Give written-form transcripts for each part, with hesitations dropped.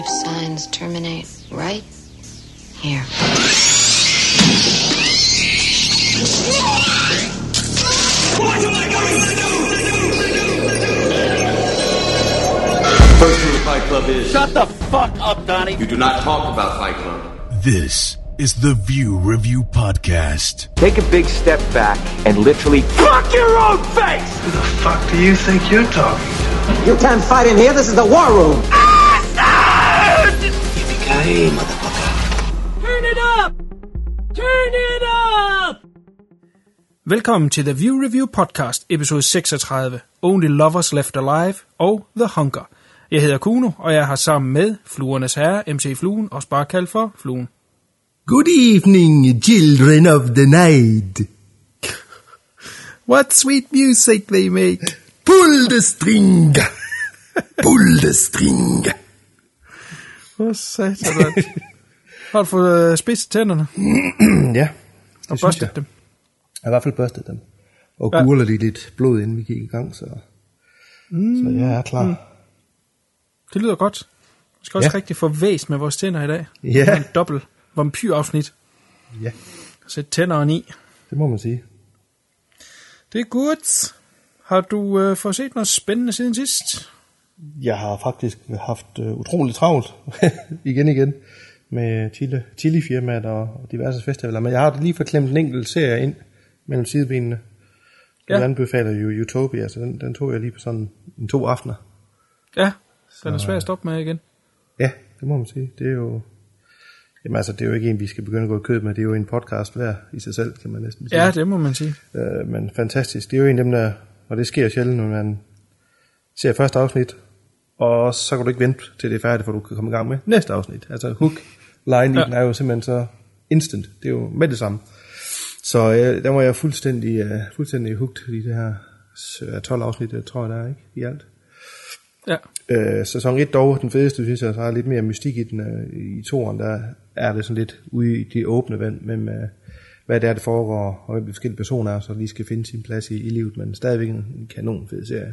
signs terminate right here. What am I going to do? First rule of Fight Club is... Shut the fuck up, Donnie. You do not talk about Fight Club. This is the View Review Podcast. Take a big step back and literally fuck your own face! Who the fuck do you think you're talking to? You can't fight in here. This is the war room. Yippee-ki-yay, motherfucker. Turn it up! Turn it up! Velkommen til The View Review Podcast, episode 36, Only Lovers Left Alive og The Hunger. Jeg hedder Kuno, og jeg har sammen med Fluernes Herre, MC Fluen, også bare kaldt for Fluen. Good evening, children of the night. What sweet music they make. Pull the string. Pull the string. Hvor satan, mand. Har du fået spidset tænderne? Ja, og børstet dem? Jeg har i hvert fald børstet dem. Og gurler de lidt blod, inden vi gik i gang, så jeg er klar. Det lyder godt. Vi skal også rigtig få væs med vores tænder i dag. Ja. En dobbelt vampyrafsnit. Ja. Sæt tænderne i. Det må man sige. Det er godt. Har du fået set noget spændende siden sidst? Jeg har faktisk haft utroligt travlt igen med chili-firmaet og diverse festivaler. Men jeg har lige fået klemt en enkelt serie ind mellem sidebenene. Den anbefaler jo Utopia, så den tog jeg lige på sådan 2 aftener. Ja, så den er svær at stoppe med igen. Ja, det må man sige. Det er jo... Jamen altså, det er jo ikke en, vi skal begynde at gå i kød med. Det er jo en podcast hver i sig selv, kan man næsten sige. Ja, det må man sige. Men fantastisk. Det er jo en af dem, der... Og det sker sjældent, når man ser første afsnit, og så kan du ikke vente til det er færdigt, for du kan komme i gang med næste afsnit. Altså hook-line i den er jo simpelthen så instant. Det er jo med det samme. Så der var jeg fuldstændig hooked i det her 12 afsnit, tror jeg, der er, ikke? I alt. Ja. Sæson 1 dog, den fedeste, synes jeg, så er lidt mere mystik i den. I toeren, der er det sådan lidt ude i de åbne vand, med hvad det er, det foregår, og hvem de forskellige personer er, så lige skal finde sin plads i livet, men stadigvæk en kanon fed serie.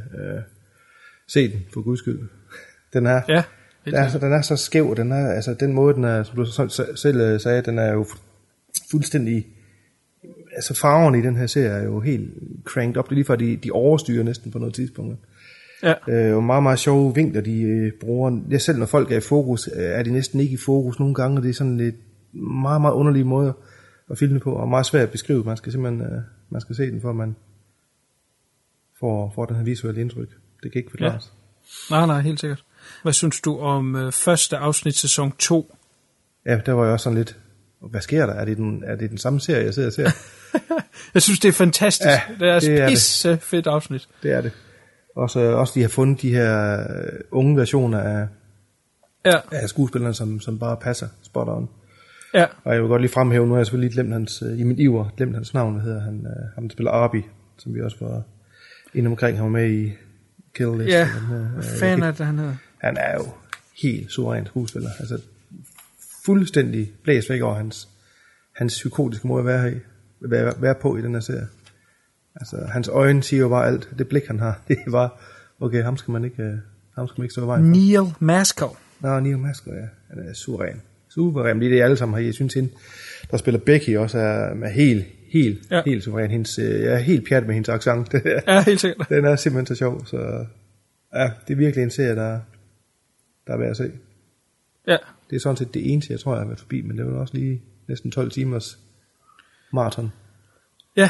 Se den, for guds skyld. Den er, den er så skæv, den er, altså den måde, den er, som du selv sagde, den er jo fuldstændig, altså farverne i den her serie er jo helt cranked op, det er lige for, de overstyrer næsten på noget tidspunkt. Ja. Og meget, meget sjove vinkler, de bruger. Ja, selv når folk er i fokus, er de næsten ikke i fokus nogle gange, og det er sådan lidt meget, meget underlige måder at filme på, og meget svært at beskrive. Man skal simpelthen man skal se den, for at man får den her visuelle indtryk. Det kan ikke forklares. Ja. Nej, helt sikkert. Hvad synes du om første afsnit sæson 2? Ja, der var jeg også sådan lidt, hvad sker der? Er det den samme serie, jeg sidder og ser? Jeg synes, det er fantastisk. Ja, det er et pisse fedt afsnit. Det er det. Også de har fundet de her unge versioner af skuespillerne, som bare passer spot on. Ja. Og jeg vil godt lige fremhæve, nu har jeg selvfølgelig glemt hans navn, hvad hedder han, der spiller Arby, som vi også var inde omkring, han var med i Kill List. Ja, hvad fanden er det, han hedder? Han er jo helt suveræn skuespiller, altså fuldstændig blæst væk over hans psykotiske måde at være på i den her serie. Altså, hans øjne siger jo bare alt. Det blik, han har, det er bare, okay, ham skal man ikke stå i vejen for. Neil Maskell. Nå, Neil Maskell, ja. Han er suveræn. Superræm. Det er det, alle sammen har. Jeg synes, hende, der spiller Becky, også er helt suveræn. Jeg er helt pjat med hendes accent. Ja, helt sikkert. Den er simpelthen så sjov. Så ja, det er virkelig en serie, der er værd at se. Ja. Det er sådan set det eneste, jeg tror, jeg har været forbi, men det var også lige næsten 12 timers maraton. Ja.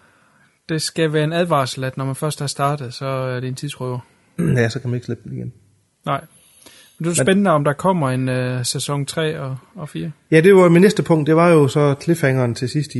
Det skal være en advarsel, at når man først har startet, så er det en tidsrøver. Ja, så kan man ikke slippe den igen. Nej. Men det er spændende, om der kommer en sæson 3 og 4. Ja, det var min næste punkt. Det var jo så cliffhangeren til sidst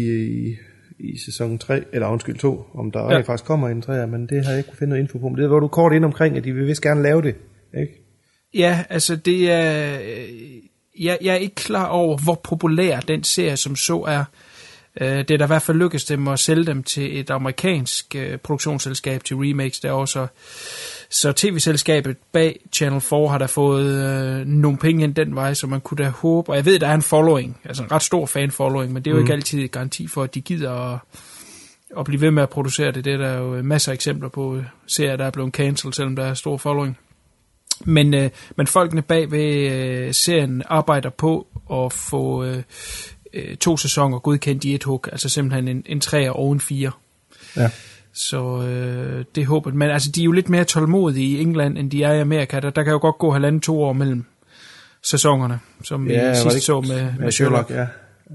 i sæson 3, eller undskyld 2, om der faktisk kommer en 3, men det har jeg ikke kunne finde noget info på. Men det var du kort ind omkring, at de vil vist gerne lave det, ikke? Ja, altså det er... Jeg er ikke klar over, hvor populær den serie som så er. Det er da i hvert fald lykkedes dem at sælge dem til et amerikansk produktionsselskab til remakes der også. Så tv-selskabet bag Channel 4 har der fået nogle penge ind den vej, så man kunne da håbe. Og jeg ved, der er en following, altså en ret stor fan-following, men det er jo ikke altid en garanti for, at de gider at blive ved med at producere det. Det er der jo masser af eksempler på serier, der er blevet cancelled, selvom der er stor following. Men folkene bag ved serien arbejder på at få 2 sæsoner godkendt i et hug, altså simpelthen en 3'er og en 4. Ja. Så det håber. Men altså, de er jo lidt mere tålmodige i England, end de er i Amerika. Der kan jo godt gå 1,5-2 år mellem sæsonerne, som vi sidst så med Sherlock. Ja.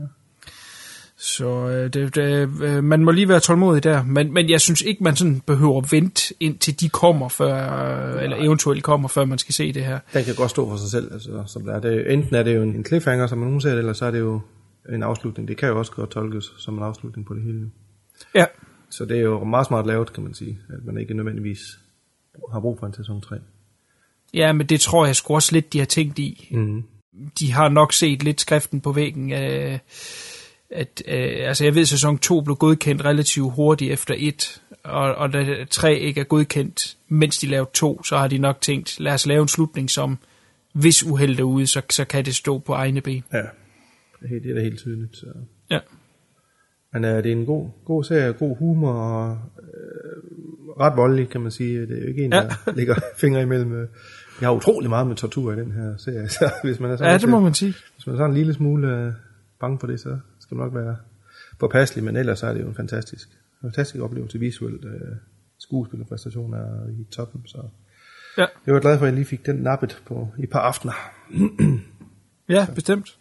Så man må lige være tålmodig der. Men jeg synes ikke, man sådan behøver at vente indtil de kommer, eller eventuelt kommer, før man skal se det her. Den kan godt stå for sig selv. Altså, som der er. Enten er det jo en cliffhanger, som man nogen ser det, eller så er det jo en afslutning. Det kan jo også godt tolkes som en afslutning på det hele. Ja. Så det er jo meget smart lavet, kan man sige, at man ikke nødvendigvis har brug for en sæson 3. Ja, men det tror jeg sgu også lidt, de har tænkt i. Mm. De har nok set lidt skriften på væggen. Altså jeg ved, at sæson 2 blev godkendt relativt hurtigt efter 1, og da 3 ikke er godkendt, mens de lavede 2, så har de nok tænkt, lad os lave en slutning, som hvis uheld er ude, så kan det stå på egne ben. Ja, det er da helt tydeligt. Så. Ja. Men det er en god serie, god humor og ret voldelig, kan man sige. Det er jo ikke en, der ligger fingre imellem. Jeg har utrolig meget med tortur i den her serie, så hvis man er sådan, det må man sige. Hvis man er sådan en lille smule bange for det, så skal man nok være påpasselig, men ellers er det jo en fantastisk oplevelse visuelt. Skuespillerpræstationer er i toppen, så jeg var glad for, at jeg lige fik den nappet på i et par aftener. Ja, bestemt.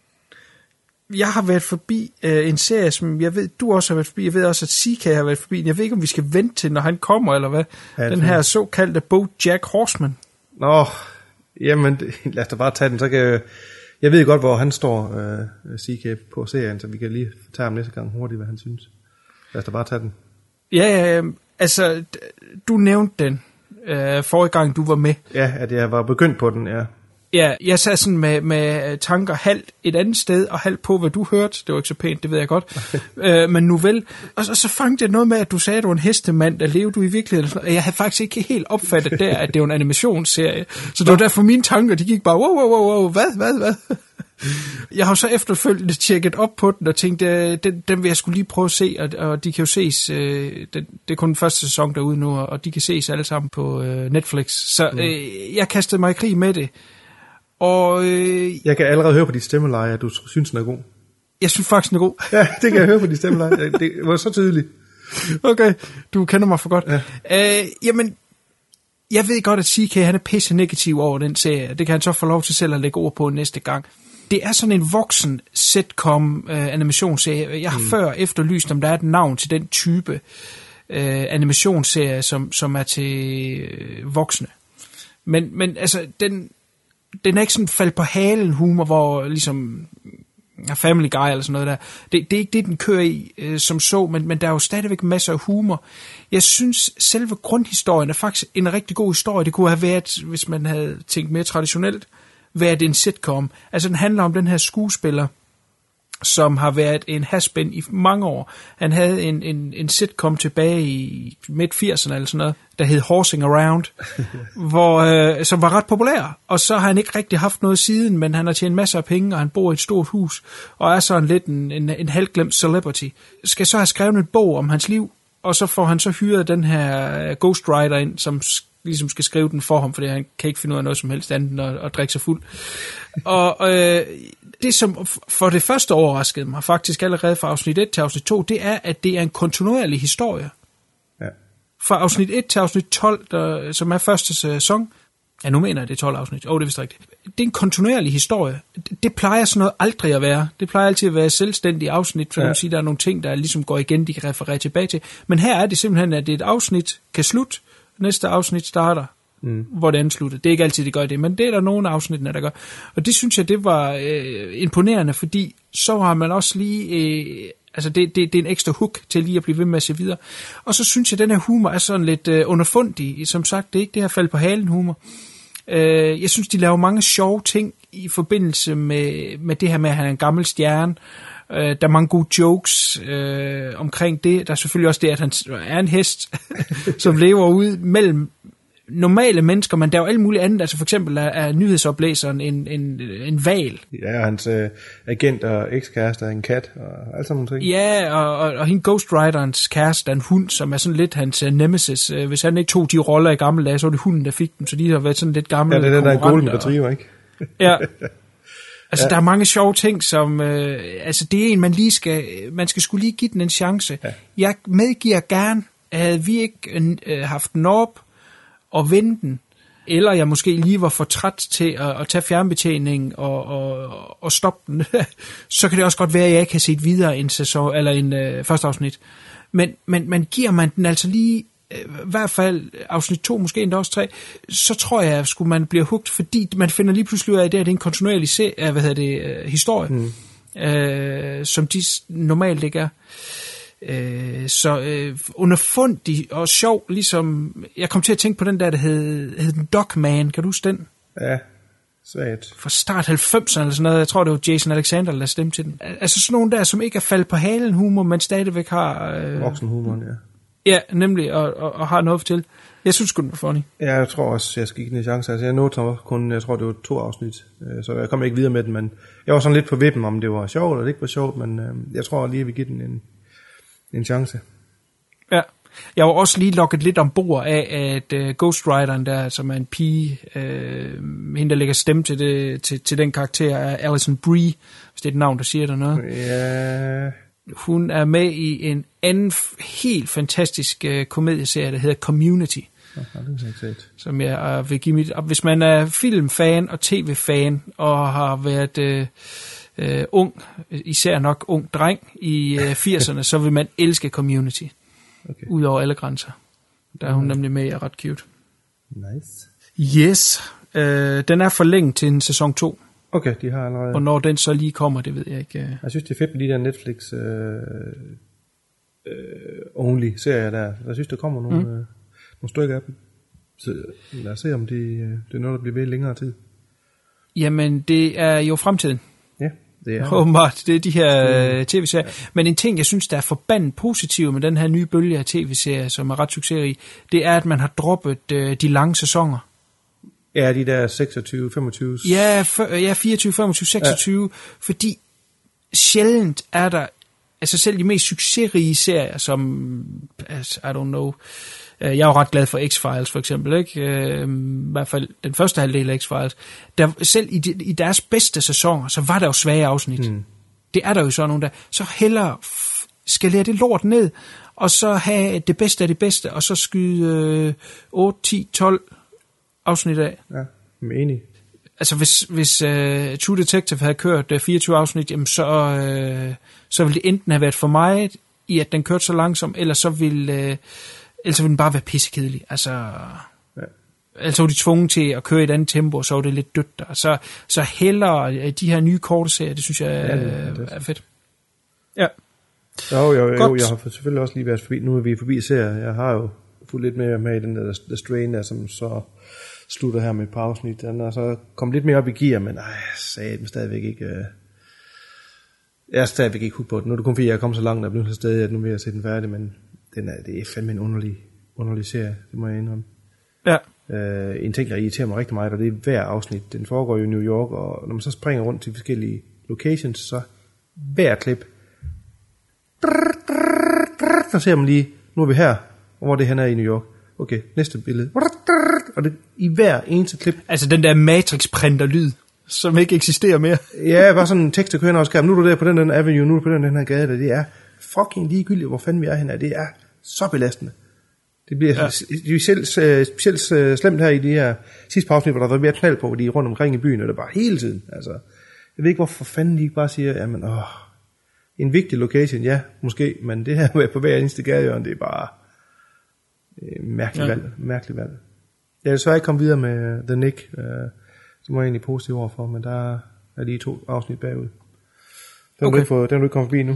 Jeg har været forbi en serie, som jeg ved, du også har været forbi. Jeg ved også, at CK har været forbi. Jeg ved ikke, om vi skal vente til, når han kommer, eller hvad. Ja, den her såkaldte BoJack Horseman. Nå, jamen, lad os da bare tage den. Så kan jeg ved godt, hvor han står, CK, på serien, så vi kan lige tage ham næste gang hurtigt, hvad han synes. Lad os da bare tage den. Ja, altså, du nævnte den forrige gang, du var med. Ja, at jeg var begyndt på den, ja. Ja, jeg sad sådan med tanker halvt et andet sted, og halvt på, hvad du hørte. Det var ikke så pænt, det ved jeg godt. Men nu vel. Og så fangede jeg noget med, at du sagde, at du var en hestemand, der levede du i virkeligheden. Og jeg havde faktisk ikke helt opfattet der, at det var en animationsserie. Så det var derfor mine tanker, de gik bare, wow, hvad? Jeg har så efterfølgende tjekket op på den, og tænkte, den vil jeg skulle lige prøve at se, og de kan jo ses, det er kun den første sæson derude nu, og de kan ses alle sammen på Netflix. Så jeg kastede mig i krig med det. Og jeg kan allerede høre på de stemmeleje, at du synes, den er god. Jeg synes faktisk, den er god. Ja, det kan jeg høre på de stemmeleje. Det var så tydeligt. Okay, du kender mig for godt. Ja. Jamen, jeg ved godt, at CK han er pisse negativ over den serie. Det kan han så få lov til selv at lægge ord på næste gang. Det er sådan en voksen sitcom animationsserie. Jeg har før efterlyst, om der er et navn til den type animationsserie, som er til voksne. Men altså, den er ikke sådan fald på halen humor, hvor ligesom Family Guy eller sådan noget der. Det er ikke det, den kører i som så, men der er jo stadigvæk masser af humor. Jeg synes, selve grundhistorien er faktisk en rigtig god historie. Det kunne have været, hvis man havde tænkt mere traditionelt, været en sitcom. Altså den handler om den her skuespiller, som har været en has-been i mange år. Han havde en sitcom tilbage i midt-80'erne eller sådan noget, der hed Horsing Around, som var ret populær. Og så har han ikke rigtig haft noget siden, men han har tjent masser af penge, og han bor i et stort hus, og er sådan lidt en halvglemt celebrity. Skal så have skrevet en bog om hans liv, og så får han så hyret den her ghostwriter ind, som ligesom skal skrive den for ham, fordi han kan ikke finde ud af noget som helst andet end at drikke sig fuld. Og det, som for det første overraskede mig, faktisk allerede fra afsnit 1 til afsnit 2, det er, at det er en kontinuerlig historie. Ja. Fra afsnit 1 til afsnit 12, som er første sæson, ja, nu mener jeg, det er 12 afsnit. Det er vist rigtigt. Det er en kontinuerlig historie. Det plejer sådan noget aldrig at være. Det plejer altid at være selvstændige afsnit, for at sige, der er nogle ting, der ligesom går igen, de kan referere tilbage til. Men her er det simpelthen, at det et afsnit kan slutte, næste afsnit starter, hvor det andet slutter. Det er ikke altid, det gør det, men det er der nogle afsnittene, der gør. Og det synes jeg, det var imponerende, fordi så har man også lige... altså det er en ekstra hook til lige at blive ved med at se videre. Og så synes jeg, at den her humor er sådan lidt underfundig. Som sagt, det er ikke det her fald på halen humor. Jeg synes, de laver mange sjove ting i forbindelse med det her med, at han er en gammel stjerne. Der er mange gode jokes omkring det. Der er selvfølgelig også det, at han er en hest, som lever ud mellem normale mennesker, men der er jo alle mulige andet. Altså for eksempel er nyhedsoplæseren en hval. Ja, hans agent og ekskæreste er en kat, og alt sådan nogle ting. Ja, og hende Ghost Riderens kæreste er en hund, som er sådan lidt hans nemesis. Hvis han ikke tog de roller i gamle dage, så var det hunden, der fik dem, så de har været sådan lidt gamle. Ja, det er den der golden retriever, ikke? Ja. Altså, der er mange sjove ting, som... altså, det er en, man skal skulle lige give den en chance. Ja. Jeg medgiver gerne, havde vi ikke haft den op og vende den, eller jeg måske lige var for træt til at tage fjernbetjeningen og stoppe den, så kan det også godt være, at jeg ikke har set videre en sæson, eller en første afsnit. Men giver man den altså lige... i hvert fald afsnit 2, måske endda også 3, så tror jeg, at man bliver hugt, fordi man finder lige pludselig ud af, at det er en kontinuerlig historie, som de normalt ikke er. Så underfundig og sjov, ligesom, jeg kom til at tænke på den der hed den Dogman, kan du huske den? Ja, svagt. Fra start 90'erne eller sådan noget, jeg tror det var Jason Alexander, der stemte til den. Altså sådan nogle der, som ikke er faldet på halen humor, men stadigvæk har... voksenhumoren, ja. Ja, nemlig, og har noget at fortælle. Jeg synes sgu, den var funny. Ja, jeg tror også, jeg skal give den en chance. Altså, jeg nåede kun, jeg tror, det var 2 afsnit, så jeg kom ikke videre med den, men jeg var sådan lidt på vippen, om det var sjovt eller det ikke var sjovt, men jeg tror lige, at vi giver den en chance. Ja, jeg var også lige lukket lidt ombord af, at Ghost Rideren der, som er en pige, hende der lægger stemme til den karakter, er Alison Brie, hvis det er et navn, der siger der noget. Ja... Hun er med i en anden helt fantastisk komedieserie, der hedder Community. Som jeg vil give mit... Hvis man er filmfan og tv-fan, og har været ung, især nok ung dreng i 80'erne, så vil man elske Community. Okay. Udover alle grænser. Der er hun nemlig med, er ret cute. Nice. Yes. Den er forlænget til en sæson 2. Okay, de har allerede... Og når den så lige kommer, det ved jeg ikke. Jeg synes, det er fedt med de der Netflix only serier der. Jeg synes, der kommer nogle stykker af dem. Så lad os se, om det er noget, der bliver ved længere tid. Jamen, det er jo fremtiden. Ja, det er åbenbart, det er de her tv-serier. Ja. Men en ting, jeg synes, der er forbandet positiv med den her nye bølge af tv-serier, som er ret succesrig, det er, at man har droppet de lange sæsoner. Ja, de der 26, 25... Ja, 24, 25, 26, ja. Fordi sjældent er der, altså selv de mest succesrige serier, som, I don't know, jeg er jo ret glad for X-Files for eksempel, ikke? I hvert fald den første halvdel af X-Files. Der, selv i deres bedste sæsoner, så var der jo svage afsnit. Det er der jo sådan nogle der. Så hellere skalere det lort ned, og så have det bedste af det bedste, og så skyde 8, 10, 12 afsnit af. Ja, jeg er enig. Altså hvis True Detective havde kørt 24 afsnit, jamen så ville det enten have været for mig, i at den kørte så langsomt, eller så ville den bare være pissekedelig. Altså, ja. Altså var de tvunget til at køre i et andet tempo, og så var det lidt dødt der. Så hellere de her nye korte serier, det synes jeg er fedt. Ja. Jo, jeg har selvfølgelig også lige været forbi, nu er vi forbi serier. Jeg har jo fulgt lidt mere med i den der The Strain, der som så slutter her med et par afsnit. Den er så kommet lidt mere op i gear, men jeg sagde stadigvæk ikke... Jeg er stadigvæk ikke hudt på den. Nu er det kun fordi, jeg er kommet så langt, at jeg bliver så stadig, at nu vil jeg se den færdig, men det er fandme en underlig serie, det må jeg indrømme. Ja. En ting, der irriterer mig rigtig meget, og det er hver afsnit. Den foregår jo i New York, og når man så springer rundt til forskellige locations, så hver klip, så ser man lige, nu er vi her, og hvor det hen er i New York. Okay, næste billede. Og det i hver eneste klip. Altså den der Matrix-printer-lyd, som ikke eksisterer mere. Ja, bare sådan en tekst, der kører over skærmen. Nu er du der på den avenue, nu er du på den her gade, der det er fucking ligegyldigt, hvor fanden vi er henne. Det er så belastende. Det bliver specielt slemt her i de her sidste afsnit, hvor der har været mere knald på, hvor de er rundt omkring i byen, og det er bare hele tiden. Altså, jeg ved ikke, hvorfor fanden de ikke bare siger, jamen, en vigtig location, ja, måske, men det her med på hver eneste gadehjørne, det er bare mærkeligt valg. Jeg er desværre ikke kommet videre med The Nick, det må jeg egentlig positiv overfor, men der er lige 2 afsnit bagud. Den er du ikke kommet forbi nu?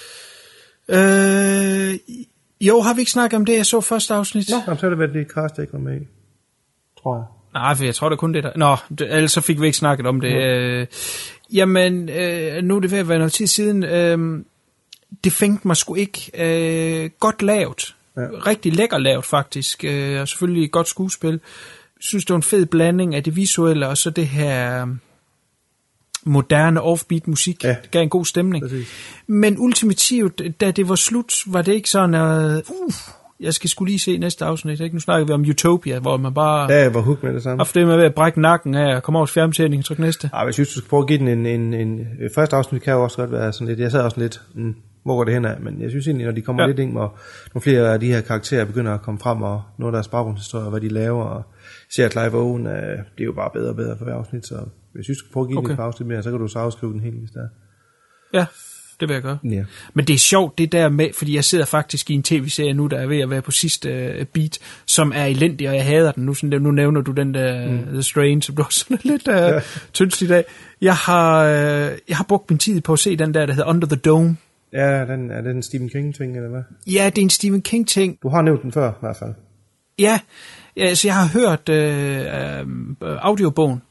Jo, har vi ikke snakket om det, jeg så første afsnit? Nå, så er det været det cast, jeg ikke var med i, tror jeg. Nej, for jeg tror, det er kun det der. Nå, ellers så fik vi ikke snakket om det. Jamen, nu er det ved at være noget tid siden. Det fængte mig sgu ikke godt lavet. rigtig lækker lavet faktisk, og selvfølgelig et godt skuespil. Jeg synes, det var en fed blanding af det visuelle, og så det her moderne offbeat musik. Ja. Det gav en god stemning. Præcis. Men ultimativt, da det var slut, var det ikke sådan, at jeg skal skulle lige se næste afsnit. Ikke? Nu snakker vi om Utopia, hvor man bare... Ja, jeg var hooked med det samme. Ofte med at brække nakken af og komme over til fjernbetjeningen og trykke næste. Jeg synes, du skal prøve at give den en første afsnit kan jo også godt være sådan lidt... Jeg sad også lidt... hvor går det hen af? Men jeg synes egentlig, når de kommer lidt ind, og nogle flere af de her karakterer begynder at komme frem, og noget af deres baggrundshistorie, hvad de laver, og ser Clive Owen, det er jo bare bedre og bedre for hver afsnit, så jeg synes, du skal prøve at give den et par afsnit mere, så kan du så afskrive den helt, hvis der er. Ja, det vil jeg gøre. Ja. Men det er sjovt, det der med, fordi jeg sidder faktisk i en tv-serie nu, der er ved at være på sidste beat, som er elendig, og jeg hader den. Nu nævner du den der The Strain, som du også sådan lidt tyndt i dag. Jeg har brugt min tid på at se den der hedder Under the Dome. Ja, er det en Stephen King-ting, eller hvad? Ja, det er en Stephen King-ting. Du har nævnt den før, i hvert fald. Ja, så jeg har hørt audiobogen.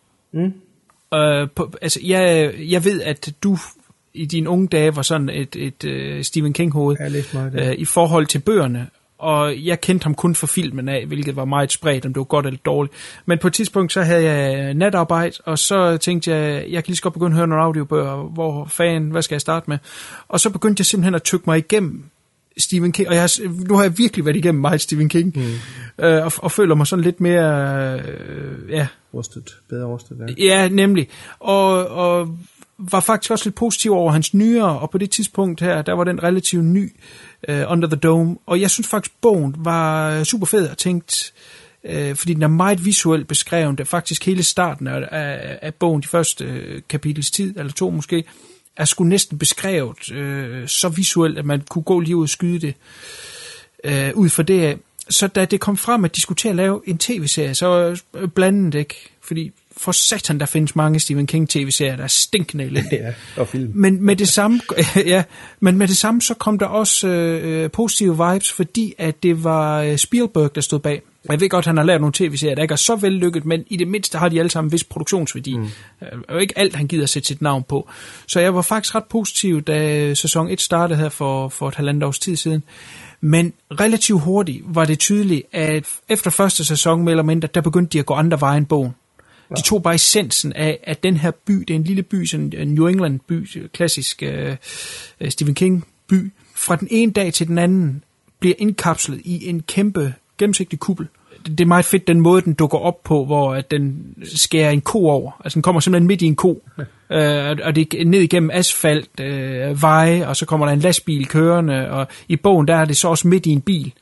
Jeg ved, at du i dine unge dage var sådan et Stephen King-hoved i forhold til bøgerne. Og jeg kendte ham kun for filmen af, hvilket var meget spredt, om det var godt eller dårligt. Men på et tidspunkt, så havde jeg natarbejde, og så tænkte jeg kan lige så godt begynde at høre nogle audiobøger. Hvad skal jeg starte med? Og så begyndte jeg simpelthen at tykke mig igennem Stephen King, og nu har jeg virkelig været igennem meget Stephen King, og føler mig sådan lidt mere, bedre rustet. Ja, nemlig. Og var faktisk også lidt positiv over hans nyere, og på det tidspunkt her, der var den relativt ny Under the Dome, og jeg synes faktisk, bogen var super fed og tænkt, fordi den er meget visuelt beskrevet, det er faktisk hele starten af bogen, de første kapitels tid, eller 2 måske, er sgu næsten beskrevet så visuelt, at man kunne gå lige ud og skyde det ud for det af. Så da det kom frem, at de skulle til at lave en tv-serie, så blandet ikke, fordi for satan, der findes mange Stephen King tv-serier, der er stinkende elendige. Ja, og film. Men med det samme, så kom der også positive vibes, fordi at det var Spielberg, der stod bag. Jeg ved godt, han har lavet nogle tv-serier, der ikke er så vellykket, men i det mindste har de alle sammen en vis produktionsværdi. Og ikke alt, han gider sætte sit navn på. Så jeg var faktisk ret positiv, da sæson 1 startede her for et halvandet års tid siden. Men relativt hurtigt var det tydeligt, at efter første sæson, mere eller mindre, der begyndte de at gå andre veje end bogen. De tog bare essensen af, at den her by, det er en lille by, sådan en New England by, klassisk Stephen King by, fra den ene dag til den anden bliver indkapslet i en kæmpe gennemsigtig kuppel. Det er meget fedt, den måde, den dukker op på, hvor den skærer en ko over. Altså, den kommer simpelthen midt i en ko, og det er ned igennem asfalt, veje, og så kommer der en lastbil kørende, og i bogen, der er det så også midt i en bil,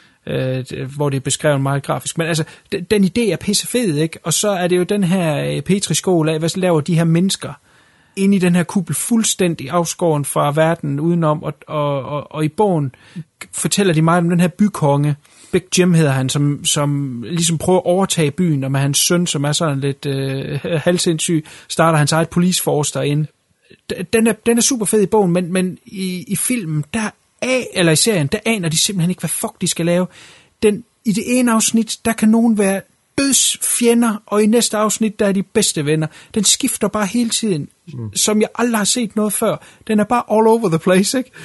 hvor det er beskrevet meget grafisk. Men altså, den idé er pissefed, ikke? Og så er det jo den her petriskål af, hvad laver de her mennesker inde i den her kuppel, fuldstændig afskåren fra verden udenom, og i bogen fortæller de meget om den her bykonge. Big Jim hedder han, som ligesom prøver at overtage byen, og med hans søn, som er sådan lidt halvsindssyg, starter hans eget police force derinde. Den er super fed i bogen, men i filmen, eller i serien, der aner de simpelthen ikke, hvad fuck de skal lave. I det ene afsnit, der kan nogen være dødsfjender, og i næste afsnit, der er de bedste venner. Den skifter bare hele tiden, som jeg aldrig har set noget før. Den er bare all over the place, ikke?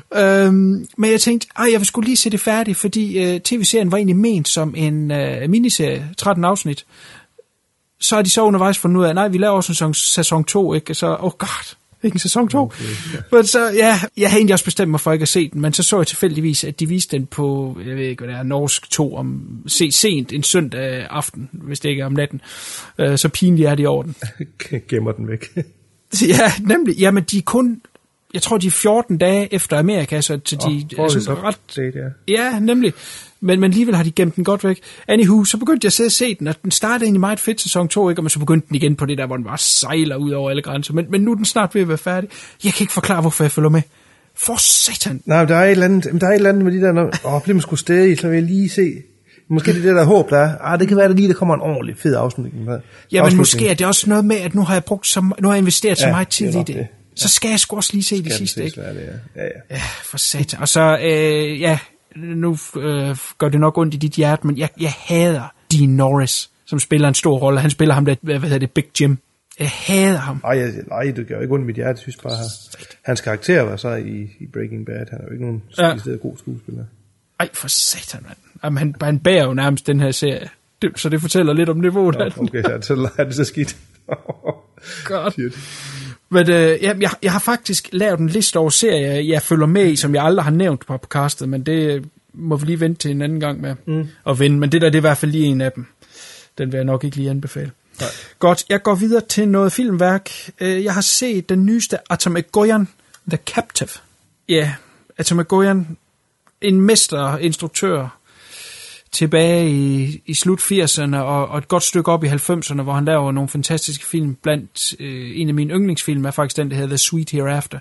Men jeg tænkte, jeg vil sgu lige se det færdigt, fordi tv-serien var egentlig ment som en miniserie, 13 afsnit. Så er de så undervejs fundet ud af, nej, vi laver også en sæson 2, ikke? Så, god, ikke en sæson 2. Okay. Men så, jeg havde egentlig også bestemt mig for ikke at se den, men så jeg tilfældigvis, at de viste den på, jeg ved ikke, hvad det er, norsk 2, sent en søndag aften, hvis det ikke er om natten. Så pinligt er det i orden. Gemmer den væk. Ja, nemlig. Jamen, de er kun, jeg tror, de er 14 dage efter Amerika, så de er sådan ret... Ja, nemlig. Men alligevel har de gemt den godt væk. Anywho, så begyndte jeg at sidde og se den, og den startede egentlig meget fedt sæson 2, ikke? Og så begyndte den igen på det der, hvor den bare sejler ud over alle grænser. Men nu er den snart ved at være færdig. Jeg kan ikke forklare, hvorfor jeg følger med. For satan. Nej, der er et eller andet med de der, bliver man sgu stædig, så vil jeg lige se. Måske det der håb, der er. Det kan være, at der kommer en ordentlig fed afslutning. Ja, men måske er det også noget med, at nu har jeg investeret så meget tid i det. Ja. Så skal jeg sgu også lige se det sidste, ikke? Ja, for satan. Og så, nu gør det nok ondt i dit hjerte, men jeg hader Dean Norris, som spiller en stor rolle. Han spiller ham der, Big Jim. Jeg hader ham. Nej, det gør ikke ondt i mit hjerte. Jeg synes bare, hans karakter var så i Breaking Bad. Han er jo ikke nogen god skuespiller. Ej, for satan, mand. Jamen, han bærer jo nærmest den her serie. Så det fortæller lidt om niveauet. Okay, så er det så skidt. Godt. Men jeg har faktisk lavet en liste over serier, jeg følger med i, som jeg aldrig har nævnt på podcastet, men det må vi lige vente til en anden gang med at vende. Men det er i hvert fald lige en af dem. Den vil jeg nok ikke lige anbefale. Nej. Godt, jeg går videre til noget filmværk. Jeg har set den nyeste Atom Egoyan, The Captive. Ja, Atom Egoyan, en mesterinstruktør tilbage i slut 80'erne og et godt stykke op i 90'erne, hvor han laver nogle fantastiske film. Blandt en af mine yndlingsfilm er faktisk den, der hedder The Sweet Hereafter.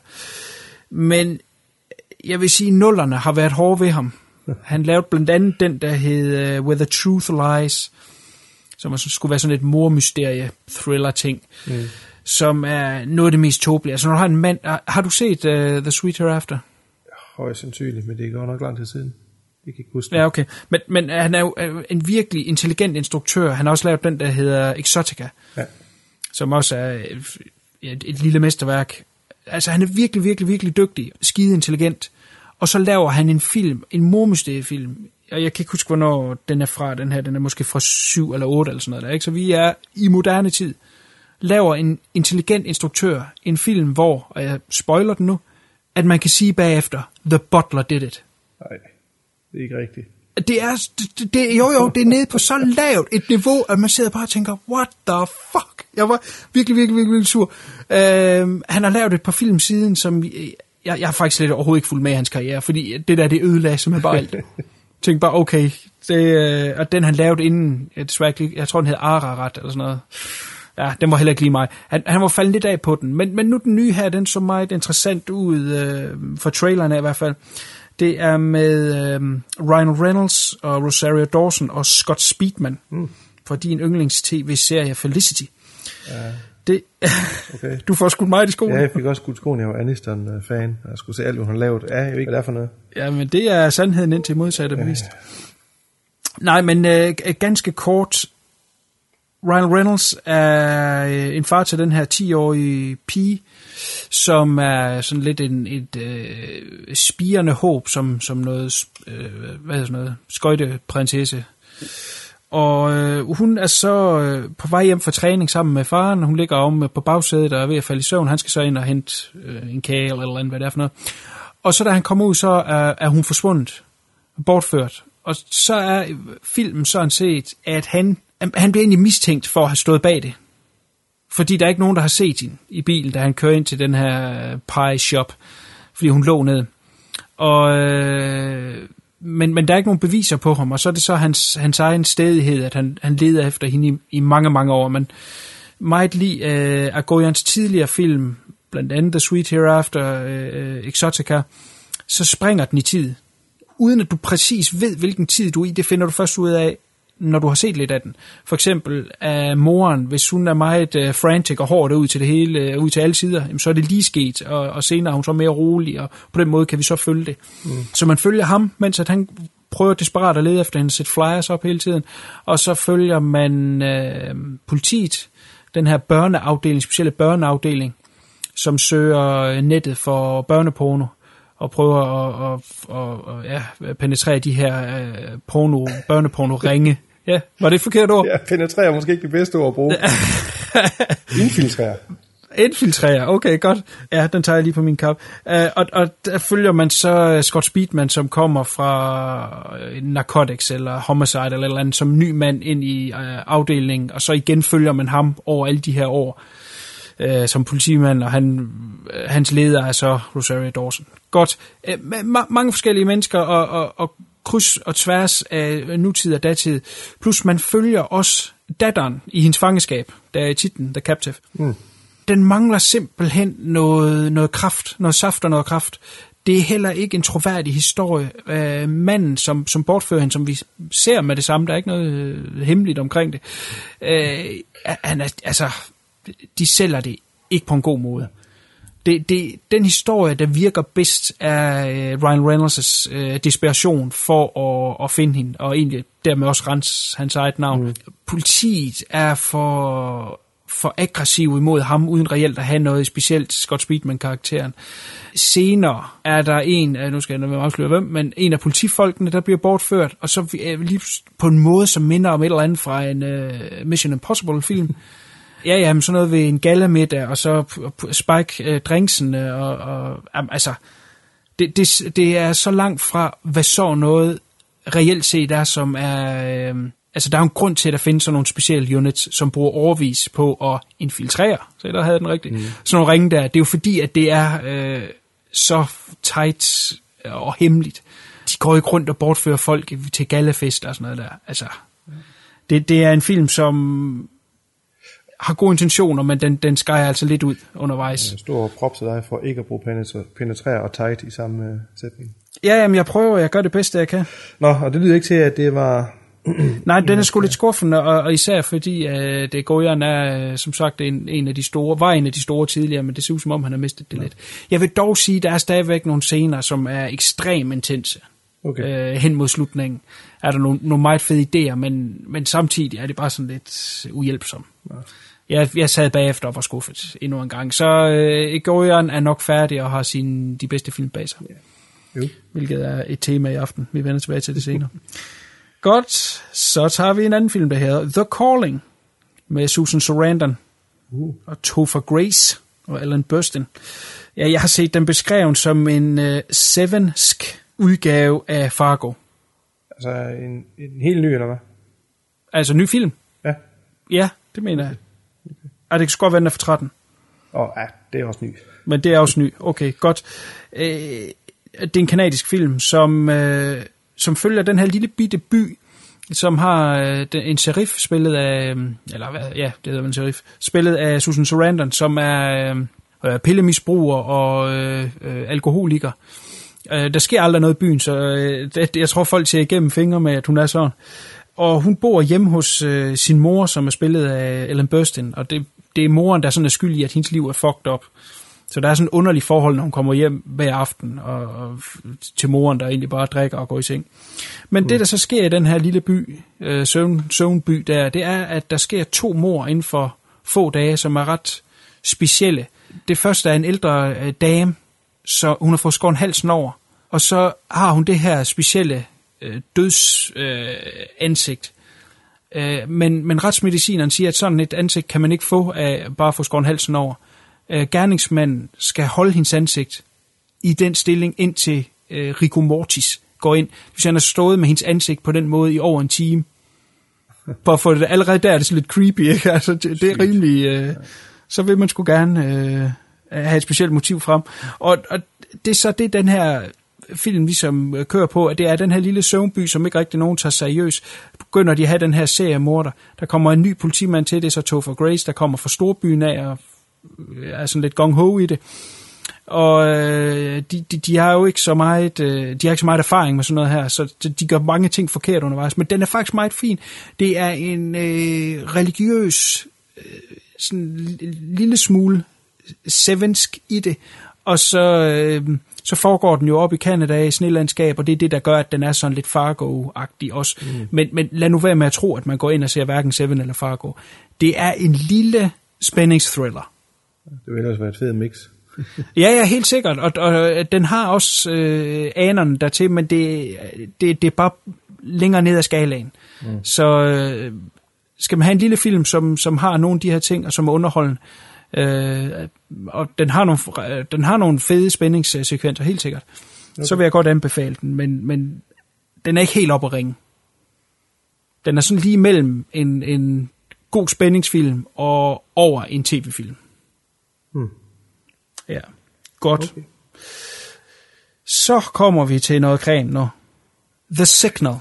Men jeg vil sige, nullerne har været hårde ved ham. Han lavede blandt andet den, der hed Where the Truth Lies, som skulle være sådan et mormysterie-thriller-ting, som er noget af det mest tåbelige. Altså, når du har en mand... Har du set The Sweet Hereafter? Højst sandsynligt, men det går nok lang tid siden. Jeg kan ikke huske det. Ja, okay. Men han er jo en virkelig intelligent instruktør. Han har også lavet den, der hedder Exotica, som også er et lille mesterværk. Altså, han er virkelig, virkelig, virkelig dygtig. Skide intelligent. Og så laver han en film, en mormysteriefilm. Og jeg kan ikke huske, hvornår den er fra, den her. Den er måske fra 7 eller 8 eller sådan noget der, ikke? Så vi er i moderne tid. Laver en intelligent instruktør en film, hvor, og jeg spoiler den nu, at man kan sige bagefter, The Butler did it. Nej, det er ikke rigtigt. Det er, det er nede på så lavt et niveau, at man sidder bare og tænker, what the fuck? Jeg var virkelig, virkelig, virkelig, virkelig sur. Han har lavet et par film siden, som jeg har faktisk slet overhovedet ikke fulgt med i hans karriere, fordi det der, det ødelagde simpelthen bare alt. Tænkte bare, okay, og den han lavede inden, jeg tror den hed Ararat eller sådan noget. Ja, den var heller ikke lige mig. Han var faldet lidt af på den, men nu den nye her, den så meget interessant ud for trailerne i hvert fald. Det er med Ryan Reynolds og Rosario Dawson og Scott Speedman for din yndlings-tv-serie Felicity. Ja. Det, okay. Du får skudt meget i skolen. Ja, jeg fik også skudt skolen. Jeg var Aniston-fan. Jeg skulle se alt, hvad han lavede. Ja, jeg ved ikke, hvad det er for noget. Ja, men det er sandheden indtil modsatte bevist. Nej, men ganske kort. Ryan Reynolds er en far til den her 10-årige pige, som er sådan lidt et spirende håb, som noget, hvad hedder sådan noget, skøjteprinsesse. Og hun er så på vej hjem fra træning sammen med faren. Hun ligger om på bagsædet og er ved at falde i søvn. Han skal så ind og hente en kage eller andet, hvad det er for noget. Og så da han kommer ud, så er hun forsvundet, bortført. Og så er filmen sådan set, at han bliver egentlig mistænkt for at have stået bag det. Fordi der er ikke nogen, der har set hende i bilen, da han kører ind til den her pie shop. Fordi hun lå ned. Og... Men der er ikke nogen beviser på ham, og så er det så hans egen stædighed, at han leder efter hende i mange, mange år. Men meget lige Agoyans tidligere film, blandt andet The Sweet Hereafter, Exotica, så springer den i tid. Uden at du præcis ved, hvilken tid du er i, det finder du først ud af, når du har set lidt af den. For eksempel af moren, hvis hun er meget frantic og hård ud til det hele, ud til alle sider, så er det lige sket, og senere er hun så mere rolig, og på den måde kan vi så følge det. Så man følger ham, mens at han prøver desperat at lede efter hende, sætte flyers op hele tiden, og så følger man politiet, den her børneafdeling, specielle børneafdeling, som søger nettet for børneporno, og prøver at penetrere de her børneporno-ringe. Ja, var det et forkert ord? Ja, penetrere er måske ikke det bedste ord at bruge. Infiltrere. Infiltrere, okay, godt. Ja, den tager jeg lige på min kap. Og der følger man så Scott Speedman, som kommer fra Narcotics eller Homicide eller andet, som ny mand ind i afdelingen, og så igen følger man ham over alle de her år som politimand, og hans leder er så Rosario Dawson. Godt. Mange forskellige mennesker, og kryds og tværs af nutid og datid. Plus man følger også datteren i hendes fangeskab, der er i titlen The Captive. Den mangler simpelthen noget kraft, noget saft og noget kraft. Det er heller ikke en troværdig historie. Manden, som bortfører hende, som vi ser med det samme, der er ikke noget hemmeligt omkring det. Han er, altså, de sælger det ikke på en god måde. Den historie, der virker bedst, er Ryan Reynolds' desperation for at finde hende, og egentlig dermed også rense hans eget navn. Politiet er for for aggressiv imod ham, uden reelt at have noget specielt Scott Speedman-karakteren. Senere er der nu skal jeg afsløre hvem, men en af politifolkene, der bliver bortført, og så lige på en måde, som minder om et eller andet fra en Mission Impossible-film. Ja, men sådan noget ved en gallamiddag, og så Spike drinksen, og altså, det er så langt fra, hvad så noget reelt set er, som er... Altså, der er jo en grund til, at der findes sådan nogle specielle units, som bruger overvis på at infiltrere. Så der havde den rigtigt. Sådan nogle ringe der. Det er jo fordi, at det er så tight og hemmeligt. De går ikke rundt og bortfører folk til gallafester og sådan noget der. Altså, det er en film, som har gode intentioner, men den skærer altså lidt ud undervejs. En stor prop til dig for ikke at bruge penetrere og tight i samme sætning. Ja, jamen jeg gør det bedste, jeg kan. Nå, og det lyder ikke til, at det var... Nej, den er sgu lidt skuffende, og især fordi det Goyan er, som sagt, en af de store tidligere, men det ser ud som om, han har mistet det lidt. Jeg vil dog sige, at der er stadigvæk nogle scener, som er ekstremt intense. Okay. Hen mod slutningen er der nogle meget fede idéer, men samtidig er det bare sådan lidt uhjælpsom. Ja. Jeg sad bagefter og var skuffet endnu en gang. Så Goyan er nok færdig og har de bedste film bag sig. Ja. Hvilket er et tema i aften. Vi vender tilbage til det senere. Godt, så tager vi en anden film, der hedder The Calling, med Susan Sarandon og Topher Grace og Ellen Burstyn. Ja, jeg har set den beskrevet som en sevensk udgave af Fargo. Altså en helt ny, eller hvad? Altså en ny film? Ja. Ja, det mener jeg. Okay. Det kan godt være, den er for 13. Ja, det er også ny. Men det er også ny. Okay, godt. Det er en kanadisk film, som følger den her lille bitte by, som har en sheriff spillet af, det hedder en sheriff, spillet af Susan Sarandon, som er pillemisbruger og alkoholiker. Der sker aldrig noget i byen, så jeg tror folk ser igennem fingre med, at hun er sådan. Og hun bor hjemme hos sin mor, som er spillet af Ellen Burstyn, og det er moren, der sådan er skyld i, at hendes liv er fucked up. Så der er sådan et underligt forhold, når hun kommer hjem hver aften og til moren, der egentlig bare drikker og går i seng. Men det, der så sker i den her lille by, søvnby der, det er, at der sker 2 mord inden for få dage, som er ret specielle. Det første er en ældre dame, så hun har fået skåret halsen over, og så har hun det her specielle dødsansigt. Men retsmedicineren siger, at sådan et ansigt kan man ikke få af bare at få skåret halsen over. Gerningsmanden skal holde hendes ansigt i den stilling, indtil rigor mortis går ind. Hvis han har stået med hendes ansigt på den måde i over en time. Bare for det, allerede der er det så lidt creepy, ikke? Altså, det er rimelig... så vil man sgu gerne have et specielt motiv frem. Og det er så det, den her film ligesom kører på, at det er den her lille søvnby, som ikke rigtig nogen tager seriøst. Begynder de at have den her serie morder. Der kommer en ny politimand til, det er så Topher Grace, der kommer fra storbyen af og er sådan lidt gung-ho i det. Og de har jo ikke så meget, erfaring med sådan noget her, så de gør mange ting forkert undervejs, men den er faktisk meget fin. Det er en religiøs, sådan en lille smule sevensk i det, og så foregår den jo op i Canada i snelandskab, og det er det, der gør, at den er sådan lidt Fargo-agtig også. Men lad nu være med at tro, at man går ind og ser hverken Seven eller Fargo. Det er en lille spændingsthriller. Det vil ellers være et fedt mix. Ja, helt sikkert, og den har også anerne dertil, men det er bare længere ned ad skalaen. Så skal man have en lille film, som har nogle af de her ting, og som er underholdende, og den har nogle fede spændingssekvenser, helt sikkert, okay. Så vil jeg godt anbefale den, men den er ikke helt op at ringe. Den er sådan lige mellem en god spændingsfilm og over en tv-film. Ja, godt. Okay. Så kommer vi til noget creme nu. The Signal.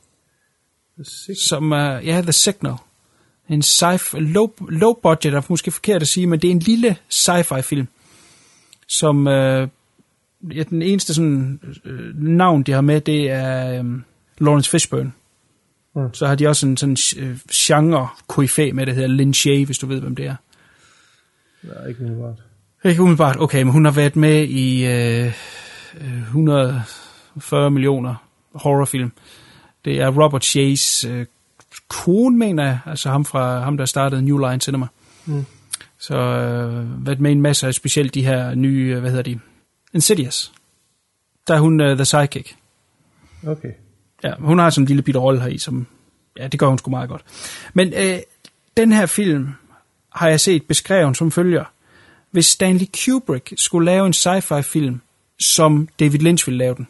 Som er, The Signal. En low budget, er måske forkert at sige, men det er en lille sci-fi film, som den eneste sådan navn, de har med, det er Lawrence Fishburne. Så har de også en sådan genre-koryfæ med, der hedder Lin Shaye, hvis du ved, hvem det er. Ja, ikke umiddelbart. Ikke umiddelbart, okay, men hun har været med i 140 millioner horrorfilm. Det er Robert Shays kone, mener jeg, altså ham der startede New Line Cinema. Så været med en masse, specielt de her nye, Insidious. Der er hun The Psychic. Okay. Ja, hun har sådan en lille bitte rolle her i, som, ja, det gør hun sgu meget godt. Men den her film har jeg set beskrevet som følger. Hvis Stanley Kubrick skulle lave en sci-fi film, som David Lynch ville lave den.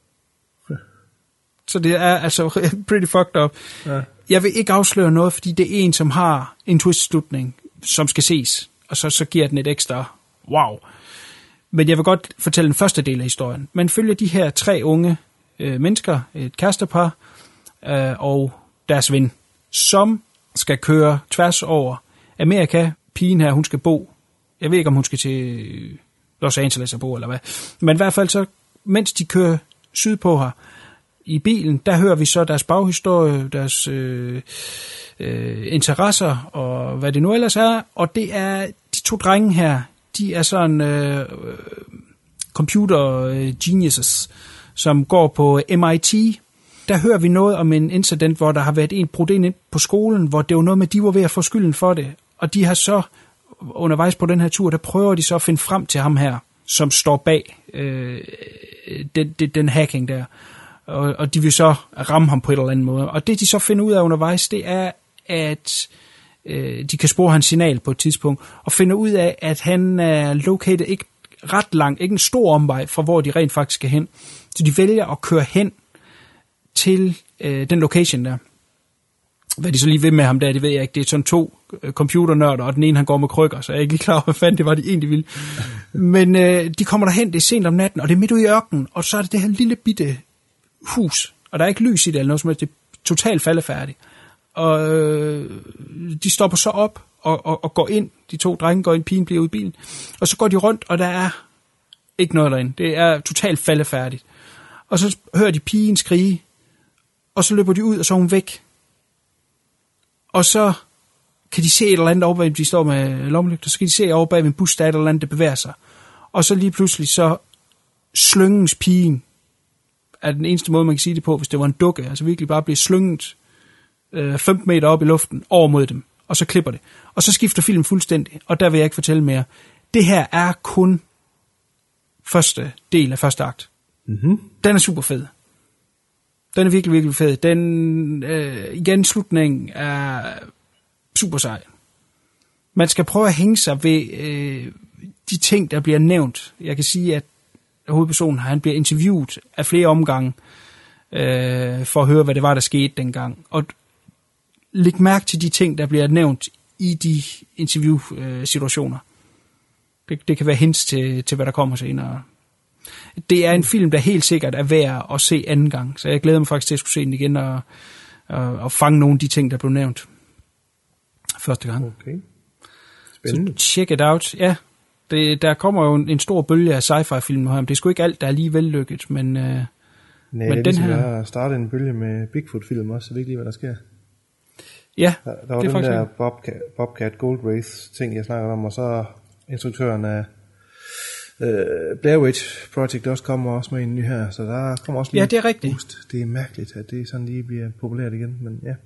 Så det er altså pretty fucked up. Ja. Jeg vil ikke afsløre noget, fordi det er en, som har en twist-slutning, som skal ses. Og så giver den et ekstra wow. Men jeg vil godt fortælle den første del af historien. Man følger de her 3 unge mennesker, et kærestepar og deres ven, som skal køre tværs over Amerika. Pigen her, hun skal bo. Jeg ved ikke, om hun skal til Los Angeles og bo, eller hvad. Men i hvert fald så, mens de kører sydpå her, i bilen, der hører vi så deres baghistorie, deres interesser, og hvad det nu ellers er. Og det er de 2 drenge her, de er sådan computer geniuses, som går på MIT. Der hører vi noget om en incident, hvor der har været en brudt ind på skolen, hvor det var noget med, de var ved at få skylden for det. Og de har så, undervejs på den her tur, der prøver de så at finde frem til ham her, som står bag den hacking der. Og de vil så ramme ham på et eller andet måde. Og det de så finder ud af undervejs, det er, at de kan spore hans signal på et tidspunkt, og finder ud af, at han er located ikke ret langt, ikke en stor omvej fra, hvor de rent faktisk skal hen. Så de vælger at køre hen til den location der. Hvad de så lige ved med ham der, det ved jeg ikke. Det er sådan 2 computernørder, og den ene han går med krykker, så jeg er ikke lige klar over, hvad fanden det var, de egentlig ville. Men de kommer derhen, det er sent om natten, og det er midt ude i ørkenen, og så er det her lille bitte hus, og der er ikke lys i det eller noget som helst, det er totalt faldefærdigt. Og de stopper så op og går ind, de 2 drenge går ind, pigen bliver ude i bilen, og så går de rundt, og der er ikke noget derinde, det er totalt faldefærdigt. Og så hører de pigen skrige, og så løber de ud, og så er hun væk. Og så kan de se et eller andet over bag, de står med lommelygter, så kan de se over bag en bus, der er et eller andet, der bevæger sig. Og så lige pludselig så slynges pigen, er den eneste måde, man kan sige det på, hvis det var en dukke, altså virkelig bare blive slynget 15 meter op i luften over mod dem, og så klipper det. Og så skifter filmen fuldstændig, og der vil jeg ikke fortælle mere. Det her er kun første del af første akt. Mm-hmm. Den er super fed. Den er virkelig, virkelig fed. Den, igen, slutningen er super sej. Man skal prøve at hænge sig ved de ting, der bliver nævnt. Jeg kan sige, at hovedpersonen han bliver interviewet af flere omgange, for at høre, hvad det var, der skete dengang. Og læg mærke til de ting, der bliver nævnt i de interview-situationer. Det kan være hints til, hvad der kommer senere. Det er en film, der helt sikkert er værd at se anden gang, så jeg glæder mig faktisk til at skulle se den igen og fange nogle af de ting, der blev nævnt første gang. Okay. Spændende. Så check it out. Ja, der kommer jo en stor bølge af sci-fi-film nu her, men det er sgu ikke alt, der er lige vellykket, men nej, men det er den ligesom, her... jeg har startet en bølge med Bigfoot-film også, så ved ikke lige, hvad der sker. Ja, der var det den der faktisk Bobcat Goldthwait ting, jeg snakkede om, og så instruktøren af Blair Witch Project også kommer også med en ny her, så der kommer også lige det er rigtigt. Boost. Det er mærkeligt, at det sådan lige bliver populært igen, men ja.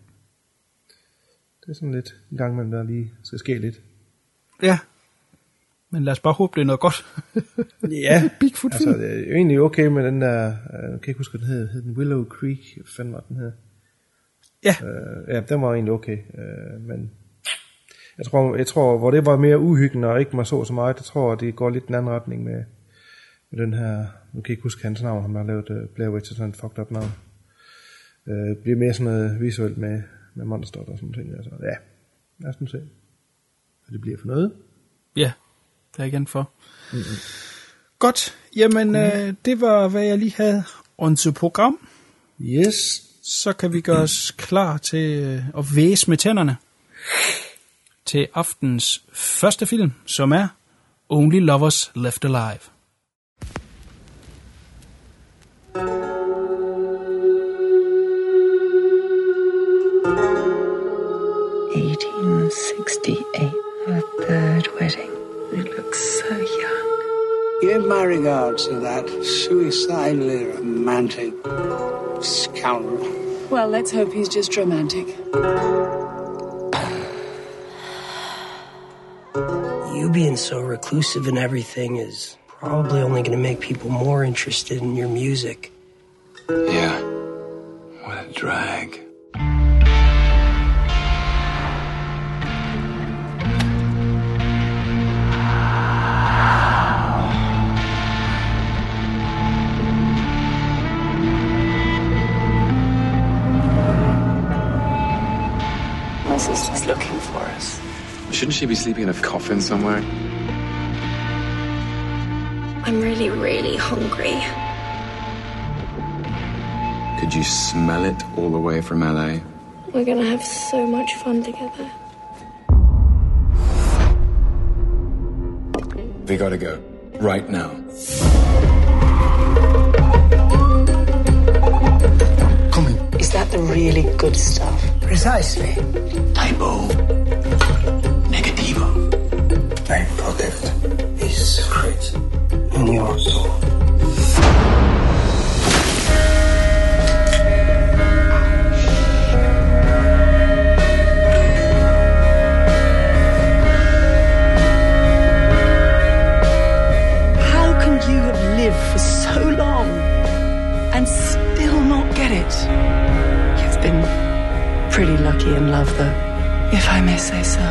Det er sådan lidt en gang, man der lige skal ske lidt. Ja, men lad os bare håbe, det er noget godt. Ja, Bigfoot-film. Altså, det er jo egentlig okay med den der, jeg kan ikke huske, hvad den hed den Willow Creek, hvad fanden var den her? Ja. Ja, den var egentlig okay, men jeg tror, hvor det var mere uhyggende og ikke man så meget, jeg tror, det går lidt den anden retning med den her, nu kan jeg ikke huske hans navn, han har lavet Blair Witch, sådan et fucked up navn. Bliver mere sådan noget visuelt med monster og sådan ting. Altså, ja, lad os nu se, hvad det bliver for noget. Ja, det er igen for. Mm-hmm. Godt, jamen det var, hvad jeg lige havde on til program. Yes. Så kan vi gøre os klar til at væse med tænderne til aftens første film, som er Only Lovers Left Alive. Our third wedding. You look so young. Give my regards to that suicidally romantic scoundrel. Well, let's hope he's just romantic. You being so reclusive and everything is probably only going to make people more interested in your music. Yeah. What a drag. My sister's looking for us. Shouldn't she be sleeping in a coffin somewhere? I'm really, really hungry. Could you smell it all the way from LA? We're gonna have so much fun together. We gotta go. Right now. Is that the really good stuff? Precisely. Typo. Negativo. My product is secret in your soul. How can you have lived for so long and still not get it? You've been pretty lucky in love, though, if I may say so.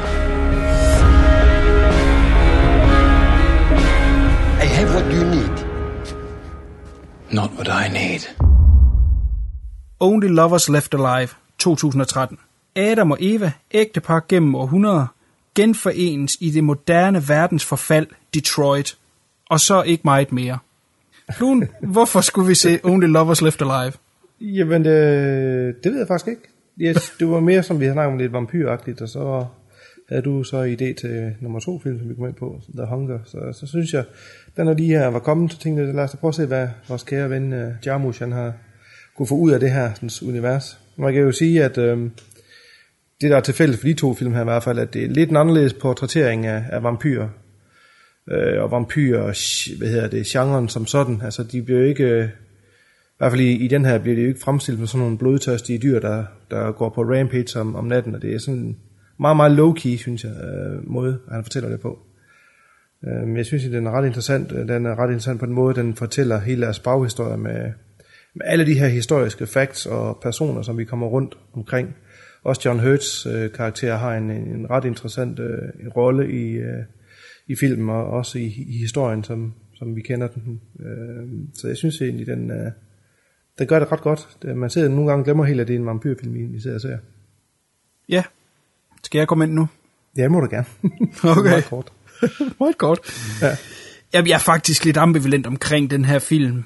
I have what you need. Not what I need. Only Lovers Left Alive, 2013. Adam og Eva, ægtepar gennem århundreder, genforenes i det moderne verdens forfald, Detroit. Og så ikke meget mere. Fluen, hvorfor skulle vi se Only Lovers Left Alive? Jamen, det ved jeg faktisk ikke. Yes, det var mere, som vi havde snakket om, lidt vampyragtigt, og så havde du så idé til nummer 2 film, som vi kom ind på, The Hunger. Så synes jeg, da når de her var kommet, så tænkte jeg, lad os da prøve at se, hvad vores kære ven Jarmusch, han har kunne få ud af det her sådan, univers. Man kan jo sige, at det der er tilfældigt for de 2 film her i hvert fald, at det er lidt en anderledes portrættering af vampyrer. Og vampyrer, genren som sådan. Altså, de bliver jo ikke, i hvert fald i den her, bliver de jo ikke fremstillet med sådan nogle blodtørstige dyr, der går på rampage om natten, og det er sådan meget, meget low-key, synes jeg, måde, han fortæller det på. Jeg synes, at den er ret interessant. Den er ret interessant på den måde, den fortæller hele deres baghistorie med alle de her historiske facts og personer, som vi kommer rundt omkring. Også John Hurts karakter har en ret interessant en rolle i filmen, og også i historien, som vi kender den. Så jeg synes egentlig, den gør det ret godt. Man ser nogle gange glemmer helt, at det er en vampyrfilm, vi sidder og ser. Ja. Skal jeg komme ind nu? Ja, må du gerne. Okay. Meget kort. Meget kort. Ja. Jeg er faktisk lidt ambivalent omkring den her film.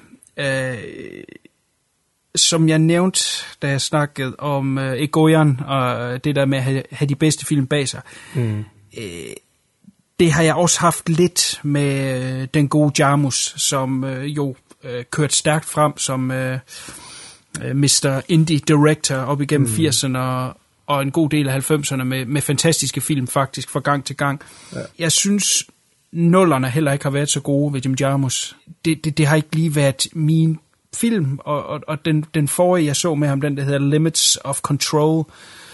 Som jeg nævnte, da jeg snakkede om Egoyan og det der med at have de bedste film bag sig. Det har jeg også haft lidt med den gode Jarmusch, som kørte stærkt frem som Mr. Indie Director op igennem 80'erne og en god del af 90'erne med fantastiske film faktisk fra gang til gang. Ja. Jeg synes, nullerne heller ikke har været så gode ved Jim Jarmusch. Det har ikke lige været min film, og den forrige, jeg så med ham, den der hedder Limits of Control,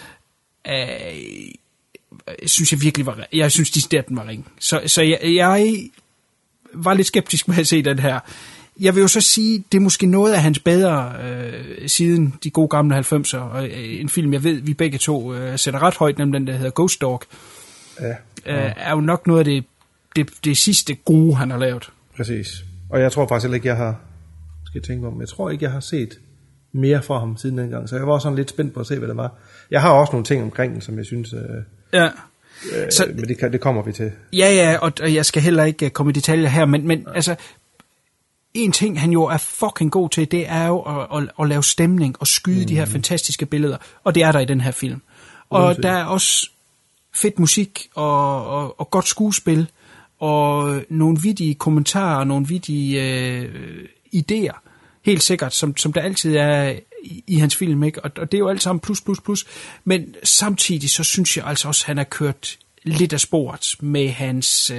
synes jeg virkelig var, jeg synes decideret den var ring. Så jeg var lidt skeptisk med at se den her. Jeg vil jo så sige, det er måske noget af hans bedre siden de gode gamle 90'er, og en film, jeg ved, vi begge to sætter ret højt, nemlig den, der hedder Ghost Dog, er jo nok noget af det sidste gode, han har lavet. Præcis. Og jeg tror faktisk ikke, jeg tror ikke, jeg har set mere fra ham siden dengang, så jeg var sådan lidt spændt på at se, hvad det var. Jeg har også nogle ting omkring den, som jeg synes... men det kommer vi til. Ja, og jeg skal heller ikke komme i detaljer her, men altså, en ting, han jo er fucking god til, det er jo at lave stemning og skyde de her fantastiske billeder, og det er der i den her film. Og der er også fedt musik og godt skuespil, og nogle vittige kommentarer, nogle vittige idéer, helt sikkert, som der altid er i hans film, ikke? Og det er jo alt sammen plus, men samtidig så synes jeg altså også, at han har kørt lidt af sporet med hans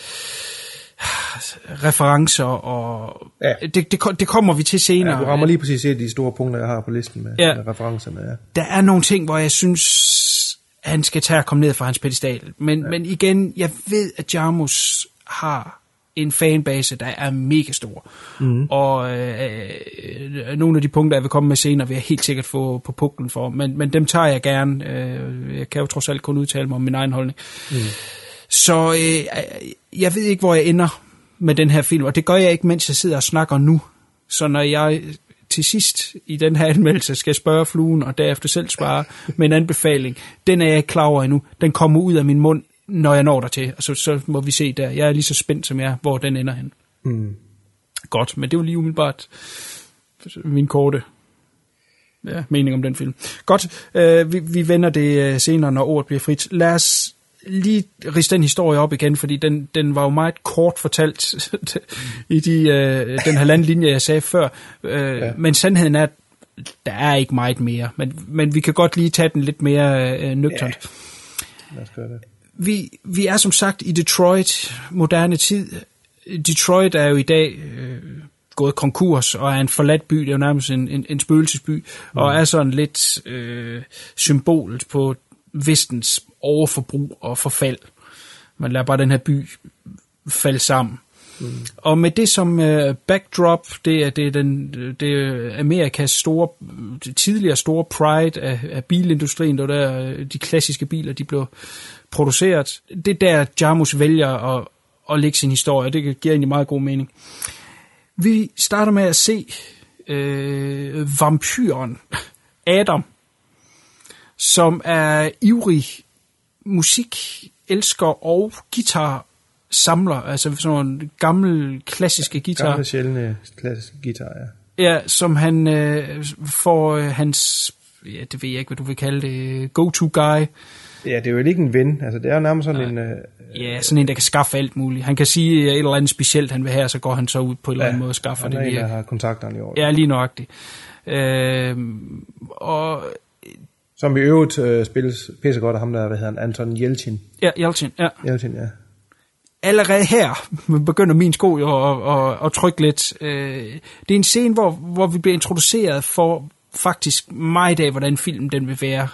referencer, og det kommer vi til senere. Ja, du rammer lige præcis de store punkter, jeg har på listen med referencerne. Ja. Der er nogle ting, hvor jeg synes, han skal tage at komme ned fra hans pedestal. Men igen, jeg ved, at Jarmusch har en fanbase, der er mega stor. Og nogle af de punkter, jeg vil komme med senere, vil jeg helt sikkert få på puklen for. Men dem tager jeg gerne. Jeg kan jo trods alt kun udtale mig om min egen holdning. Så jeg ved ikke, hvor jeg ender med den her film, og det gør jeg ikke, mens jeg sidder og snakker nu. Så når jeg til sidst i den her anmeldelse skal spørge fluen, og derefter selv svare med en anbefaling, den er jeg ikke klar over endnu. Den kommer ud af min mund, når jeg når dertil, og så må vi se der. Jeg er lige så spændt som jeg, hvor den ender hen. Godt, men det var lige umiddelbart min korte mening om den film. Godt, vi vender det senere, når ordet bliver frit. Lad os lige riste den historie op igen, fordi den var jo meget kort fortalt i den halvanden linje, jeg sagde før. Men sandheden er, at der er ikke meget mere. Men vi kan godt lige tage den lidt mere nøgternt. Ja. Lad os gøre det. Vi er som sagt i Detroit, moderne tid. Detroit er jo i dag gået konkurs, og er en forladt by, det er jo nærmest en spøgelsesby, og er sådan lidt symbol på vestens overforbrug og forfald. Man lader bare den her by falde sammen. Og med det som backdrop, det er Amerikas tidligere store pride af bilindustrien, der de klassiske biler, de blev produceret. Det er der Jarmusch vælger at lægge sin historie, det giver egentlig meget god mening. Vi starter med at se vampyren Adam, som er ivrig musikelsker og guitarsamler, altså sådan en gammel klassiske guitar. Gamle sjældne klassiske guitar, ja. Ja, som han får hans, det ved jeg ikke, hvad du vil kalde det, go-to-guy. Ja, det er jo ikke en ven, altså det er jo nærmest sådan en... Ja, sådan en, der kan skaffe alt muligt. Han kan sige et eller andet specielt, han vil have, så går han så ud på en eller anden måde og skaffer det. Ja, han er en, der har kontakterne i år. Ja, lige nøjagtigt. Og... Som i øvrigt spilles pissegodt af ham der, hvad hedder han, Anton Yelchin. Ja, Yelchin, ja. Yelchin, ja. Allerede her begynder min sko jo at trykke lidt. Det er en scene, hvor vi bliver introduceret for faktisk meget af, hvordan filmen den vil være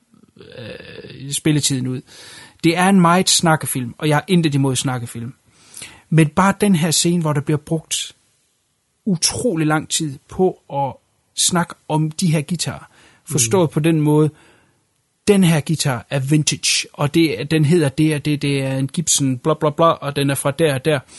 spilletiden ud. Det er en meget snakkefilm, og jeg har intet imod snakkefilm. Men bare den her scene, hvor der bliver brugt utrolig lang tid på at snakke om de her guitarer. Forstået på den måde, den her guitar er vintage, og den hedder det er en Gibson bla bla bla, og den er fra der og der.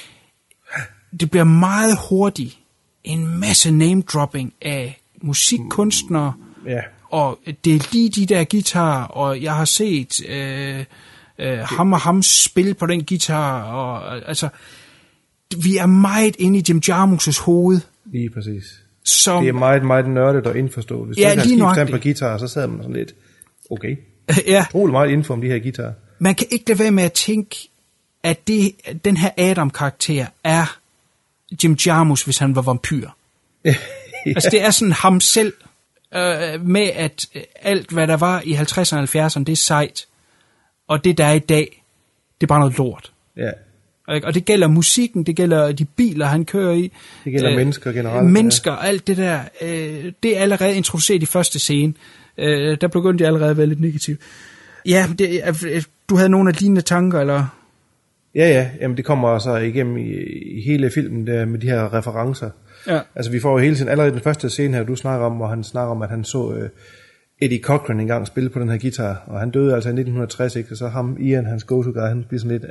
Det bliver meget hurtigt en masse name-dropping af musikkunstnere, og det er lige de der guitarer, og jeg har set ham og ham spille på den guitar, og altså, vi er meget inde i Jim Jarmusch's hoved. Lige præcis. Det er meget, meget nørdet og indforstået. Hvis du ikke har skiftet på guitar, så sidder man sådan lidt, okay. Ja. Utrolig meget info om de her guitarer. Man kan ikke lade være med at tænke, at den her Adam-karakter er Jim Jarmusch, hvis han var vampyr. Ja. Altså det er sådan ham selv, med at alt, hvad der var i 50'erne og 70'erne, det er sejt. Og det, der er i dag, det er bare noget lort. Ja. Og det gælder musikken, det gælder de biler, han kører i. Det gælder mennesker generelt. Mennesker, alt det der, det er allerede introduceret i første scene. Der begyndte jeg allerede at være lidt negativ. Ja, du havde nogle af dine tanker, eller? Ja, jamen det kommer så igennem i hele filmen der, med de her referencer. Ja. Altså vi får jo hele tiden, allerede den første scene her, du snakker om, hvor han snakker om, at han så Eddie Cochran engang spille på den her guitar, og han døde altså i 1960, ikke? Og så ham, Ian, hans go-to-guy, han bliver sådan lidt...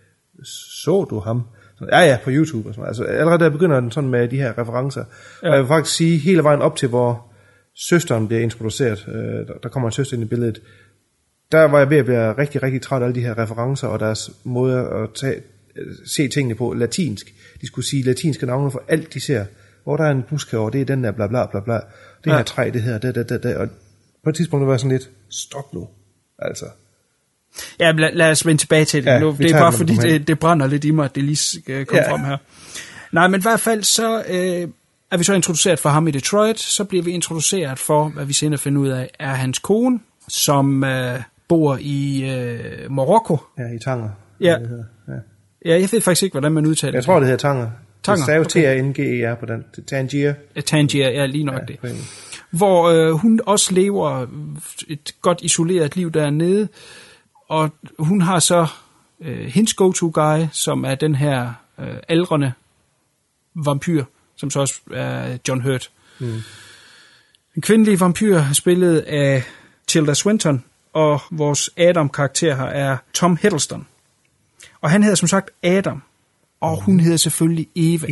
så du ham? Ja, på YouTube og sådan. Altså allerede der begynder den sådan med de her referencer. Ja. Og jeg vil faktisk sige, hele vejen op til, hvor søsteren bliver introduceret, der kommer en søster ind i billedet, der var jeg ved at blive rigtig, rigtig træt af alle de her referencer, og deres måde at se tingene på latinsk. De skulle sige latinske navne for alt, de ser. Hvor der er en busk herovre, det er den der bla bla bla bla. Det her træ, det her, det. Og på et tidspunkt var jeg sådan lidt, stop nu. Altså. Ja, lad os vende tilbage til det. Ja, det er bare fordi, det brænder lidt i mig, at det lige kom frem her. Nej, men i hvert fald så er vi så introduceret for ham i Detroit. Så bliver vi introduceret for, hvad vi senere finder ud af, er hans kone, som bor i Marokko. Ja, i Tanger. Ja, jeg ved faktisk ikke, hvordan man udtaler det. Jeg tror, det hedder Tanger. staves T-A-N-G-E-R på den. Tangier. Tangier, ja, lige nok det. Hvor hun også lever et godt isoleret liv dernede, og hun har så hendes go-to-guy, som er den her aldrende vampyr, som så også er John Hurt. En kvindelig vampyr spillet af Tilda Swinton, og vores Adam-karakter her er Tom Hiddleston. Og han hedder som sagt Adam, og hun hedder selvfølgelig Eva.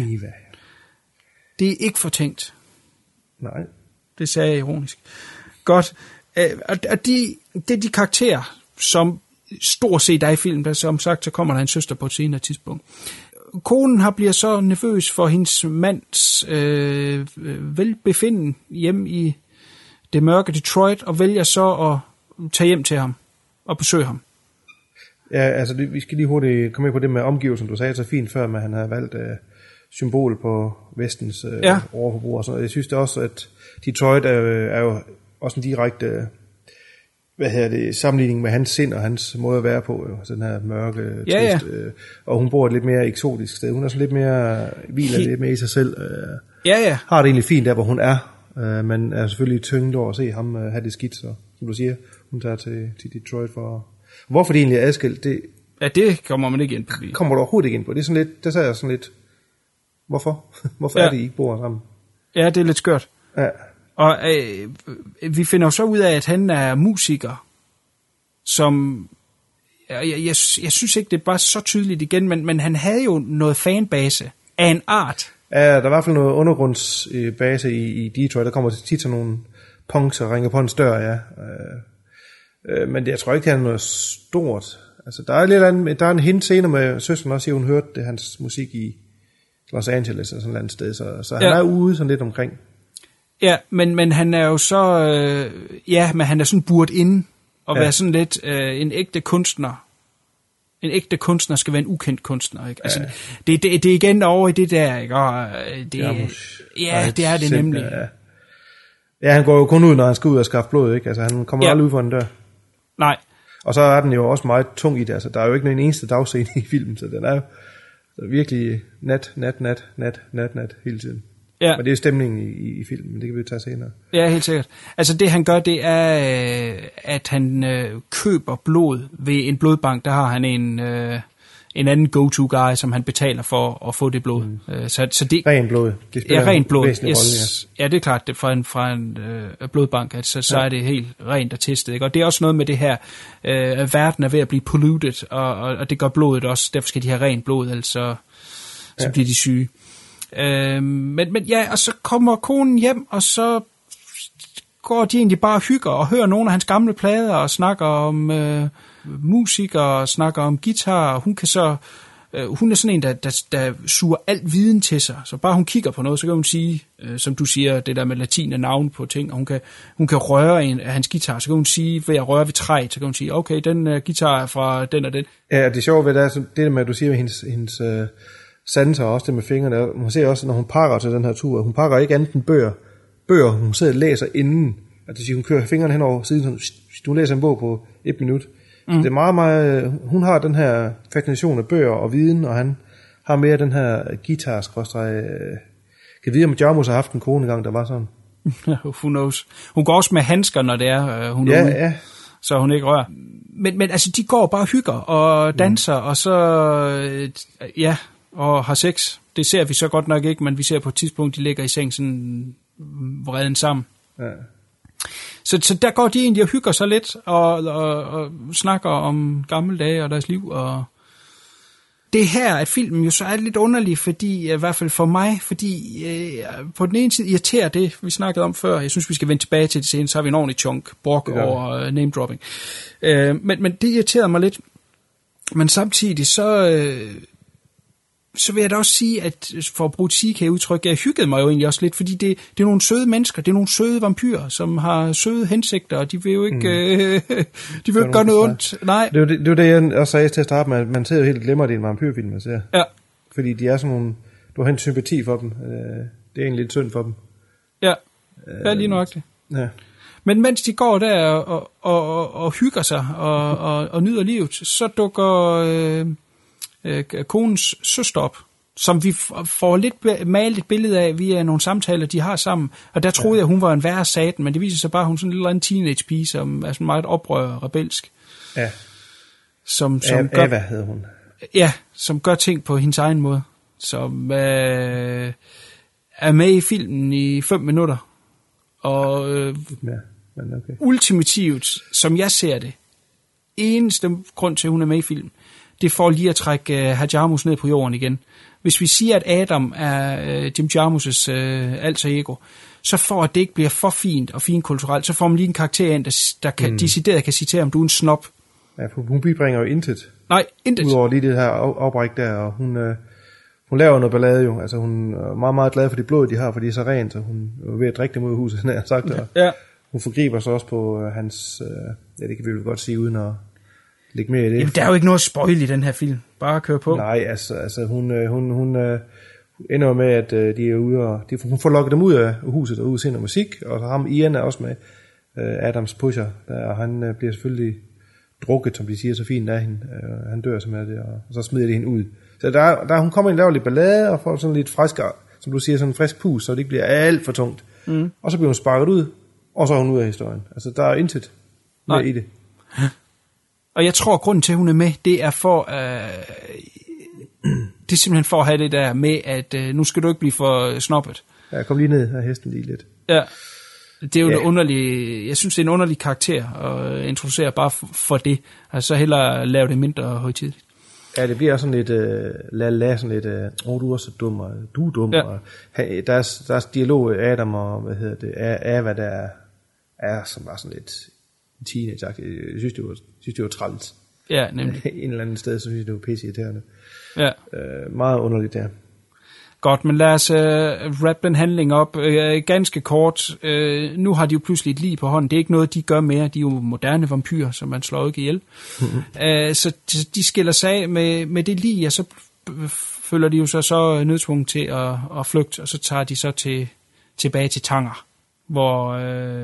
Det er ikke fortænkt. Nej. Det sagde jeg ironisk. Godt. Og det er de karakterer, som stort set er i filmen. Som sagt, så kommer der en søster på et senere tidspunkt. Konen bliver så nervøs for hendes mands velbefinden hjem i det mørke Detroit, og vælger så at tage hjem til ham og besøge ham. Ja, altså vi skal lige hurtigt komme med på det med omgivelsen, du sagde så fint før, at han havde valgt symbol på vestens overforbrug og sådan noget. Jeg synes det også, at Detroit er jo også en direkte sammenligning med hans sind og hans måde at være på, jo. Den her mørke twist. Og hun bor et lidt mere eksotisk sted. Hun er så lidt mere hviler lidt mere i sig selv. Har det egentlig fint der, hvor hun er, men er selvfølgelig tynget over at se ham have det skidt, så som du siger, hun tager til Detroit for. Hvorfor det egentlig er adskilt, det... Ja, det kommer man ikke ind på. Kommer du overhovedet ikke ind på. Det er sådan lidt, der sagde jeg sådan lidt, hvorfor? Hvorfor er det, I ikke bor sammen? Ja, det er lidt skørt. Ja. Og vi finder jo så ud af, at han er musiker, som... Jeg synes ikke, det er bare så tydeligt igen, men han havde jo noget fanbase af en art. Ja, der er i hvert fald noget undergrundsbase i Detroit. Der kommer tit sådan nogle punks og ringer på en dør, ja. Men jeg tror ikke, det er noget stort. Altså, der er en hint senere med søsteren også, at hun hørte det, hans musik i Los Angeles og sådan et andet sted. Så han er ude sådan lidt omkring. Ja, men han er jo så... men han er sådan burt inde og være sådan lidt en ægte kunstner. En ægte kunstner skal være en ukendt kunstner, ikke? Altså, det er igen over i det der, ikke? Og det er det nemlig. Ja, han går jo kun ud, når han skal ud og skaffe blod, ikke? Altså, han kommer aldrig ud for en dør. Nej. Og så er den jo også meget tung i det. Altså, der er jo ikke en eneste dagscene i filmen, så den er jo virkelig nat hele tiden. Ja. Men det er stemningen i filmen, det kan vi jo tage senere. Ja, helt sikkert. Altså det han gør, det er, at han køber blod ved en blodbank. Der har han en anden go-to-guy, som han betaler for at få det blod. Så det, ren blod. Det spiller ren blod. Yes. Ja, det er klart, det fra en blodbank, altså, så er det helt rent og testet. Ikke? Og det er også noget med det her, verden er ved at blive polluted, og det gør blodet også. Derfor skal de have rent blod, altså så bliver de syge. Men ja, og så kommer konen hjem, og så går de egentlig bare og hygger og hører nogle af hans gamle plader og snakker om musik og snakker om guitar. Hun kan så hun er sådan en, der suger alt viden til sig. Så bare hun kigger på noget, så kan hun sige, som du siger, det der med latin og navn på ting, og hun kan røre en af hans guitar. Så kan hun sige, ved at røre ved træet, så kan hun sige, okay, den guitar er fra den og den. Ja, det er sjovt ved det der med, at du siger med hendes sanser, også det med fingrene. Man ser også, når hun pakker til den her tur, hun pakker ikke andet end bøger, hun sidder og læser inden. Altså, hun kører fingrene hen over siden, sådan, du læser en bog på 1 minut. Det er meget, meget... Hun har den her fascination af bøger og viden, og han har mere den her guitar-skrådstræk. Kan vide, om Jarmus har haft en kone engang, der var sådan. Who knows. Hun går også med handsker, når det er, hun er ude, så hun ikke rører. Men altså, de går bare og hygger og danser, og så... og har sex. Det ser vi så godt nok ikke, men vi ser på et tidspunkt, de ligger i seng sådan vreden sammen. Ja. Så der går de egentlig og hygger sig lidt, og snakker om gamle dage og deres liv. Og det her, at filmen jo så er lidt underlig, fordi, i hvert fald for mig, fordi på den ene side irriterer det, vi snakkede om før. Jeg synes, vi skal vende tilbage til det senere, så har vi en ordentlig chunk brok over name dropping. Men det irriterede mig lidt. Men samtidig så vil jeg da også sige, at for at bruge et CK-udtryk, jeg hyggede mig jo egentlig også lidt, fordi det er nogle søde mennesker, det er nogle søde vampyrer, som har søde hensigter, og de vil jo ikke, de vil ikke gøre noget ondt. Nej. Det er jo det, jeg også sagde til at starte med, man ser jo helt glemmer, det er en vampyrfilm, man ser. Ja. Fordi de er sådan nogle, du har en sympati for dem. Det er egentlig lidt synd for dem. Ja, det er lige nøjagtigt. Ja. Men mens de går der og hygger sig og nyder livet, så dukker konens søster op, som vi får lidt malet et billede af via nogle samtaler, de har sammen. Og der troede jeg, hun var en værre satan, men det viser sig bare, at hun er sådan en lille teenage-pige, som er sådan meget oprør rebelsk. Ja. Som gør, hvad hedder hun? Ja, som gør ting på hendes egen måde. Som er med i filmen i 5 minutter. Og men okay. Ultimativt, som jeg ser det, eneste grund til, at hun er med i filmen, det får lige at trække herr Jarmus ned på jorden igen. Hvis vi siger, at Adam er Jim Jarmus' alter ego, så for at det ikke bliver for fint og finkulturelt, så får man lige en karakter ind, der kan, decideret kan citere, om du er en snob. Ja, hun bibringer jo intet. Nej, intet. Udover lige det her afbræk der, og hun laver noget ballade jo. Altså hun er meget, meget glad for det blod, de har, for det er så rent, så hun er ved at drikke det mod huset, han har sagt. Ja. Hun forgriber sig også på hans, ja, det kan vi jo godt sige, uden at lægge mere i det. Jamen, der er jo ikke noget spoil i den her film. Bare kør på. Nej, altså hun ender med, at de er ude, og hun får lukket dem ud af huset og ud til noget musik, og så ham Ian er også med, Adams pusher, og han bliver selvfølgelig drukket, som de siger så fint af hende. Han dør simpelthen, og så smider de hende ud. Så der hun kommer ind og laver lidt ballade, og får sådan lidt frisk, som du siger, sådan en frisk pus, så det ikke bliver alt for tungt. Og så bliver hun sparket ud, og så er hun ud af historien. Altså, der er intet med i det. Og jeg tror, at grunden til, at hun er med, det er for... det er simpelthen for at have det der med, at nu skal du ikke blive for snobbet. Ja, kom lige ned af hesten lige lidt. Ja, det er jo en underlig... Jeg synes, det er en underlig karakter at introducere bare for det. Altså, så hellere lave det mindre højtidigt. Ja, det bliver sådan lidt sådan lidt, du er så dum, og du er dum. Ja. Og deres dialog, Adam og, Ava, der er som var sådan lidt teenage-agtigt. Jeg synes, det var træls. Ja, nemlig. En eller anden sted, så synes jeg, det var pisse-irriterende. Ja. Meget underligt der. Godt, men lad os wrap den handling op. Ganske kort. Nu har de jo pludselig et lig på hånden. Det er ikke noget, de gør mere. De er jo moderne vampyrer, som man slår ikke ihjel. Så de skiller sig af med det lig, og så føler de jo så nødtvunget til at flygte, og så tager de så tilbage til Tanger, hvor...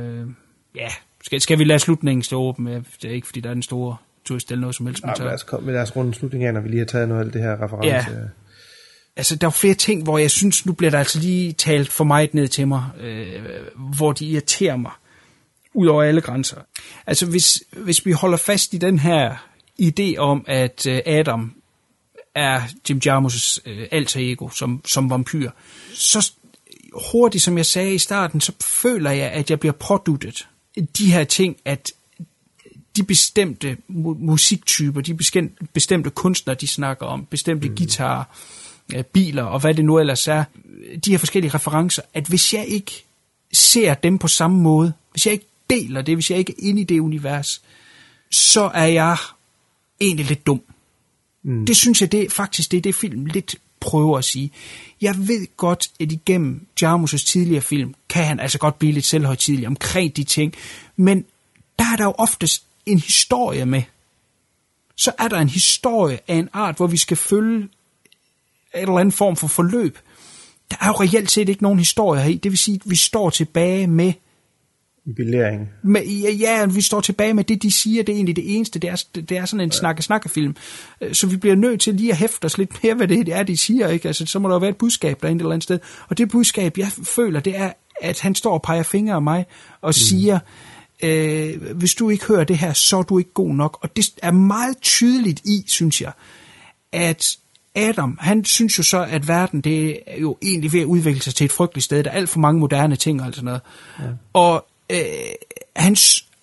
Skal vi lade slutningen stå åben? Det er ikke, fordi der er den store twist eller noget som helst. Lad os runde slutningen af, når vi lige har taget noget af det her reference. Ja. Altså, der er jo flere ting, hvor jeg synes, nu bliver der altså lige talt for meget ned til mig, hvor de irriterer mig ud over alle grænser. Altså, hvis vi holder fast i den her idé om, at Adam er Jim Jarmus' alter ego som vampyr, så hurtigt, som jeg sagde i starten, så føler jeg, at jeg bliver påduttet de her ting, at de bestemte musiktyper, de bestemte kunstnere, de snakker om, bestemte guitarer, biler og hvad det nu ellers er, de her forskellige referencer, at hvis jeg ikke ser dem på samme måde, hvis jeg ikke deler det, hvis jeg ikke er inde i det univers, så er jeg egentlig lidt dum. Det synes jeg, det er det film lidt prøver at sige. Jeg ved godt, at igennem Jarmus' tidligere film, kan han altså godt blive lidt selvhøjtidelig omkring de ting, men der er der jo oftest en historie med. Så er der en historie af en art, hvor vi skal følge en eller anden form for forløb. Der er jo reelt set ikke nogen historie heri. Det vil sige, at vi står tilbage med... Belæring. Ja, vi står tilbage med det, de siger. Det er egentlig det eneste. Det er sådan en snakkefilm. Så vi bliver nødt til lige at hæfte os lidt mere, hvad det er, de siger. Ikke? Altså, så må der jo være et budskab derinde et eller andet sted. Og det budskab, jeg føler, det er, at han står og peger fingre af mig og siger... hvis du ikke hører det her, så er du ikke god nok. Og det er meget tydeligt i, synes jeg, at Adam, han synes jo så, at verden, det er jo egentlig ved at udvikle sig til et frygteligt sted. Der er alt for mange moderne ting og sådan noget. Ja. Og han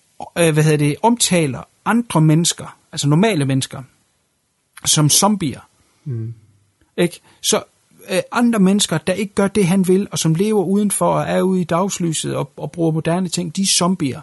omtaler andre mennesker, altså normale mennesker, som zombier. Ikke? Så andre mennesker, der ikke gør det, han vil, og som lever udenfor og er ude i dagslyset og bruger moderne ting, de er zombier.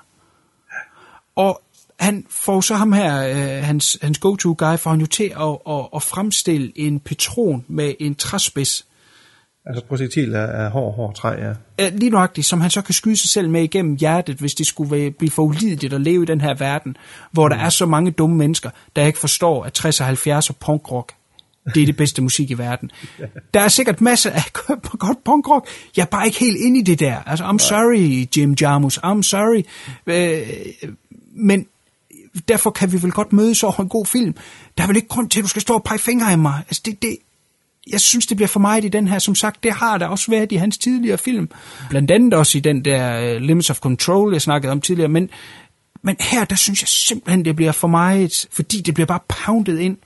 Og han får så ham her, hans go-to-guy, får han jo til at fremstille en patron med en træspids. Altså projektil af hård træ, ja. Lige nøjagtigt, som han så kan skyde sig selv med igennem hjertet, hvis det skulle blive for ulideligt at leve i den her verden, hvor der er så mange dumme mennesker, der ikke forstår, at 60 og 70 og punkrock, det er det bedste musik i verden. Der er sikkert masser af godt punkrock. Jeg er bare ikke helt inde i det der. Altså, I'm sorry, Jim Jarmus. I'm sorry. Men derfor kan vi vel godt mødes over en god film. Der er vel ikke grund til, at du skal stå og pege fingre af mig. Altså, jeg synes, det bliver for meget i den her. Som sagt, det har der også været i hans tidligere film. Blandt andet også i den der Limits of Control, jeg snakkede om tidligere. Men her, der synes jeg simpelthen, det bliver for meget, fordi det bliver bare poundet ind.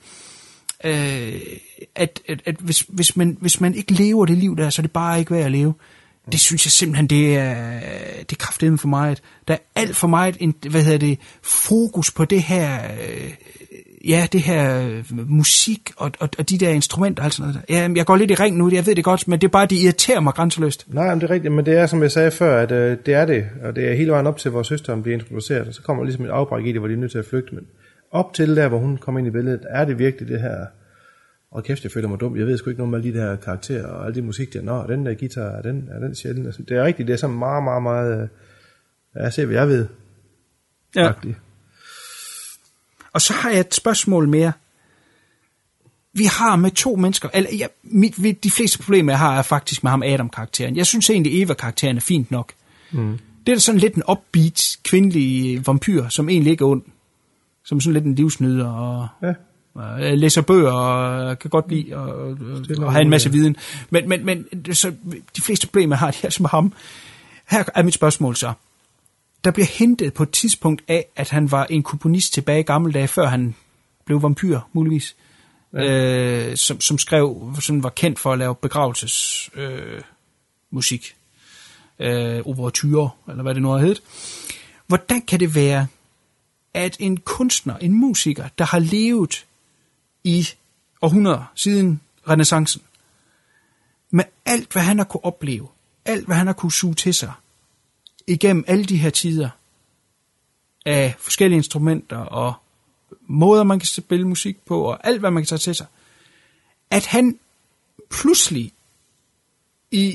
At hvis man ikke lever det liv der, så er det bare ikke værd at leve. Det synes jeg simpelthen, det er kraftedeme for meget. Der er alt for meget fokus på det her, det her musik og de der instrumenter. Altså noget. Ja, jeg går lidt i ring nu, jeg ved det godt, men det er bare, det irriterer mig grænseløst. Nej, men det er rigtigt, men det er, som jeg sagde før, at det er det, og det er hele vejen op til, hvor søsteren bliver introduceret, og så kommer ligesom et afbræk i det, hvor de er nødt til at flygte, men op til der, hvor hun kommer ind i billedet, er det virkelig det her. Og kæft, jeg føler mig dum. Jeg ved sgu ikke noget om alle de der karakterer og alle de musik der. Nå, den der guitar, er den sjældent. Altså, det er rigtigt, det er sådan meget, meget, meget... jeg ser, hvad jeg ved. Ja. Faktisk. Og så har jeg et spørgsmål mere. Vi har med to mennesker... de fleste problemer, jeg har, er faktisk med ham Adam-karakteren. Jeg synes egentlig, Eva-karakteren er fint nok. Mm. Det er sådan lidt en upbeat, kvindelig vampyr, som egentlig ikke er ond. Som sådan lidt en livsnyder og... Ja. Jeg læser bøger og kan godt lide og have en masse viden. Men så de fleste problemer har de altså med ham. Her er mit spørgsmål så. Der bliver hintet på et tidspunkt af, at han var en komponist tilbage i gamle dage, før han blev vampyr, muligvis. Ja. Som skrev, som var kendt for at lave begravelsesmusik. Overture, eller hvad det nu har heddet. Hvordan kan det være, at en kunstner, en musiker, der har levet i århundreder siden renæssancen, med alt, hvad han har kunne opleve, alt, hvad han har kunne suge til sig, igennem alle de her tider, af forskellige instrumenter, og måder, man kan spille musik på, og alt, hvad man kan tage til sig, at han pludselig i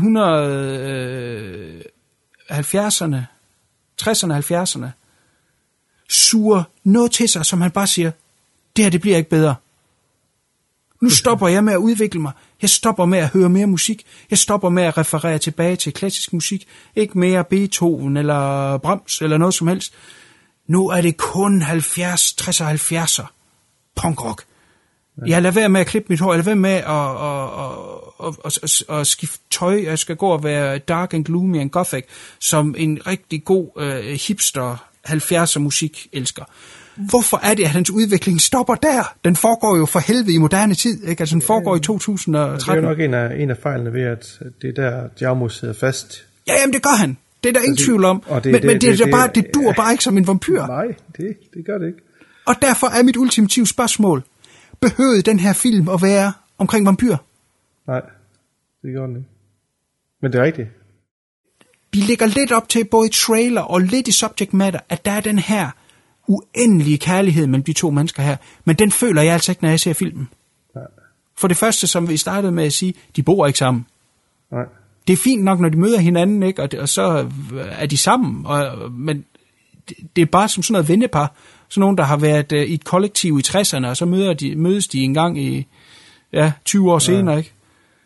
1970'erne, 60'erne, 70'erne, suger noget til sig, som han bare siger, det her, det bliver ikke bedre. Nu stopper jeg med at udvikle mig. Jeg stopper med at høre mere musik. Jeg stopper med at referere tilbage til klassisk musik. Ikke mere Beethoven eller Brahms eller noget som helst. Nu er det kun 70, 60 og 70'er punkrock. Jeg lader være med at klippe mit hår. Jeg lader være med at skifte tøj. Jeg skal gå og være dark and gloomy and gothic, som en rigtig god hipster 70'er musik elsker. Hvorfor er det, at hans udvikling stopper der? Den foregår jo for helvede i moderne tid, ikke? Altså den foregår i 2013. Det er jo nok en af fejlene ved, at det der Jarmus sidder fast. Ja, jamen det gør han. Det er der ingen tvivl om. Men det dur bare ikke som en vampyr. Nej, det gør det ikke. Og derfor er mit ultimative spørgsmål. Behøvede den her film at være omkring vampyr? Nej, det gør den ikke. Men det er rigtigt. De ligger lidt op til, både i trailer og lidt i subject matter, at der er den her uendelige kærlighed mellem de to mennesker her. Men den føler jeg altså ikke, når jeg ser filmen. Nej. For det første, som vi startede med at sige, de bor ikke sammen. Nej. Det er fint nok, når de møder hinanden, ikke? Og så er de sammen. Men det er bare som sådan noget vennepar. Sådan nogen, der har været i et kollektiv i 60'erne, og så mødes de en gang i 20 år senere, ikke?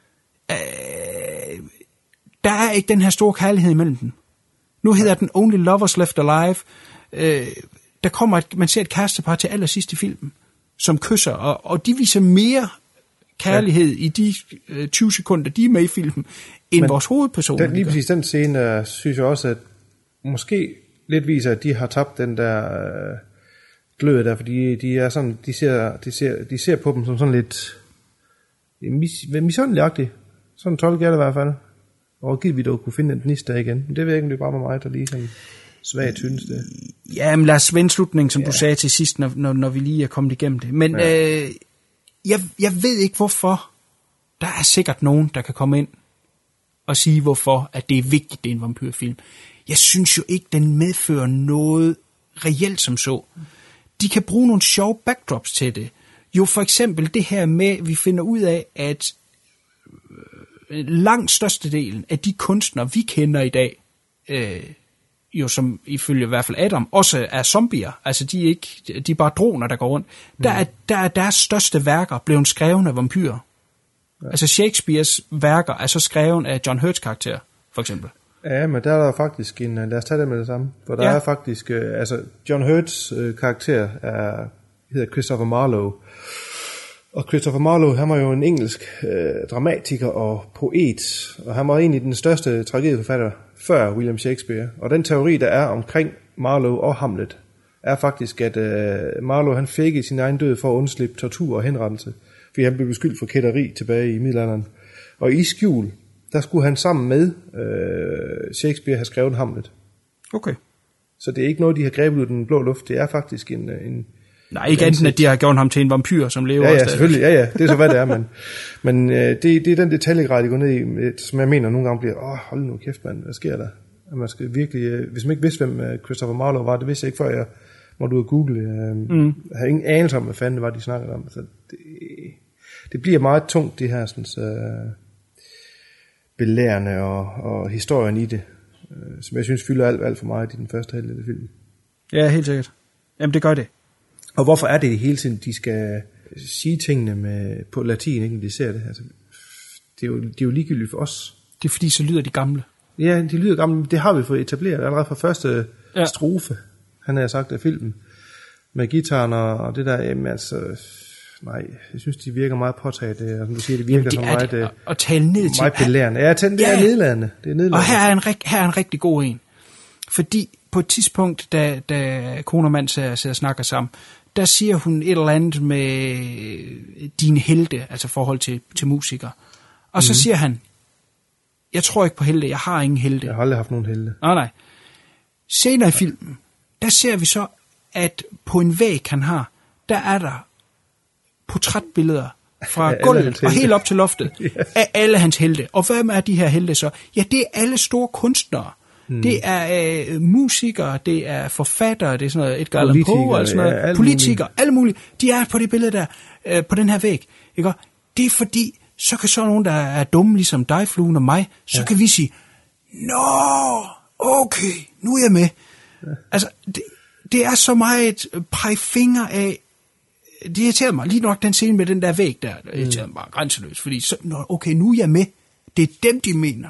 Der er ikke den her store kærlighed imellem dem. Nu hedder den Only Lovers Left Alive. Der kommer man ser et kærestepar til allersidst i filmen, som kysser, og de viser mere kærlighed i de 20 sekunder, de er med i filmen, end vores hovedperson. Lige præcis den scene, synes jeg også, at måske lidt viser, at de har tabt den der glød der, fordi de er sådan, de ser på dem som sådan lidt misundeligagtigt. Sådan tolker jeg det i hvert fald. Og givet vi dog kunne finde en gnist der igen. Men det ved jeg ikke, om det er bare med mig, der lige sådan svagt synes det. Ja, men lad os vende slutningen, som du sagde til sidst, når vi lige er kommet igennem det. Men jeg ved ikke, hvorfor. Der er sikkert nogen, der kan komme ind og sige, hvorfor at det er vigtigt, det er en vampyrfilm. Jeg synes jo ikke, den medfører noget reelt som så. De kan bruge nogle sjove backdrops til det. Jo, for eksempel det her med, vi finder ud af, at langt størstedelen af de kunstnere, vi kender i dag, jo som ifølge i hvert fald Adam, også er zombier. Altså de er bare droner, der går rundt. Der er deres største værker blevet skrevet af vampyrer. Ja. Altså Shakespeares værker er så skrevet af John Hurts karakter, for eksempel. Ja, men der er der faktisk lad os tage det med det samme. For der er faktisk, altså John Hurts karakter hedder Christopher Marlowe. Og Christopher Marlowe, han var jo en engelsk dramatiker og poet, og han var egentlig den største tragedieforfatter før William Shakespeare. Og den teori, der er omkring Marlowe og Hamlet, er faktisk, at Marlowe han fik i sin egen død for at undslippe tortur og henrettelse, fordi han blev beskyldt for kætteri tilbage i middelalderen. Og i skjul, der skulle han sammen med Shakespeare have skrevet Hamlet. Okay. Så det er ikke noget, de har grebet ud af den blå luft. Det er faktisk en nej, ikke enten, at de har gjort ham til en vampyr, som lever. Ja, selvfølgelig. Ja, det er så, hvad det er. Men det er den detaljegrad, de går ned i, som jeg mener nogle gange bliver, hold nu kæft, mand, hvad sker der? At man skal virkelig, hvis man ikke vidste, hvem Christopher Marlowe var, det vidste jeg ikke, før jeg måtte ud og google. Jeg havde ingen anelse om, hvad fanden det var, de snakkede om. Så det bliver meget tungt, det her sådan, belærende og historien i det, som jeg synes fylder alt for meget i den første halvdel af filmen. Ja, helt sikkert. Jamen, det gør det. Og hvorfor er det hele tiden, de skal sige tingene på latin, ikke, når de ser det? Altså, det er jo ligegyldigt for os. Det er fordi, så lyder de gamle. Ja, de lyder gamle. Det har vi fået etableret allerede fra første strofe, han har sagt af filmen. Med guitaren og det der, jamen altså, nej, jeg synes, de virker meget påtaget. Og som du siger, det virker så meget at tale ned til. Meget belærende. Ja, det er nedladende. Og her er en rigtig god en. Fordi på et tidspunkt, da kone og mand sidder og snakker sammen, der siger hun et eller andet med dine helte, altså forhold til musikere. Og så siger han, jeg tror ikke på helte, jeg har ingen helte. Jeg har aldrig haft nogen helte. Nej. Senere i filmen, der ser vi så, at på en væg, han har, der er der portrætbilleder fra gulvet og helt op til loftet af alle hans helte. Og hvem er de her helte så? Ja, det er alle store kunstnere. Det er musikere, det er forfattere, det er sådan noget Edgar Allan Poe og sådan noget, politikere, alle mulige. De er på det billede der, på den her væg. Ikke? Det er fordi, så kan så nogen, der er dumme, ligesom dig, Fluen og mig, så kan vi sige, nå, okay, nu er jeg med. Altså, det er så meget pege fingre af, det irriterer mig lige nok den scene med den der væg der, det irriterer mig bare grænseløst, fordi så, okay, nu er jeg med. Det er dem, de mener.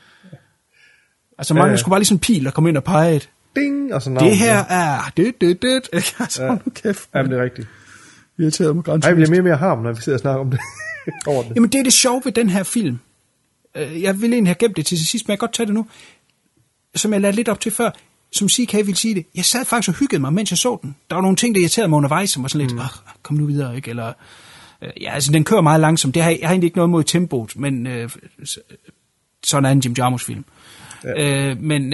Altså mange skulle bare ligesom pil og komme ind og pege et. Ding! Og så navn. Det her er... Altså, nu kæft. Jamen, det er rigtigt. Vi har taget mig grænsen. Jeg bliver mere og mere harm, når vi sidder og snakker om det. Over det. Jamen, det er det sjove ved den her film. Jeg ville egentlig have gemt det til sidst, men jeg kan godt tage det nu. Som jeg lagde lidt op til før. Som CK ville sige det. Jeg sad faktisk og hyggede mig, mens jeg så den. Der var nogle ting, der irriterede mig undervejs, som var sådan lidt, kom nu videre, ikke? Eller... ja, altså, den kører meget langsomt. Jeg har egentlig ikke noget mod tempoet, men sådan er en Jim Jarmusch-film. Ja. Men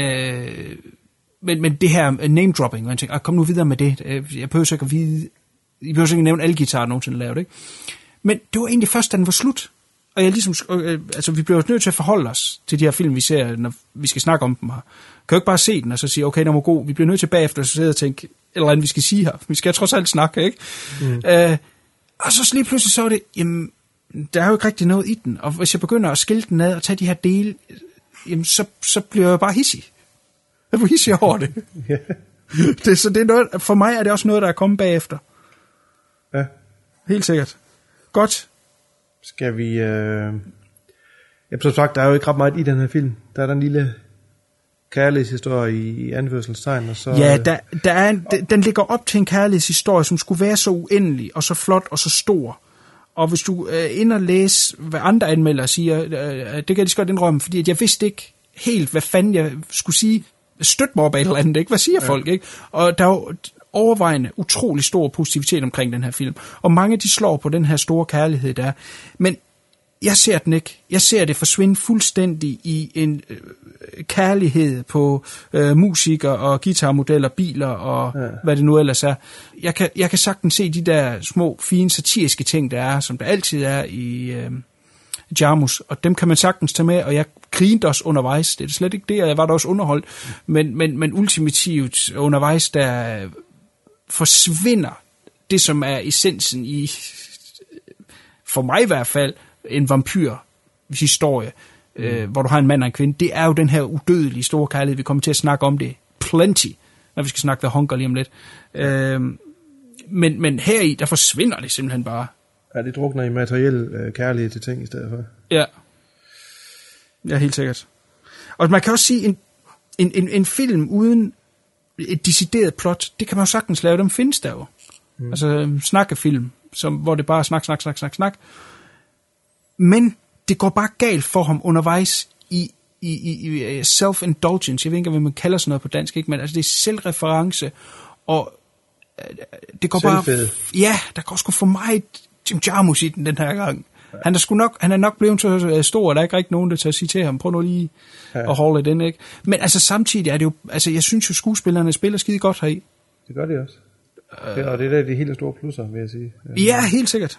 det her name-dropping, man tænker, kom nu videre med det. Jeg behøver ikke at vide, jeg behøver ikke at nævne alle guitarer nogensinde lavet, ikke? Men det var egentlig først, da den var slut. Og jeg ligesom, altså vi bliver nødt til at forholde os til de her film, vi ser, når vi skal snakke om dem her. Kan jo ikke bare se den og så sige, okay, den var god. Vi bliver nødt til bagefter at sidde og tænke, eller andet vi skal sige her. Vi skal trods alt snakke, ikke? Og så lige pludselig så var det, jamen, der er jo ikke rigtig noget i den. Og hvis jeg begynder at skille den ad og tage de her dele, jamen, så bliver jeg bare hissig. Jeg bliver hissig over det. Så det er noget, for mig er det også noget, der er kommet bagefter. Ja. Helt sikkert. Godt. Skal vi... som sagt, der er jo ikke ret meget i den her film. Der er den lille kærlighedshistorie i anførselstegn. Og så, ja, den ligger op til en kærlighedshistorie, som skulle være så uendelig, og så flot, og så stor. Og hvis du ind og læse, hvad andre anmeldere siger, det kan jeg lige så godt indrømme, fordi at jeg vidste ikke helt, hvad fanden jeg skulle sige. Støt mig op af et eller andet, ikke? Hvad siger folk, ikke? Og der er jo overvejende utrolig stor positivitet omkring den her film. Og mange, de slår på den her store kærlighed, der er. Men jeg ser den ikke. Jeg ser det forsvinde fuldstændig i en kærlighed på musikere og guitarmodeller, biler og hvad det nu ellers er. Jeg kan sagtens se de der små, fine, satiriske ting, der er, som der altid er i Jarmusch, og dem kan man sagtens tage med, og jeg grinte også undervejs. Det er slet ikke det, og jeg var da også underholdt. Men ultimativt undervejs, der forsvinder det, som er essensen i, for mig i hvert fald, en vampyrhistorie, hvor du har en mand og en kvinde. Det er jo den her udødelige store kærlighed. Vi kommer til at snakke om det plenty, når vi skal snakke The Hunger lige om lidt. Men heri, der forsvinder det simpelthen bare. Ja, det drukner i materiel kærlighed til ting i stedet for. Ja, helt sikkert. Og man kan også sige, en film uden et decideret plot, det kan man jo sagtens lave, dem findes der jo. Altså snakkefilm, hvor det bare er snak. Men det går bare galt for ham undervejs i self-indulgence. Jeg ved ikke, hvad man kalder sådan noget på dansk, ikke? Men altså, det er selvreference, og det går bare... Ja, der går sgu for meget Jim Jarmusch i den her gang. Ja. Han er nok blevet så stor, og der er ikke rigtig nogen, der tager at sige til ham. Prøv nu lige at holde den, ikke? Men altså, samtidig er det jo... Altså, jeg synes jo, skuespillerne spiller skide godt heri. Det gør de også. Og det er de helt store plusser, vil jeg sige. Ja, helt sikkert.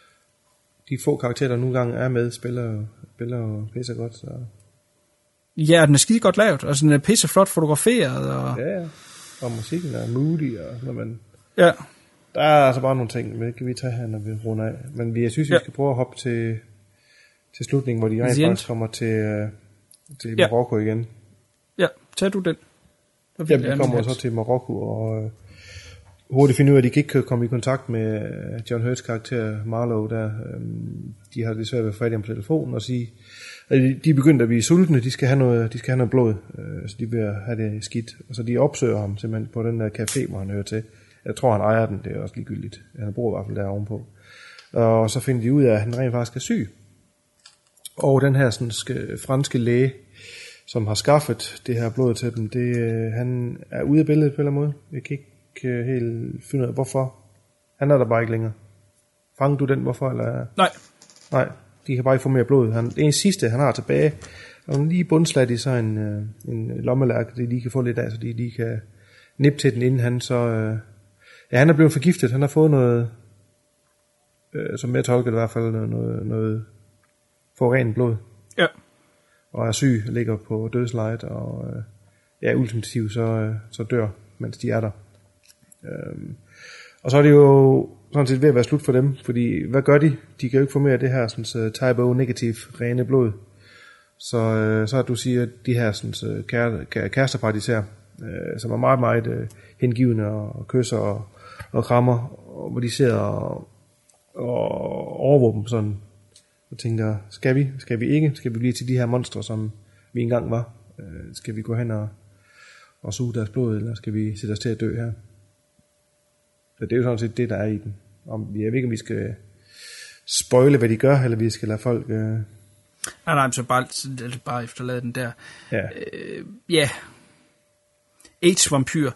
De få karakterer, der nogle gange er med, spiller og pisser godt, så... Ja, den er skide godt lavet, og den er pisseflot fotograferet. Og... Ja, og musikken er moody, og når man... Ja. Der er altså bare nogle ting, men det kan vi tage her, når vi runder af. Men jeg synes, vi skal prøve at hoppe til slutningen, hvor de rent faktisk kommer til Marokko igen. Ja, tager du den? Ja, vi kommer så til Marokko, og hurtigt finde ud af, at de ikke kan komme i kontakt med John Hurts karakter Marlowe der. De har desværre været fat i ham på telefonen og sige, at de er begyndt at blive sultne, de skal have noget blod, så de vil have det skidt. Og så de opsøger ham simpelthen på den der café, hvor han hører til. Jeg tror, han ejer den, det er også ligegyldigt. Han bor i hvert fald der ovenpå. Og så finder de ud af, at han rent faktisk er syg. Og den her sådan, franske læge, som har skaffet det her blod til dem, han er ude af billedet på en eller anden måde. Jeg kan ikke helt finde ud af, hvorfor. Han er der bare ikke længere. Fanger du den, hvorfor? Eller? Nej, de kan bare ikke få mere blod. Det er en sidste, han har tilbage. Og lige bundslat i så en lommelærke, det de kan få lidt af, så de lige kan nippe til den, inden han så... han er blevet forgiftet. Han har fået noget, som jeg tolker det i hvert fald, noget forurenet blod. Ja. Og er syg, ligger på dødslejet, og ultimativt så dør, mens de er der. Og så er det jo sådan set ved at være slut for dem, fordi hvad gør de? De kan jo ikke få mere af det her sådan, type O negativ rene blod. Så du siger, at de her sådan, kærestepar, de ser, som er meget, meget hengivende og kysser og krammer, og hvor de sidder og overvåger dem sådan, og tænker, skal vi ikke? Skal vi blive til de her monstre, som vi engang var? Skal vi gå hen og suge deres blod, eller skal vi sætte os til at dø her? Så det er jo sådan set det, der er i den. Jeg ved ikke, om vi skal spoile, hvad de gør, eller vi skal lade folk... Nej, så bare efterlade den der. Ja. AIDS-vampyr,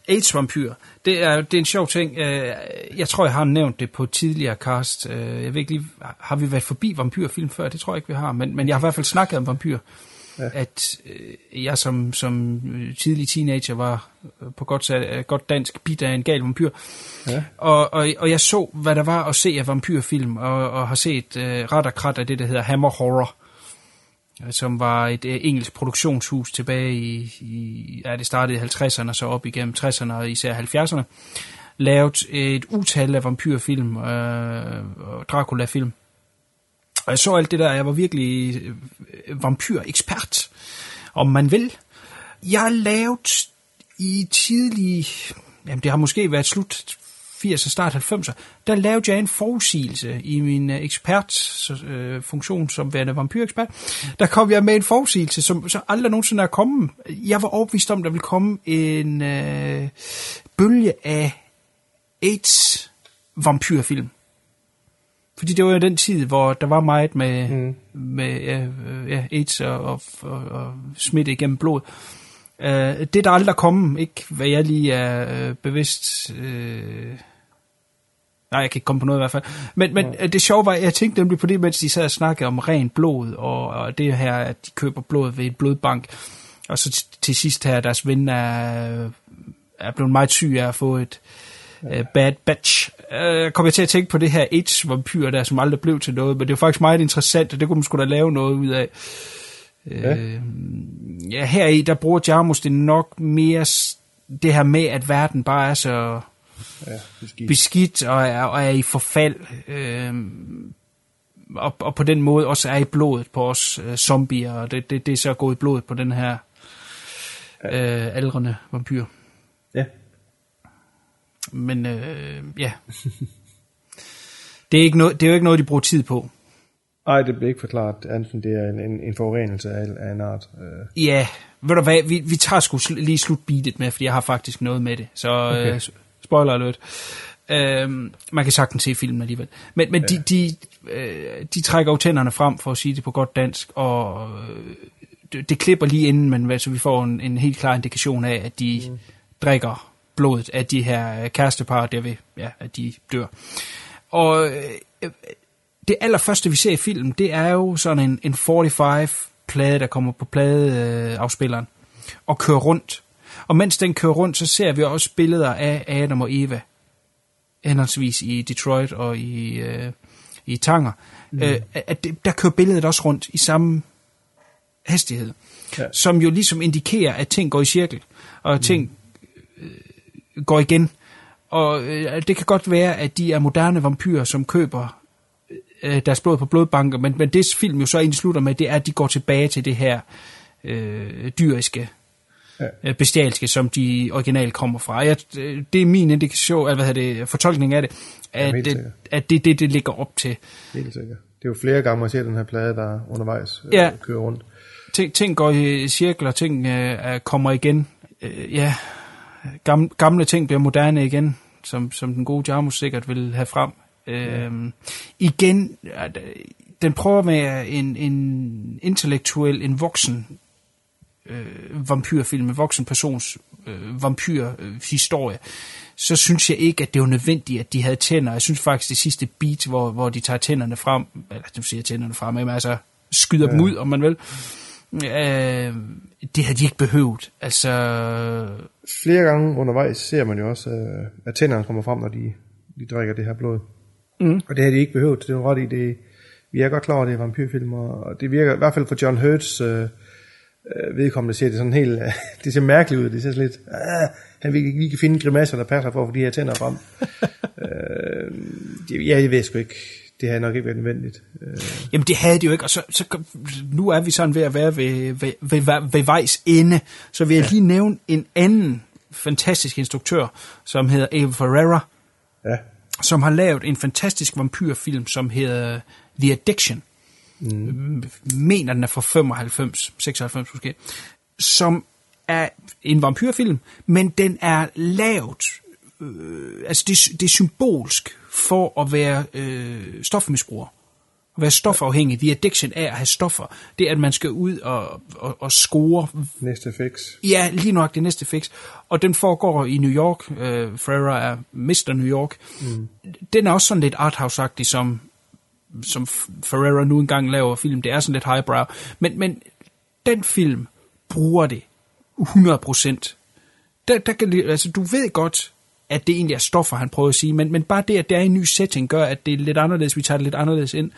det er en sjov ting. Jeg tror, jeg har nævnt det på tidligere cast. Jeg ved ikke lige, har vi været forbi vampyrfilm før? Det tror jeg ikke, vi har, men jeg har i hvert fald snakket om vampyr. Ja. At jeg som tidlig teenager var på godt dansk bidt af en gal vampyr. Ja. Og jeg så, hvad der var at se af vampyrfilm, og har set ret og krat af det, der hedder Hammer Horror, som var et engelsk produktionshus tilbage i det startede i 50'erne, så op igennem 60'erne og især 70'erne, lavet et utal af vampyrfilm og Dracula-film. Og jeg så alt det der, jeg var virkelig vampyrekspert, om man vil. Jeg lavede i tidlig, det har måske været slut 80'er, start 90'er, der lavede jeg en forudsigelse i min ekspertfunktion som værende vampyrekspert. Der kom jeg med en forudsigelse, som så aldrig nogensinde er kommet. Jeg var overbevist om, der ville komme en bølge af AIDS-vampyrfilm. Fordi det var jo den tid, hvor der var meget med AIDS og smitte igennem blod. Det der aldrig kommet, ikke hvad jeg lige er bevidst... Nej, jeg kan ikke komme på noget i hvert fald. Men det sjove var, jeg tænkte nemlig på det, mens de sad og snakkede om rent blod, og det her, at de køber blod ved et blodbank. Og så til sidst her, deres ven er blevet meget syg af at få et bad batch. Kom jeg til at tænke på det her AIDS-vampyr der, som aldrig blev til noget, men det var faktisk meget interessant, og det kunne man sgu da lave noget ud af. Heri, der bruger Jarmusch det nok mere det her med, at verden bare er så beskidt og er i forfald, og på den måde også er i blodet på os zombier, og det er så gået i blodet på den her aldrende vampyr. Ja. Men det er jo ikke noget, de bruger tid på. Nej, det bliver ikke forklaret, enten det er en forurenelse af en art. Ja, ved du hvad, vi tager sgu lige slutbeatet med, fordi jeg har faktisk noget med det. Så spoiler alert. Man kan sagtens se filmen alligevel. Men de trækker jo tænderne frem, for at sige det på godt dansk, og det klipper lige inden, men så vi får en helt klar indikation af, at de drikker blodet af de her kærestepar derved, at de dør. Og det allerførste, vi ser i filmen, det er jo sådan en 45-plade, der kommer på pladeafspilleren og kører rundt. Og mens den kører rundt, så ser vi også billeder af Adam og Eva, henholdsvis i Detroit og i Tanger. Der kører billedet også rundt i samme hastighed, som jo ligesom indikerer, at ting går i cirkel, og ting går igen. Og det kan godt være, at de er moderne vampyrer, som køber deres blod på blodbanker, men det film jo så egentlig slutter med, det er, at de går tilbage til det her dyriske, bestialske, som de originalt kommer fra. Det er min indikation, eller fortolkning af det, at det ligger op til. Helt sikkert. Det er jo flere gange, man ser den her plade, der undervejs kører rundt. Ting går i cirkler, ting kommer igen. Gamle ting bliver moderne igen, som den gode Jarmusch sikkert vil have frem. Igen, den prøver med en intellektuel, en voksen vampyrfilm, en voksen persons vampyrhistorie, så synes jeg ikke, at det var nødvendigt, at de havde tænder. Jeg synes faktisk, det sidste beat, hvor de tager tænderne frem, eller du siger tænderne frem, men altså skyder dem ud, om man vil, det havde de ikke behøvet. Altså flere gange undervejs ser man jo også, at tænderne kommer frem, når de drikker det her blod. Og det har de ikke behøvet. Det er jo ret i det. Vi er godt klar over, det er vampyrfilm, og det virker i hvert fald for John Hurts vedkommende, ser det sådan helt, det ser mærkeligt ud. Det ser sådan lidt, han vil lige kan finde grimasser, der passer for at få de her tænder frem. Jeg ved sgu ikke. Det havde nok ikke været nødvendigt. Jamen det havde det jo ikke, og så nu er vi sådan ved at være ved vejs ende, så vil jeg lige nævne en anden fantastisk instruktør, som hedder Abel Ferrara, som har lavet en fantastisk vampyrfilm, som hedder The Addiction. Mener den er fra 96 måske, som er en vampyrfilm, men den er lavet, altså det er symbolsk for at være stofmisbruger, at være stofafhængig. The Addiction er at have stoffer. Det er, at man skal ud og score. Næste fix. Ja, lige nok det næste fix. Og den foregår i New York. Ferrara er Mr. New York. Den er også sådan lidt arthouse-agtig, som Ferrara nu engang laver film. Det er sådan lidt highbrow. Men den film bruger det 100%. Altså, du ved godt, at det egentlig er stoffer, han prøver at sige, men bare det, at det er en ny setting, gør, at det er lidt anderledes, vi tager det lidt anderledes ind.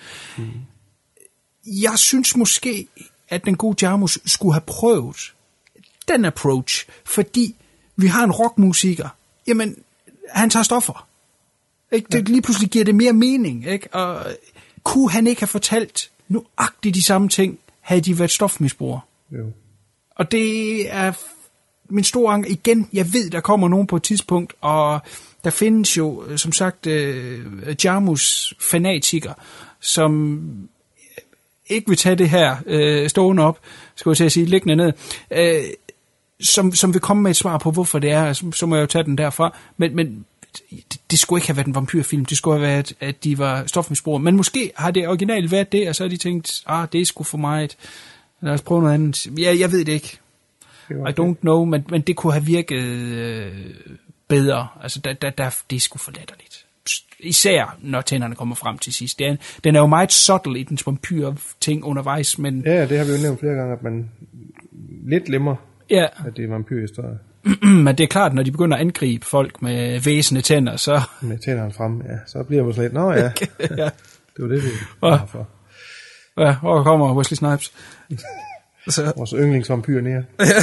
Jeg synes måske, at den gode Jarmusch skulle have prøvet den approach, fordi vi har en rockmusiker, jamen, han tager stoffer. Ikke? Det lige pludselig giver det mere mening, ikke? Og kunne han ikke have fortalt nuagtigt de samme ting, havde de været stofmisbrugere? Jo. Og det er min store anke. Igen, jeg ved, der kommer nogen på et tidspunkt, og der findes jo, som sagt, Jarmuschs fanatikere, som ikke vil tage det her stående op, skal jeg til at sige, liggende ned, som vil komme med et svar på, hvorfor det er, så må jeg jo tage den derfra, men det skulle ikke have været en vampyrfilm, det skulle have været, at de var stofmisbrugere, men måske har det originalt været det, og så har de tænkt, det er sgu for meget, lad os prøve noget andet. Jeg ved det ikke. I don't know, men det kunne have virket bedre. Altså, det er sgu for latterligt. Især, når tænderne kommer frem til sidst. Den er jo meget subtle i dens vampyr-ting undervejs, men... Ja, det har vi jo nævnt flere gange, at man lidt glemmer, at det er vampyrhistorie. Men det er klart, når de begynder at angribe folk med væsende tænder, så... Med tænderne frem, så bliver man sådan lidt, det var det var for. Ja, hvor kommer Wesley Snipes? Så. Vores yndlingsvampyr nær.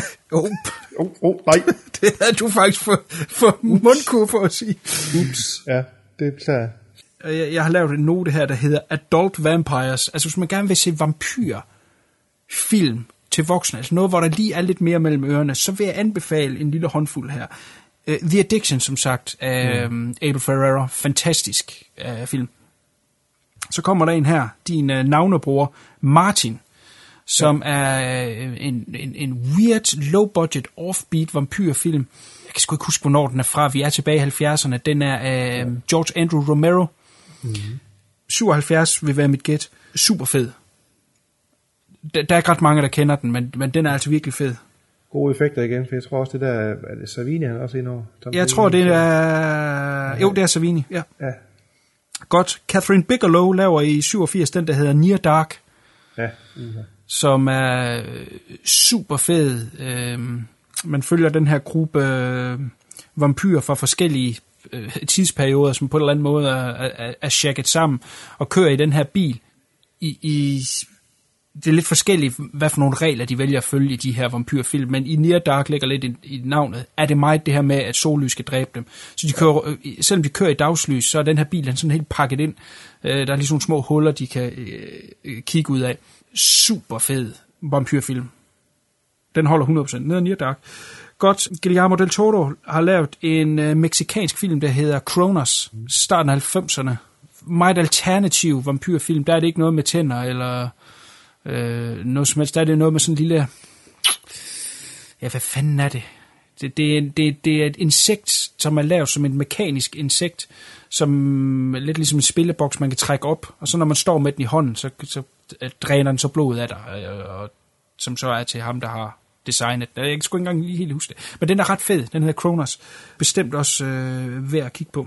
Nej. Det havde du faktisk for mundkur for at sige. Ups. Ja, det beklager jeg. Jeg har lavet en note her, der hedder Adult Vampires. Altså, hvis man gerne vil se vampyrfilm til voksne, altså noget, hvor der lige er lidt mere mellem ørerne, så vil jeg anbefale en lille håndfuld her. The Addiction, som sagt, af Abel Ferrara. Fantastisk film. Så kommer der en her, din navnebror Martin, som er en weird, low-budget, off-beat vampyrfilm. kan sgu ikke huske, hvornår den er fra. Vi er tilbage i 70'erne. Den er af George Andrew Romero. 77 vil være mit gæt. Super fed. Der er ikke ret mange, der kender den, men den er altså virkelig fed. Gode effekter igen, for jeg tror også, det der er det Savini, han også indover. Jeg tror, det er... Jo, det er Savini, ja. Godt. Catherine Bigelow laver i 87 den, der hedder Near Dark. Ja. Som er super fed. Man følger den her gruppe vampyrer fra forskellige tidsperioder, som på en eller anden måde er shacket sammen, og kører i den her bil. Det er lidt forskelligt, hvad for nogle regler de vælger at følge i de her vampyrfilm, men i Near Dark ligger lidt i navnet. Er det meget det her med, at sollys skal dræbe dem? Så de kører, selvom de kører i dagslys, så er den her bil sådan helt pakket ind. Der er ligesom små huller, de kan kigge ud af. Super fed vampyrfilm. Den holder 100%. Ned ad Near Dark. Godt. Guillermo del Toro har lavet en mexikansk film, der hedder Cronos. Starten af 90'erne. Meget alternativ vampyrfilm. Der er det ikke noget med tænder eller noget som helst. Der er det noget med sådan en lille... Ja, hvad fanden er det? Det er et insekt, som er lavet som et mekanisk insekt, som lidt ligesom en spilleboks, man kan trække op. Og så når man står med den i hånden, så dræner den så blodet af dig, og som så er til ham, der har designet. Jeg kan sgu ikke engang lige helt huske det. Men den er ret fed. Den hedder Cronos. Bestemt også værd at kigge på.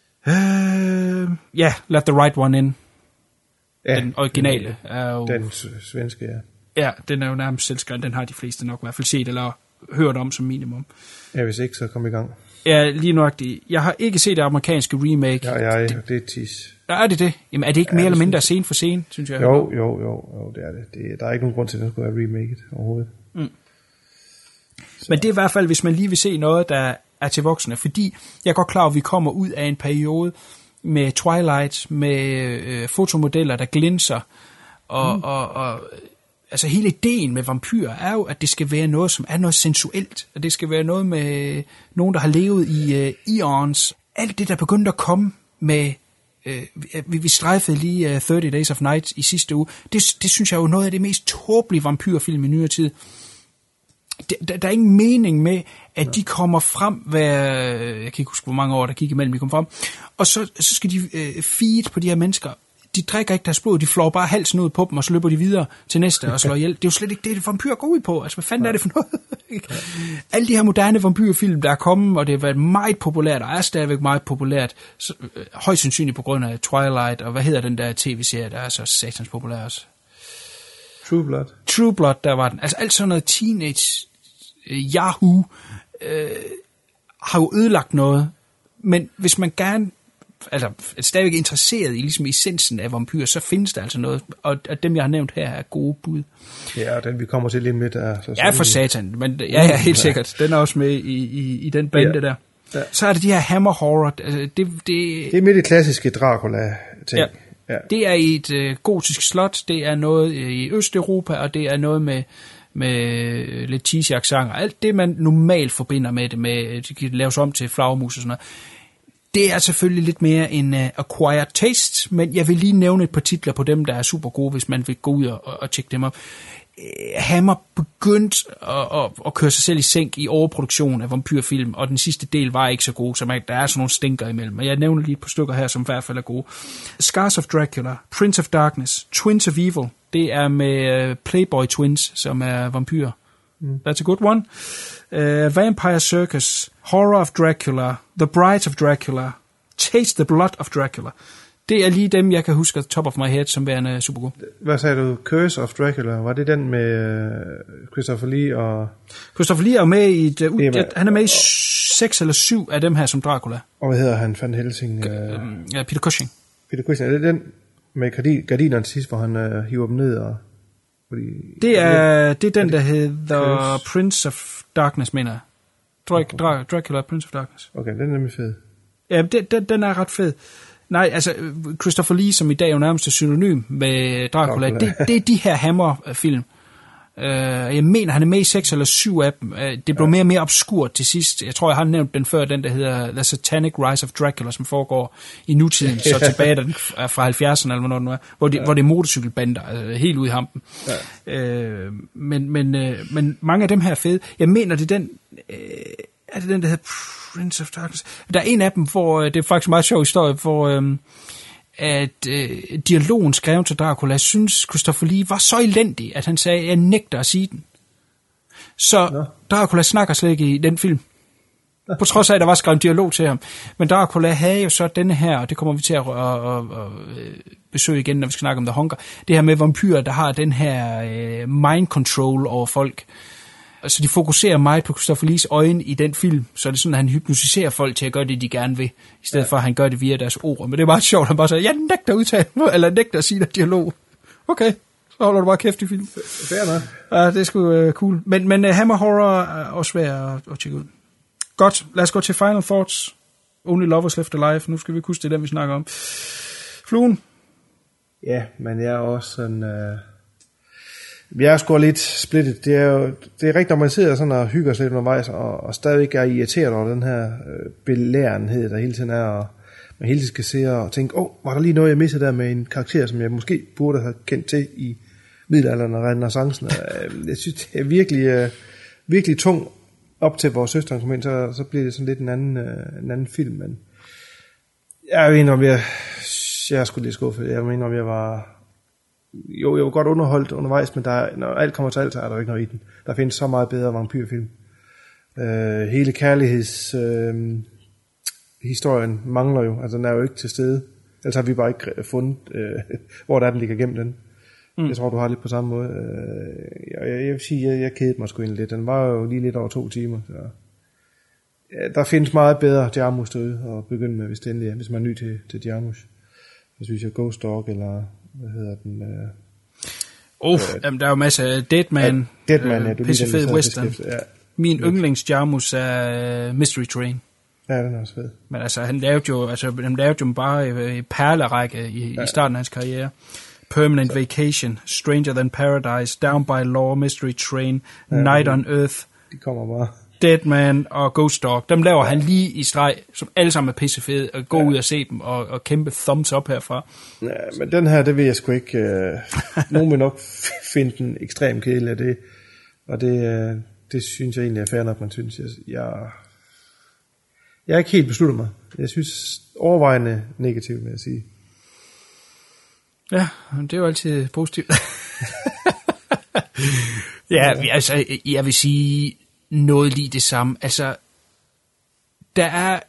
Let the Right One In. Ja, den originale er jo... Den svenske, ja. Ja, den er jo nærmest selvskrevet. Den har de fleste nok i hvert fald set eller hørt om som minimum. Ja, hvis ikke, så kom i gang. Ja, lige nøjagtigt. Jeg har ikke set det amerikanske remake. Ja, det er tis. Er det? Jamen, er det ikke mere eller mindre scene for scene, synes jeg? Jo, det er det. Der er ikke nogen grund til, at den skulle være remaket overhovedet. Men det er i hvert fald, hvis man lige vil se noget, der er til voksne. Fordi jeg er godt klar, at vi kommer ud af en periode med Twilight, med fotomodeller, der glinser, og altså hele ideen med vampyrer er jo, at det skal være noget, som er noget sensuelt, at det skal være noget med nogen, der har levet i eons. Alt det, der begyndte at komme med, vi strejfede lige 30 Days of Night i sidste uge, det synes jeg er jo noget af det mest tåbelige vampyrfilm i nyere tid. Der er ingen mening med, at de kommer frem jeg kan ikke huske, hvor mange år der gik imellem, de kom frem, og så skal de feed på de her mennesker. De drikker ikke deres blod, de flår bare halsen ud på dem, og så løber de videre til næste og slår ihjel. Det er jo slet ikke det vampyrer går ud på. Altså, hvad fanden er det for noget? Alle de her moderne vampyrfilm, der er kommet, og det har været meget populært, og er stadigvæk meget populært, så, højst sandsynligt på grund af Twilight, og hvad hedder den der tv-serie, der er så satans populær også? True Blood, der var den. Altså alt sådan noget teenage Yahoo har jo ødelagt noget, men hvis man gerne er stadigvæk interesseret i ligesom essensen af vampyrer, så findes der altså noget, og dem jeg har nævnt her er gode bud. Ja, og den vi kommer til lige midt er så ja, for satan, men ja, helt sikkert. Den er også med i den bande der. Ja. Så er det de her Hammer Horror. Altså, det er midt i klassiske Dracula-ting. Ja. Det er i et gotisk slot, det er noget i Østeuropa, og det er noget med lidt cheesy accenter. Alt det, man normalt forbinder med det, det kan laves om til flagermus og sådan noget. Det er selvfølgelig lidt mere en acquired taste, men jeg vil lige nævne et par titler på dem, der er super gode, hvis man vil gå ud og tjekke dem op. Hammer begyndt at køre sig selv i sænk i overproduktion af vampyrfilm, og den sidste del var ikke så god, så der er sådan nogle stinker imellem. Men jeg nævner lige et par stykker her, som i hvert fald er gode. Scars of Dracula, Prince of Darkness, Twins of Evil, det er med Playboy Twins, som er vampyrer. That's a good one. Vampire Circus, Horror of Dracula, The Bride of Dracula, Taste the Blood of Dracula. Det er lige dem, jeg kan huske top of my head, som værende super god. Hvad sagde du? Curse of Dracula? Var det den med Christopher Lee og... Christopher Lee er med i han er med i 6 eller 7 af dem her som Dracula. Og hvad hedder han? Van Helsing? Peter Cushing. Peter Cushing. Er det den med gardinerne sidst, hvor han hiver dem ned og... Det er den, der hedder Prince of Darkness, mener jeg. Dracula, Prince of Darkness. Okay, den er nemlig fed. Ja, den er ret fed. Nej, altså Christopher Lee, som i dag er jo nærmest synonym med Dracula. Det er de her Hammer-film. Jeg mener, han er med i 6 eller 7 af dem. Det blev mere og mere obskurt til sidst. Jeg tror, jeg har nævnt den før, den der hedder The Satanic Rise of Dracula, som foregår i nutiden, så tilbage, den er fra 70'erne, eller hvornår den er, hvor det er motorcykelbander, altså, helt ude i hampen. Men mange af dem her er fede. Jeg mener, det er den... er det den, der hedder Prince of Darkness? Der er en af dem, hvor det er faktisk en meget sjov historie, hvor at dialogen skrevet til Dracula, synes Christopher Lee var så elendig, at han sagde, jeg nægter at sige den. Så Dracula snakker slet ikke i den film. På trods af, at der var skrevet en dialog til ham. Men Dracula havde jo så denne her, og det kommer vi til at besøge igen, når vi skal snakke om The Hunger. Det her med vampyrer, der har den her mind control over folk. Så de fokuserer meget på Christopher Lees øjne i den film, så er det sådan, at han hypnotiserer folk til at gøre det, de gerne vil, i stedet for, at han gør det via deres ord. Men det er meget sjovt, han bare siger, jeg nægter at udtale, eller nægter at sige der dialog. Okay, så holder du bare kæft i film. Fair nok. Ja, det er sgu cool. Men Hammer Horror er også værd at tjekke ud. Godt, lad os gå til Final Thoughts. Only Lovers Left Alive. Nu skal vi huske, det er den, vi snakker om. Fluen? Ja, men jeg er også sådan... Jeg er sgu lidt splittet. Det er rigtigt, når man sidder sådan og hygger sig lidt undervejs, og stadig er irriteret over den her belærenhed, der hele tiden er, og man hele tiden skal se og tænke, var der lige noget, jeg missede der med en karakter, som jeg måske burde have kendt til i middelalderen og renæssancen. Jeg synes, det er virkelig, virkelig tung op til vores søster kom ind, så bliver det sådan lidt en anden film, men jeg mener, om jeg er sgu lidt skuffet. Jeg mener, om jeg var... Jo, jeg var godt underholdt undervejs, men når alt kommer til alt, så er der jo ikke noget i den. Der findes så meget bedre vampyrfilm. Hele kærlighedshistorien mangler jo, altså den er jo ikke til stede. Ellers har vi bare ikke fundet, hvor der den ligger gennem den. Jeg tror, du har lidt på samme måde. Jeg vil sige, jeg kedede mig sgu egentlig lidt. Den var jo lige lidt over 2 timer. Så. Ja, der findes meget bedre Jarmusch derude at begynde med, hvis man er ny til Jarmusch. Så synes jeg Ghost Dog, eller hvad hedder den? Jamen, der er jo masser af Deadman. Deadman, ja. Pissefed western. Ja. Min yndlings Jarmusch er Mystery Train. Ja, den er også fed. Men altså, han lavede jo bare i perlerække i starten af hans karriere. Permanent Vacation, Stranger Than Paradise, Down by Law, Mystery Train, Night on Earth. De kommer bare. Deadman og Ghost Dog. Dem laver han lige i streg, som alle sammen er pissefede, og gå ud og se dem, og kæmpe thumbs up herfra. Ja, men den her, det vil jeg sgu ikke... nogen vil nok finde den ekstremt kedelig, og det synes jeg egentlig er fair nok, man synes. Jeg er ikke helt besluttet mig. Jeg synes overvejende negativt, vil jeg sige. Ja, det er jo altid positivt. Altså, jeg vil sige noget lige det samme. Altså, der er...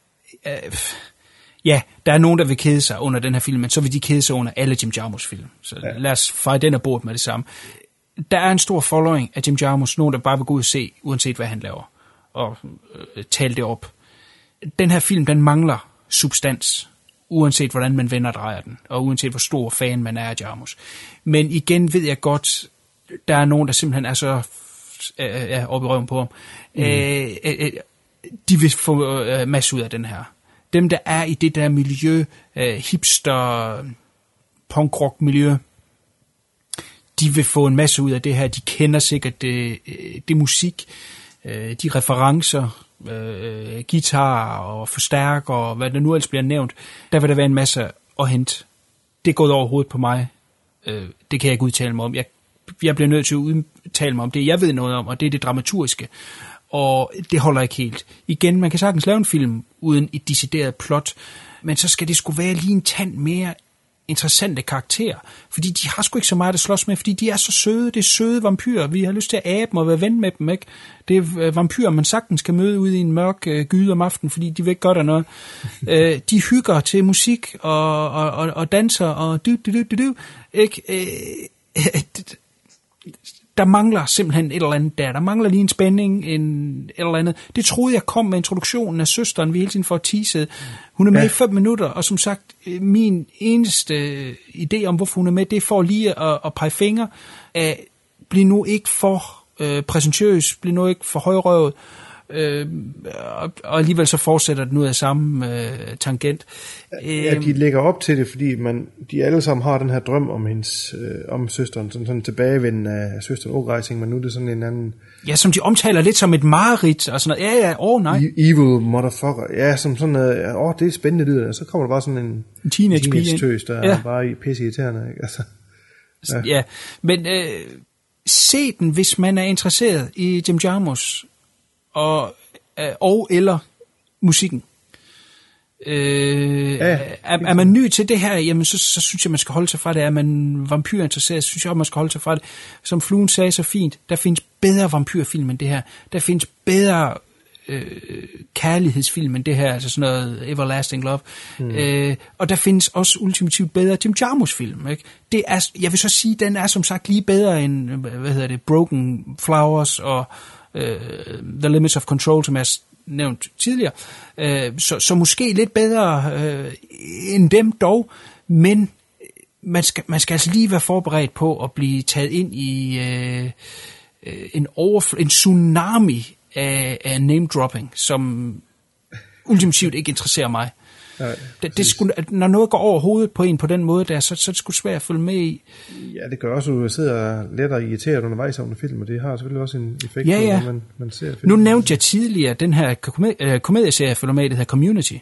der er nogen, der vil kede sig under den her film, men så vil de kede sig under alle Jim Jarmusch film. Så lad os fejre den af bord med det samme. Der er en stor following af Jim Jarmusch, nogen der bare vil gå ud og se, uanset hvad han laver, og tale det op. Den her film, den mangler substans, uanset hvordan man vender og drejer den, og uanset hvor stor fan man er af Jarmusch. Men igen ved jeg godt, der er nogen, der simpelthen er så oppe i røven på ham. De vil få masse ud af den her. Dem, der er i det der miljø, hipster, punkrock miljø, de vil få en masse ud af det her. De kender sikkert det musik, de referencer, guitar og forstærker og hvad der nu ellers bliver nævnt. Der vil der være en masse at hente. Det er gået over hovedet på mig. Det kan jeg ikke udtale mig om. Jeg bliver nødt til at udtale mig om det, jeg ved noget om, og det er det dramaturgiske. Og det holder ikke helt. Igen, man kan sagtens lave en film uden et decideret plot, men så skal det sgu være lige en tand mere interessante karakterer, fordi de har sgu ikke så meget at slås med, fordi de er så søde, det er søde vampyrer, vi har lyst til at abe dem og være ven med dem, ikke? Det er vampyrer, man sagtens kan møde ude i en mørk gyde om aftenen, fordi de vil ikke godt af noget. De hygger til musik og danser og ikke? Der mangler simpelthen et eller andet der. Der mangler lige en spænding, et eller andet. Det troede jeg kom med introduktionen af søsteren, vi hele tiden får teaset. Hun er med i 5 minutter, og som sagt, min eneste idé om, hvorfor hun er med, det er for lige at pege fingre. Bliv nu ikke for præsentøs, bliv nu ikke for højrøvet, og alligevel så fortsætter den ud af samme tangent. Ja, de lægger op til det, fordi de alle sammen har den her drøm om søsteren, sådan tilbagevenden af søsteren Oreising, men nu er det sådan en anden... Ja, som de omtaler lidt som et mareridt, og sådan noget. Nej. Evil motherfucker. Ja, som sådan noget, det er spændende lyd, og så kommer der bare sådan en teenage-tøs, der er bare pisse irriterende, ikke? Altså, ja, men se den, hvis man er interesseret i Jim Jarmusch, og og eller musikken. Er man ny til det her, jamen så synes jeg, man skal holde sig fra det. Er man vampyrinteresseret, så synes jeg, man skal holde sig fra det. Som Fluen sagde så fint, der findes bedre vampyrfilm end det her. Der findes bedre kærlighedsfilm end det her, altså sådan noget Everlasting Love. Og der findes også ultimativt bedre Jim Jarmusch-film. Ikke? Det er, jeg vil så sige, den er som sagt lige bedre end, Broken Flowers og The Limits of Control, som jeg nævnt tidligere. Så måske lidt bedre end dem dog, men man skal altså lige være forberedt på at blive taget ind i en tsunami af name-dropping, som ultimativt ikke interesserer mig. Det skulle, når noget går over hovedet på en på den måde der, så er det sgu svært at følge med i. Ja, det gør også, at du sidder let og irriteret undervejs under film, og det har selvfølgelig også en effekt, når man ser film. Nu nævnte jeg tidligere den her komedieserie, der hedder Community,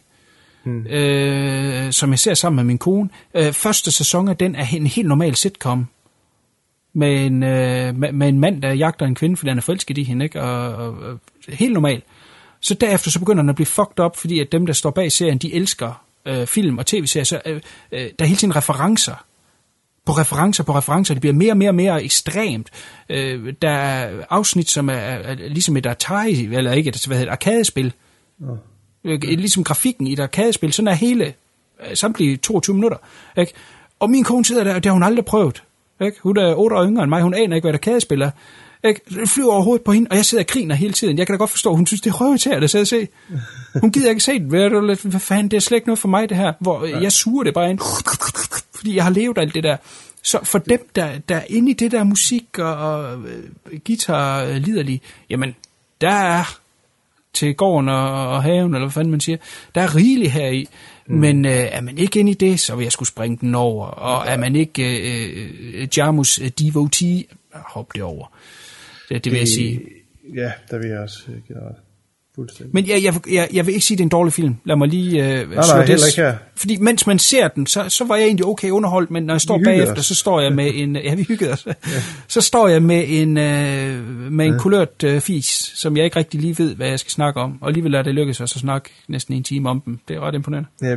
som jeg ser sammen med min kone. Første sæson af den er en helt normal sitcom, med en mand, der jagter en kvinde, fordi han er forelsket i hende, ikke? Og helt normal. Så derefter så begynder den at blive fucked up, fordi at dem, der står bag serien, de elsker film og tv-serier. Så der er hele tiden referencer på referencer. Det bliver mere og mere ekstremt. Der er afsnit, som er ligesom et Atari, eller ikke, et arkadespil. Ligesom grafikken i et arkadespil. Sådan er hele, samtlige 22 minutter. Ikke? Og min kone sidder der, og det har hun aldrig prøvet. Ikke? Hun er 8 år yngre end mig, hun aner ikke, hvad et arkadespil er. Det flyver over hovedet på hende, og jeg sidder og griner hele tiden. Jeg kan da godt forstå, hun synes, det er røvetært at sidde og se. Hun gider ikke se det. Hvad fanden, det er slet ikke noget for mig, det her. Hvor jeg suger det bare ind, fordi jeg har levet alt det der. Så for dem, der er inde i det der musik og guitar liderlige, jamen, der er til gården og haven, eller hvad fanden man siger, der er rigeligt heri. Men er man ikke inde i det, så vil jeg skulle springe den over. Og er man ikke Jarmusch devotee, hop det over. Det vil jeg sige. Ja, der vil jeg også give ret. Fuldstændig. Men jeg vil ikke sige, det er en dårlig film. Lad mig lige slå det. Heller ikke her. Fordi mens man ser den, så var jeg egentlig okay underholdt, men når jeg står bagefter, så står jeg med en... Ja, vi hyggede os. Ja. Så står jeg med en kulørt fis, som jeg ikke rigtig lige ved, hvad jeg skal snakke om. Og alligevel er det lykkedes os at snakke næsten en time om dem. Det er ret imponerende. Ja,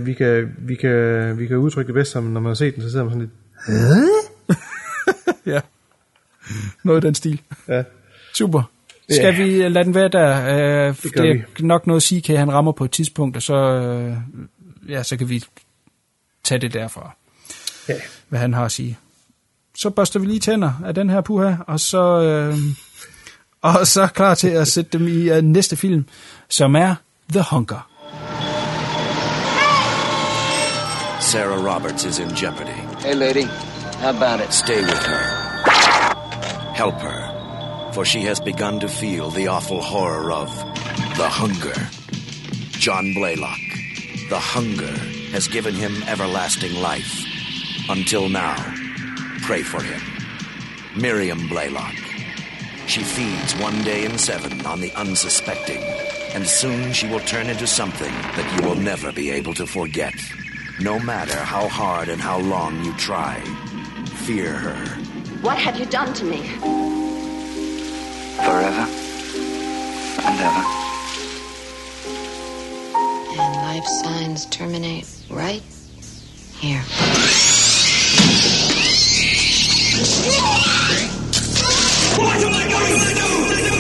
vi kan udtrykke det bedst, som når man har set den, så sidder man sådan lidt... Ja. Noget i den stil. Ja. Super. Skal vi lade den være der? Det er nok noget CK, han rammer på et tidspunkt, og så kan vi tage det derfra. Ja. Hvad han har at sige. Så børster vi lige tænder af den her puha, og så klar til at sætte dem i næste film, som er The Hunger. Sarah Roberts is in jeopardy. Hey lady, how about it? Stay with her. Help her. For she has begun to feel the awful horror of the hunger. John Blaylock, the hunger, has given him everlasting life. Until now, pray for him. Miriam Blaylock. She feeds 1 day in 7 on the unsuspecting, and soon she will turn into something that you will never be able to forget. No matter how hard and how long you try, fear her. What have you done to me? Forever and ever. And life signs terminate right here. What am I going to do?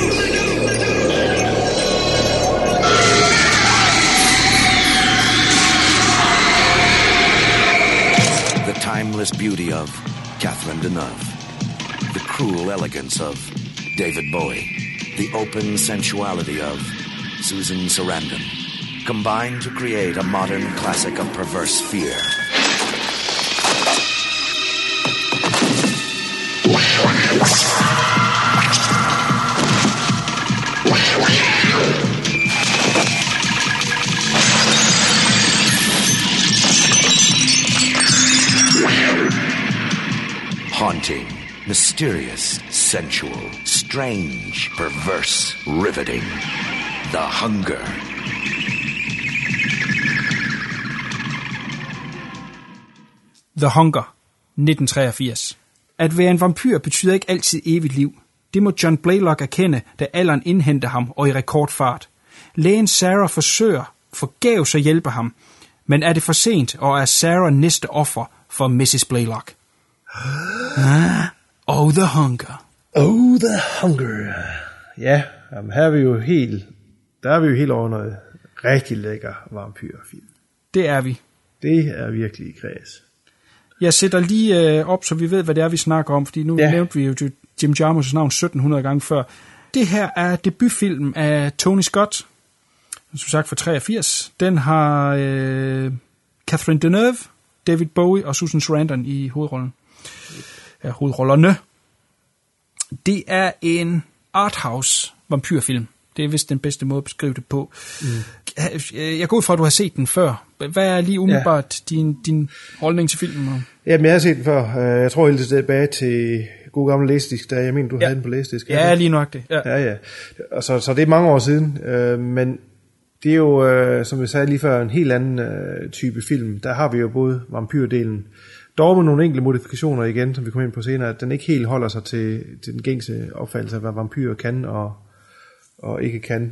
The timeless beauty of Catherine Deneuve. The cruel elegance of David Bowie, the open sensuality of Susan Sarandon, combined to create a modern classic of perverse fear. Haunting, mysterious, sensual, strange, perverse, riveting. The Hunger. The Hunger, 1983. At være en vampyr betyder ikke altid evigt liv. Det må John Blaylock erkende, da alderen indhenter ham og i rekordfart. Lægen Sarah forsøger forgæves at hjælpe ham, men er det for sent, og er Sarah næste offer for Mrs. Blaylock? Oh, the hunger. Oh, the hunger. Ja, jamen, her er vi jo helt over noget rigtig lækker vampyrfilm. Det er vi. Det er virkelig kræs. Jeg sætter lige op, så vi ved, hvad det er, vi snakker om, fordi nu nævnte vi jo Jim Jarmusch's navn 1700 gange før. Det her er debutfilm af Tony Scott, som sagt fra 83. Den har Catherine Deneuve, David Bowie og Susan Sarandon i hovedrollen. Ja, hovedrollerne. Det er en arthouse vampyrfilm. Det er vist den bedste måde at beskrive det på. Jeg går ud fra, at du har set den før. Hvad er lige umiddelbart din holdning til filmen? Jamen, jeg har set den før. Jeg tror helt tilbage til god gammel læsedisk, da jeg mener, du havde den på læsedisk. Ja, lige nok det. Ja. Og så det er mange år siden. Men det er jo, som jeg sagde lige før, en helt anden type film. Der har vi jo både vampyrdelen, dog med nogle enkelte modifikationer igen, som vi kommer ind på senere, at den ikke helt holder sig til den gængse opfattelse af, hvad vampyrer kan og ikke kan.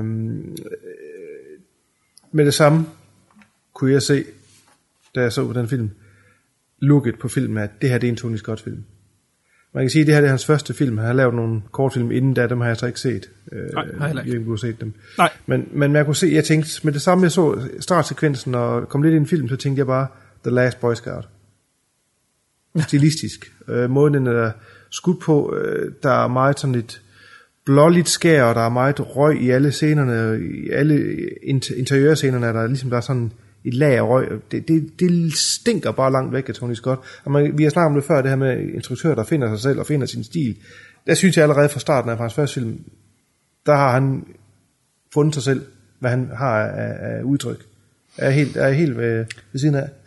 Med det samme kunne jeg se, da jeg så på den film, looket på filmen, at det her det er en Tony Scott-film. Man kan sige, at det her det er hans første film. Han har lavet nogle kortfilm inden da, dem har jeg så ikke set. Nej, jeg har ikke. Jeg kunne set dem. Nej. Men jeg kunne se, jeg tænkte, med det samme jeg så startsekvensen og kom lidt ind i en film, så tænkte jeg bare, The Last Boy Scout. Stilistisk. Måden den er skudt på, der er meget sådan lidt blåligt skær, og der er meget røg i alle scenerne, i alle interiørscenerne, der er sådan et lag af røg. Det stinker bare langt væk af Tony Scott. Og vi har snakket om det før, det her med instruktører, der finder sig selv og finder sin stil. Der synes jeg allerede fra starten af hans første film, der har han fundet sig selv, hvad han har af udtryk. Er jeg helt ved siden af?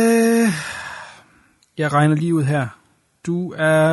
Jeg regner lige ud her. Du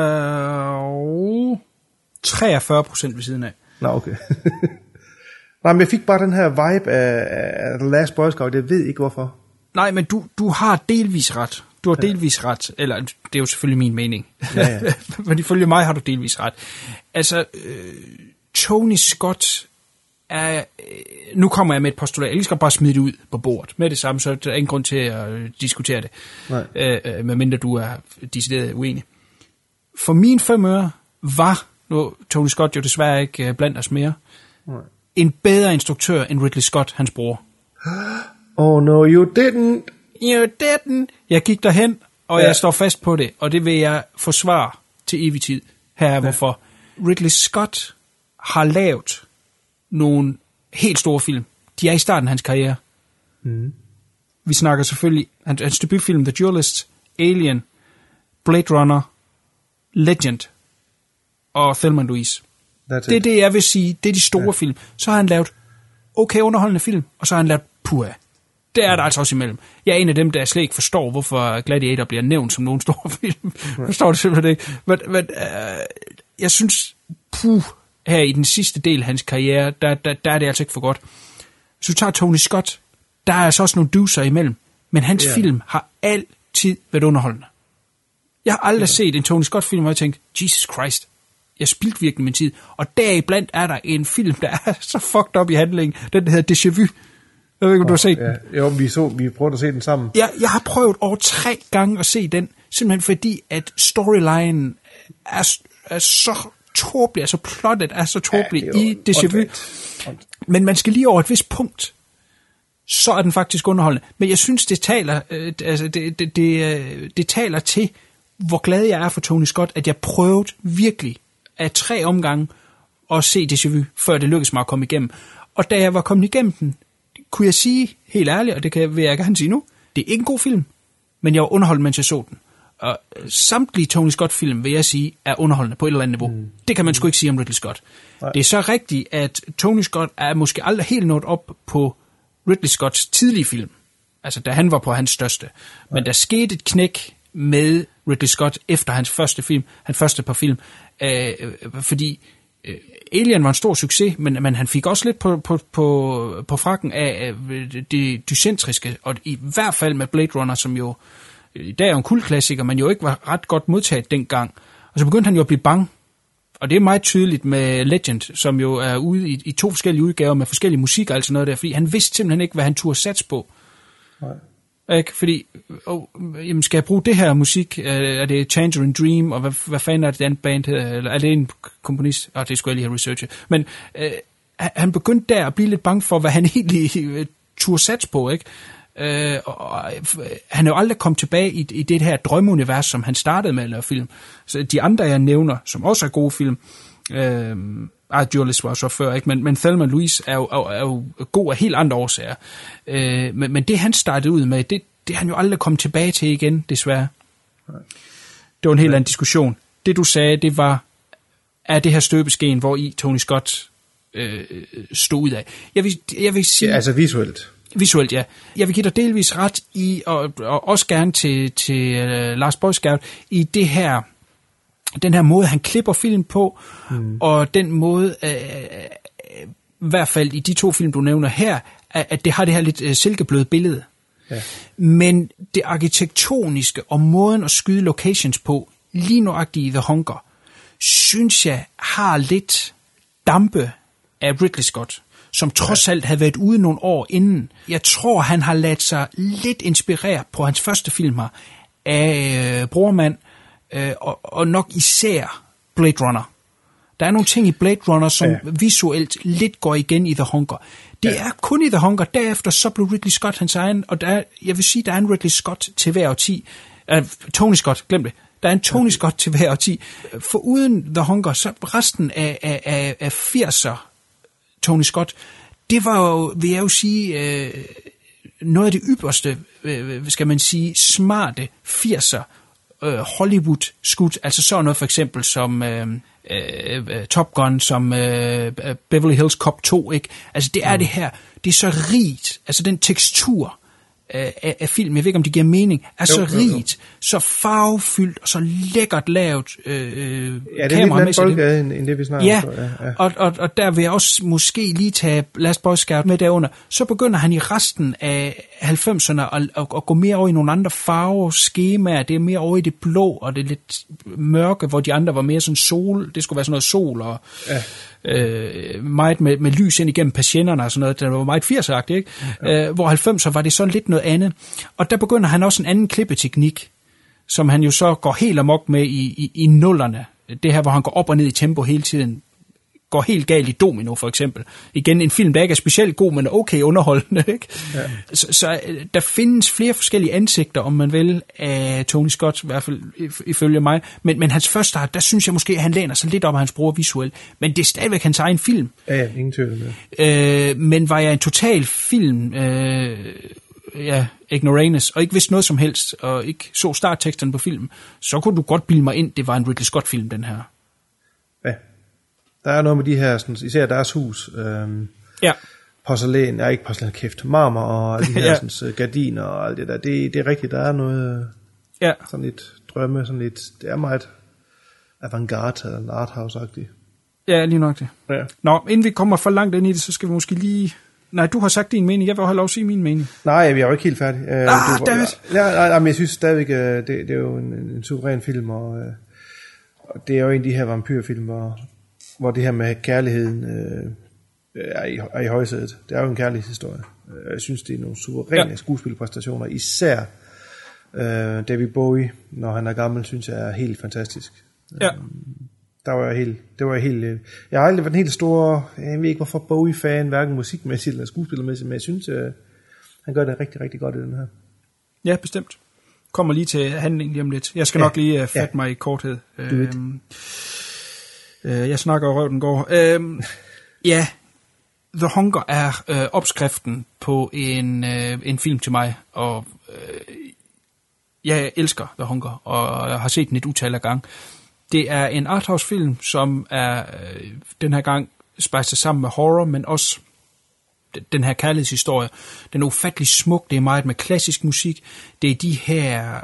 er 43% ved siden af. Nå, okay. Nej, men jeg fik bare den her vibe af The Last Boy Scout. Jeg ved ikke hvorfor. Nej, men du har delvis ret. Du har delvis ret. Eller, det er jo selvfølgelig min mening. Ja. Men ifølge mig har du delvis ret. Altså, Tony Scott er... Nu kommer jeg med et postulat. Jeg skal bare smide det ud på bordet. Med det samme, så er der ingen grund til at diskutere det. Medmindre du er decideret uenig. For min 5 øre var... Nu Tony Scott jo desværre ikke blandt os mere. Nej. En bedre instruktør end Ridley Scott, hans bror. Oh no, you didn't. You didn't. Jeg gik derhen, og jeg står fast på det, og det vil jeg forsvare til evig tid. Her er hvorfor. Ridley Scott har lavet nogle helt store film. De er i starten af hans karriere. Vi snakker selvfølgelig hans debutfilm, The Duelist, Alien, Blade Runner, Legend og Thelma & Louise. Det er det, jeg vil sige. Det er de store film. Så har han lavet okay underholdende film, og så har han lavet puha. Det er der altså også imellem. Jeg er en af dem, der slet ikke forstår, hvorfor Gladiator bliver nævnt som nogen store film. Forstår det simpelthen ikke. Men jeg synes, her i den sidste del af hans karriere, der er det altså ikke for godt. Så du tager Tony Scott, der er altså også nogle duser imellem, men hans film har altid været underholdende. Jeg har aldrig set en Tony Scott-film, hvor jeg tænkte, Jesus Christ, jeg spildte virkelig min tid. Og deriblandt er der en film, der er så fucked up i handlingen. Den hedder Déjà Vu. Jeg ved ikke, om du har set den. Jo, vi prøvede at se den sammen. Jeg har prøvet over 3 gange at se den, simpelthen fordi, at storylinen er så tåbelig, altså plottet er så tåbelig i Déjà Vu. Men man skal lige over et vist punkt, så er den faktisk underholdende. Men jeg synes, det taler, det taler til, hvor glad jeg er for Tony Scott, at jeg prøvede virkelig af 3 omgange at se Déjà Vu, før det lykkedes mig at komme igennem. Og da jeg var kommet igennem den, kunne jeg sige helt ærligt, og det vil jeg gerne sige nu, det er ikke en god film, men jeg var underholdt, mens jeg så den. Og samtlige Tony Scott-film, vil jeg sige, er underholdende på et eller andet niveau. Det kan man sgu ikke sige om Ridley Scott. Nej. Det er så rigtigt, at Tony Scott er måske aldrig helt nået op på Ridley Scotts tidlige film. Altså, da han var på hans største. Men der skete et knæk med Ridley Scott efter hans første par film, fordi Alien var en stor succes, men han fik også lidt på frakken af det dycentriske, og i hvert fald med Blade Runner, som jo i dag er en kultklassiker, men jo ikke var ret godt modtaget dengang. Og så begyndte han jo at blive bange Og det er meget tydeligt med Legend, som jo er ude i 2 forskellige udgaver med forskellige musik og alt sådan noget der, fordi han vidste simpelthen ikke, hvad han turde satse på. Nej. Ikke? Fordi, jamen, skal jeg bruge det her musik? Er det Tangerine Dream, og hvad fanden er det andet band hedder? Eller er det en komponist? Det skulle jeg lige have researchet. Men han begyndte der at blive lidt bange for, hvad han egentlig turde satse på, ikke? Han er jo aldrig kommet tilbage i det her drømmeunivers, som han startede med at lave film. Så de andre, jeg nævner, som også er gode film, Duelist var så før, ikke? Men Thelma & Louise er jo god af helt andre årsager. Men det, han startede ud med, det er han jo aldrig kommet tilbage til igen, desværre. Det var en helt anden diskussion. Det, du sagde, det var, er det her støbeskeen, hvor i Tony Scott stod ud af. Jeg vil sige... Ja, altså visuelt. Visuelt, ja. Jeg vil give dig delvis ret i, og også gerne til Last Boy Scout, i det her, den her måde, han klipper film på, og den måde, i hvert fald i de 2 film, du nævner her, at det har det her lidt silkebløde billede. Ja. Men det arkitektoniske og måden at skyde locations på, lige nøjagtigt i The Hunger, synes jeg har lidt dampe af Ridley Scott, som trods alt havde været ude nogle år inden. Jeg tror, han har ladet sig lidt inspirere på hans første film her af Brormand, og nok især Blade Runner. Der er nogle ting i Blade Runner, som visuelt lidt går igen i The Hunger. Det er kun i The Hunger. Derefter så blev Ridley Scott hans egen, og jeg vil sige, der er en Ridley Scott til hver årti. Tony Scott, glem det. Der er en Tony Scott til hver årti. For uden The Hunger, så resten af 80'er Tony Scott, det var jo, vil jeg jo sige, noget af det ypperste, skal man sige, smarte 80'er Hollywood-skud, altså sådan noget for eksempel som Top Gun, som Beverly Hills Cop 2, ikke? Altså det er det her, det er så rigt, altså den tekstur af film, jeg ved ikke om det giver mening, er så rigt, så farvefyldt og så lækkert lavet ja, det er lidt anden boldgade, end det vi snakker om. Ja. Og der vil jeg også måske lige tage Last Boy Scout med derunder. Så begynder han i resten af 90'erne at gå mere over i nogle andre farveskemaer. Det er mere over i det blå, og det er lidt mørke, hvor de andre var mere sådan sol. Det skulle være sådan noget sol, og meget med lys ind igennem patienterne og sådan noget. Det var meget 80'er-agtigt, ikke? Ja. Hvor 90'er var det sådan lidt noget andet. Og der begynder han også en anden klippeteknik, som han jo så går helt amok med i nullerne. Det her, hvor han går op og ned i tempo hele tiden. Går helt galt i Domino, for eksempel. Igen, en film, der ikke er specielt god, men er okay underholdende, ikke? Ja. Så der findes flere forskellige ansigter, om man vil, af Tony Scott, i hvert fald ifølge mig. Men hans første start, der synes jeg måske, at han læner sig lidt op af hans bror visuelt. Men det er stadigvæk hans egen film. Ja, ingen tvivl med. Men var jeg en total film... ignoramus, og ikke vidste noget som helst, og ikke så startteksterne på filmen, så kunne du godt bilde mig ind, det var en Ridley Scott-film, den her. Ja. Der er noget med de her, sådan, især deres hus, porcelæn, ikke porcelæn, kæft, marmor, og de her sådan, gardiner, og alt det der, det er rigtigt, der er noget, sådan lidt drømme, sådan lidt, det er meget avantgarde, eller arthouse-agtigt. Ja, lige nok det. Ja. Nå, inden vi kommer for langt ind i det, så skal vi måske lige... Nej, du har sagt din mening. Jeg vil have lov at sige min mening. Nej, jeg er jo ikke helt færdig. David! Nej, men jeg synes stadigvæk, det er jo en suveræn film, og det er jo en af de her vampyrfilm, hvor det her med kærligheden er i højsædet. Det er jo en kærlighedshistorie. Jeg synes, det er nogle suveræne skuespilpræstationer. Især David Bowie, når han er gammel, synes jeg er helt fantastisk. Ja. Jeg har aldrig været en helt stor, jeg ved ikke hvorfor Bowie-fan, hverken musikmæssigt eller skuespillermæssigt, men jeg synes, han gør det rigtig, rigtig godt i den her. Ja, bestemt. Kommer lige til handlingen lige om lidt. Jeg skal nok lige fatte mig i korthed. Jeg snakker og røv den går. The Hunger er opskriften på en film til mig, og jeg elsker The Hunger, og jeg har set den et utal af gange. Det er en arthouse-film, som er den her gang spejset sammen med horror, men også den her kærlighedshistorie. Den er ufattelig smuk, det er meget med klassisk musik. Det er de her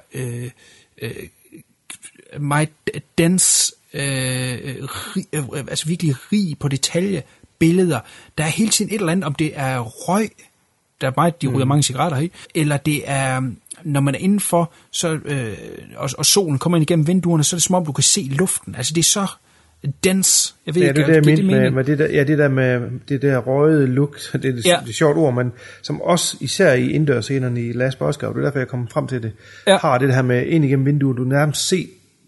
meget dense, altså virkelig rig på detalje billeder. Der er hele tiden et eller andet, om det er røg, der er meget, de ryger mange cigaretter i, eller det er... Når man er indenfor, så, og solen kommer ind igennem vinduerne, så er det som om, du kan se luften. Altså, det er så dense. Jeg ved ja, ikke, det er det med det der, ja, det der med det der røde look, det er det er sjovt ord, men som også især i indendørsscenerne i Last Boy Scout, det er derfor jeg kommer frem til det, har det her med ind igennem vinduet, du nærmest se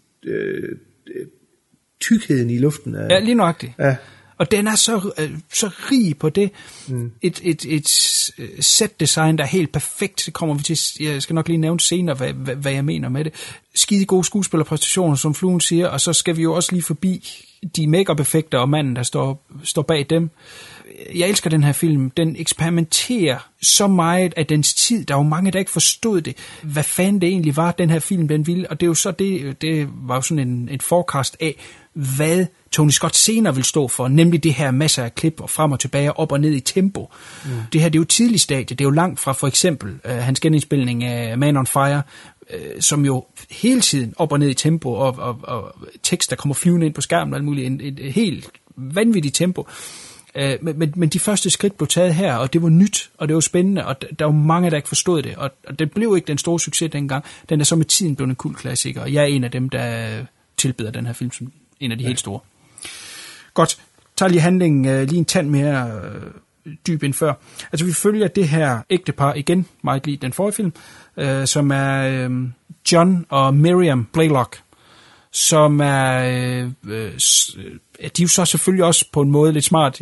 tykkheden i luften. Ja, lige nøjagtigt. Ja. Og den er så rig på det. Et set design, der er helt perfekt. Det kommer vi til. Jeg skal nok lige nævne senere, hvad jeg mener med det. Skide gode skuespillerpræstationer, som Fluen siger, og så skal vi jo også lige forbi de make-up-effekter og manden, der står bag dem. Jeg elsker den her film. Den eksperimenterer så meget af dens tid. Der er jo mange, der ikke forstod det. Hvad fanden det egentlig var, den her film, den ville. Og det er jo så det var jo sådan en forecast af, hvad Tony Scott senere vil stå for, nemlig det her masser af klip og frem og tilbage, op og ned i tempo. Det her, det er jo tidlig stadie, det er jo langt fra for eksempel hans genindspilning af Man on Fire, som jo hele tiden op og ned i tempo, og tekst, der kommer flyvende ind på skærmen, og alt muligt, et helt vanvittigt tempo. Men de første skridt blev taget her, og det var nyt, og det var spændende, og der var mange, der ikke forstod det, og det blev ikke den store succes dengang. Den er så med tiden blevet en kul klassiker, og jeg er en af dem, der tilbeder den her film som en af de helt store. Godt, tager lige handlingen lige en tand mere dyb end før. Altså vi følger det her ægtepar igen, meget lige den forrige film, som er John og Miriam Blaylock, som er de er jo så selvfølgelig også på en måde lidt smart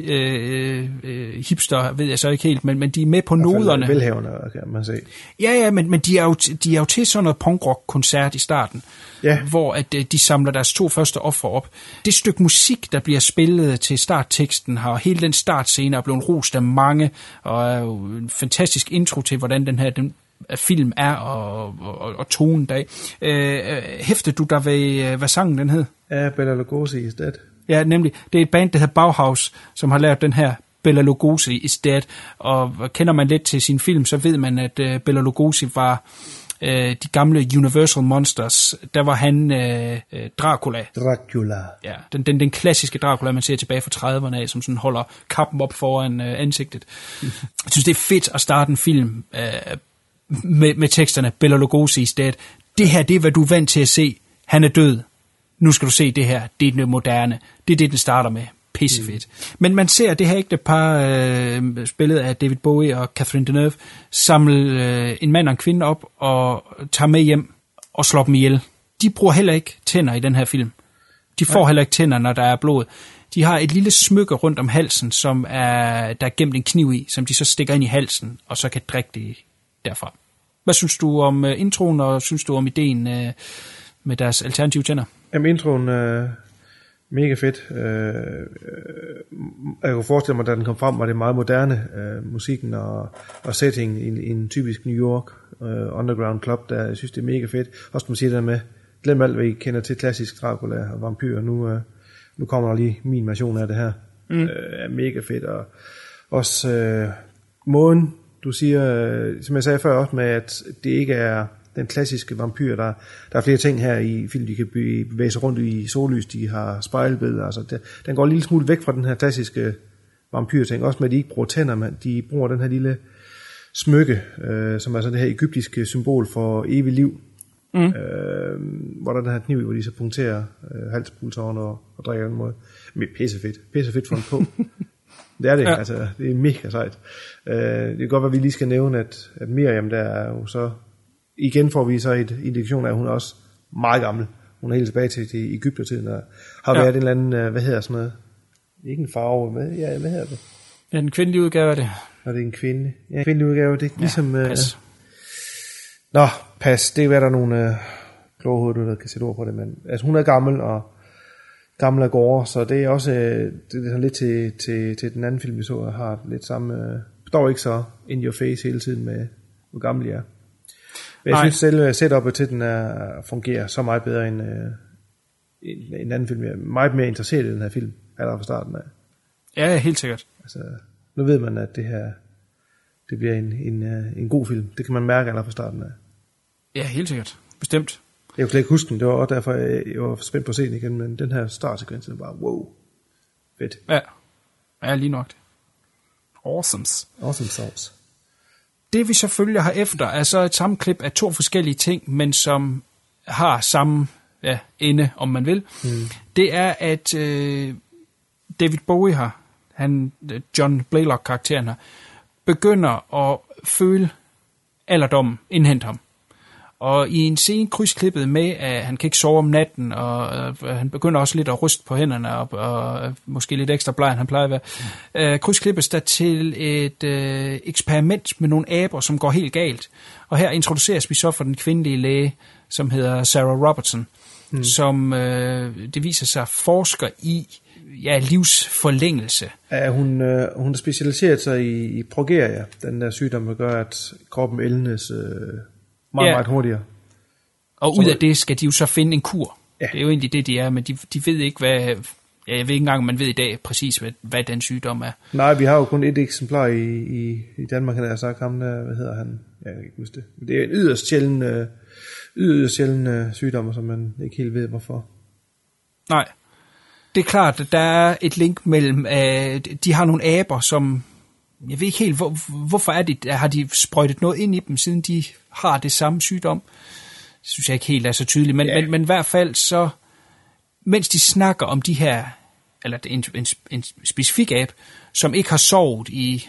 hipster, ved jeg så ikke helt, men de er med på noderne. Velhavende, kan man sige. Ja, men de er jo til sådan noget punkrock-koncert i starten, hvor at de samler deres 2 første ofre op. Det stykke musik, der bliver spillet til startteksten, har hele den startscene er blevet rost af mange, og er jo en fantastisk intro til, hvordan den film er, og tonen dag. Hæftede du der ved, hvad sangen den hed? Ja, Bela Lugosi is Dead. Ja, nemlig. Det er et band, der hedder Bauhaus, som har lavet den her Bela Lugosi is Dead, og kender man lidt til sin film, så ved man, at Bela Lugosi var de gamle Universal Monsters. Der var han Dracula. Ja, den klassiske Dracula, man ser tilbage fra 30'erne af, som sådan holder kappen op foran ansigtet. Jeg synes, det er fedt at starte en film med teksterne Bela Lugosi is Dead. Det her, det er, hvad du er vant til at se. Han er død. Nu skal du se det her. Det er det moderne. Det er det, den starter med. Pissefedt. Men man ser det her ægtepar spillet af David Bowie og Catherine Deneuve samle en mand og en kvinde op og tager med hjem og slår dem ihjel. De bruger heller ikke tænder i den her film. De får heller ikke tænder, når der er blod. De har et lille smykke rundt om halsen, der er gemt en kniv i, som de så stikker ind i halsen, og så kan drikke det derfra. Hvad synes du om introen, og synes du om ideen med deres alternative tænder? Jamen, introen mega fedt. Jeg kunne forestille mig, da den kom frem, var det meget moderne, musikken og settingen i en typisk New York underground club, der jeg synes, det er mega fedt. Også man siger det med, glem alt, hvad I kender til klassisk Dracula og vampyr. Nu kommer der lige min version af det her. Er mega fedt. Og også måden, du siger, som jeg sagde før også med, at det ikke er den klassiske vampyr. Der er flere ting her i film, de kan bevæge sig rundt i sollys, de har spejlbilleder. Altså den går en lille smule væk fra den her klassiske vampyrting. Også med, at de ikke bruger tænder, men de bruger den her lille smykke, som er så det her egyptiske symbol for evigt liv. Hvor der er den her kniv, hvor de så punkterer halspulsåren og drikker den måde. Men pissefedt for en på. Det er det, altså det er mega sejt. Det kan godt være, at vi lige skal nævne, at Miriam der er jo så, igen får vi så et indikation af, at hun er også meget gammel. Hun er helt tilbage til Egyptertiden, og har været en eller anden, hvad hedder sådan noget? Ikke en farve, hvad hedder det? Ja, den kvindelige udgave af det. Og det er en kvinde. Ja, en kvindelig udgave, det er ligesom... pas. Pas. Det er hvad der er nogle kloge hoveder, der kan sætte ord på det, men altså, hun er gammel af gårde, så det er også det er sådan lidt til den anden film, vi så, har lidt samme... dog ikke så in your face hele tiden med, hvor gammel jeg er. Men jeg synes selv, setup'et til den fungerer så meget bedre end en anden film. Jeg er meget mere interesseret i den her film, allerede fra starten af. Ja, helt sikkert. Altså, nu ved man, at det bliver en god film. Det kan man mærke allerede fra starten af. Ja, helt sikkert. Bestemt. Jeg kunne slet ikke huske den. Det var også derfor, jeg var spændt på at se den igen. Men den her startsekvens er bare, wow, fedt. Ja, lige nok det. Awesome sauce. Det vi selvfølgelig har efter, er så et sammenklip af 2 forskellige ting, men som har samme ende, om man vil, det er, at David Bowie John Blaylock-karakteren her, begynder at føle alderdommen indhente ham. Og i en scene krydsklippet med, at han kan ikke sove om natten, og han begynder også lidt at ryste på hænderne, og måske lidt ekstra bleg, end han plejer at være, krydsklippes der til et eksperiment med nogle aber, som går helt galt. Og her introduceres vi så for den kvindelige læge, som hedder Sarah Robertson, som det viser sig forsker i livsforlængelse. Ja, hun har specialiseret sig i progeria, den der sygdom, der gør, at kroppen ældes meget hurtigere. Og ud af det skal de jo så finde en kur. Ja. Det er jo egentlig det, de er, men de ved ikke, hvad... jeg ved ikke engang, man ved i dag præcis, hvad den sygdom er. Nej, vi har jo kun et eksemplar i Danmark, han har sagt ham der, hvad hedder han? Jeg kan ikke huske det. Men det er en yderst sjælden sygdom, som man ikke helt ved, hvorfor. Nej. Det er klart, at der er et link mellem, de har nogle aber, som, jeg ved ikke helt, hvorfor har de sprøjtet noget ind i dem, siden de har det samme sygdom. Det synes jeg ikke helt er så tydeligt, men i hvert fald så, mens de snakker om de her, eller en specifik abe, som ikke har sovet i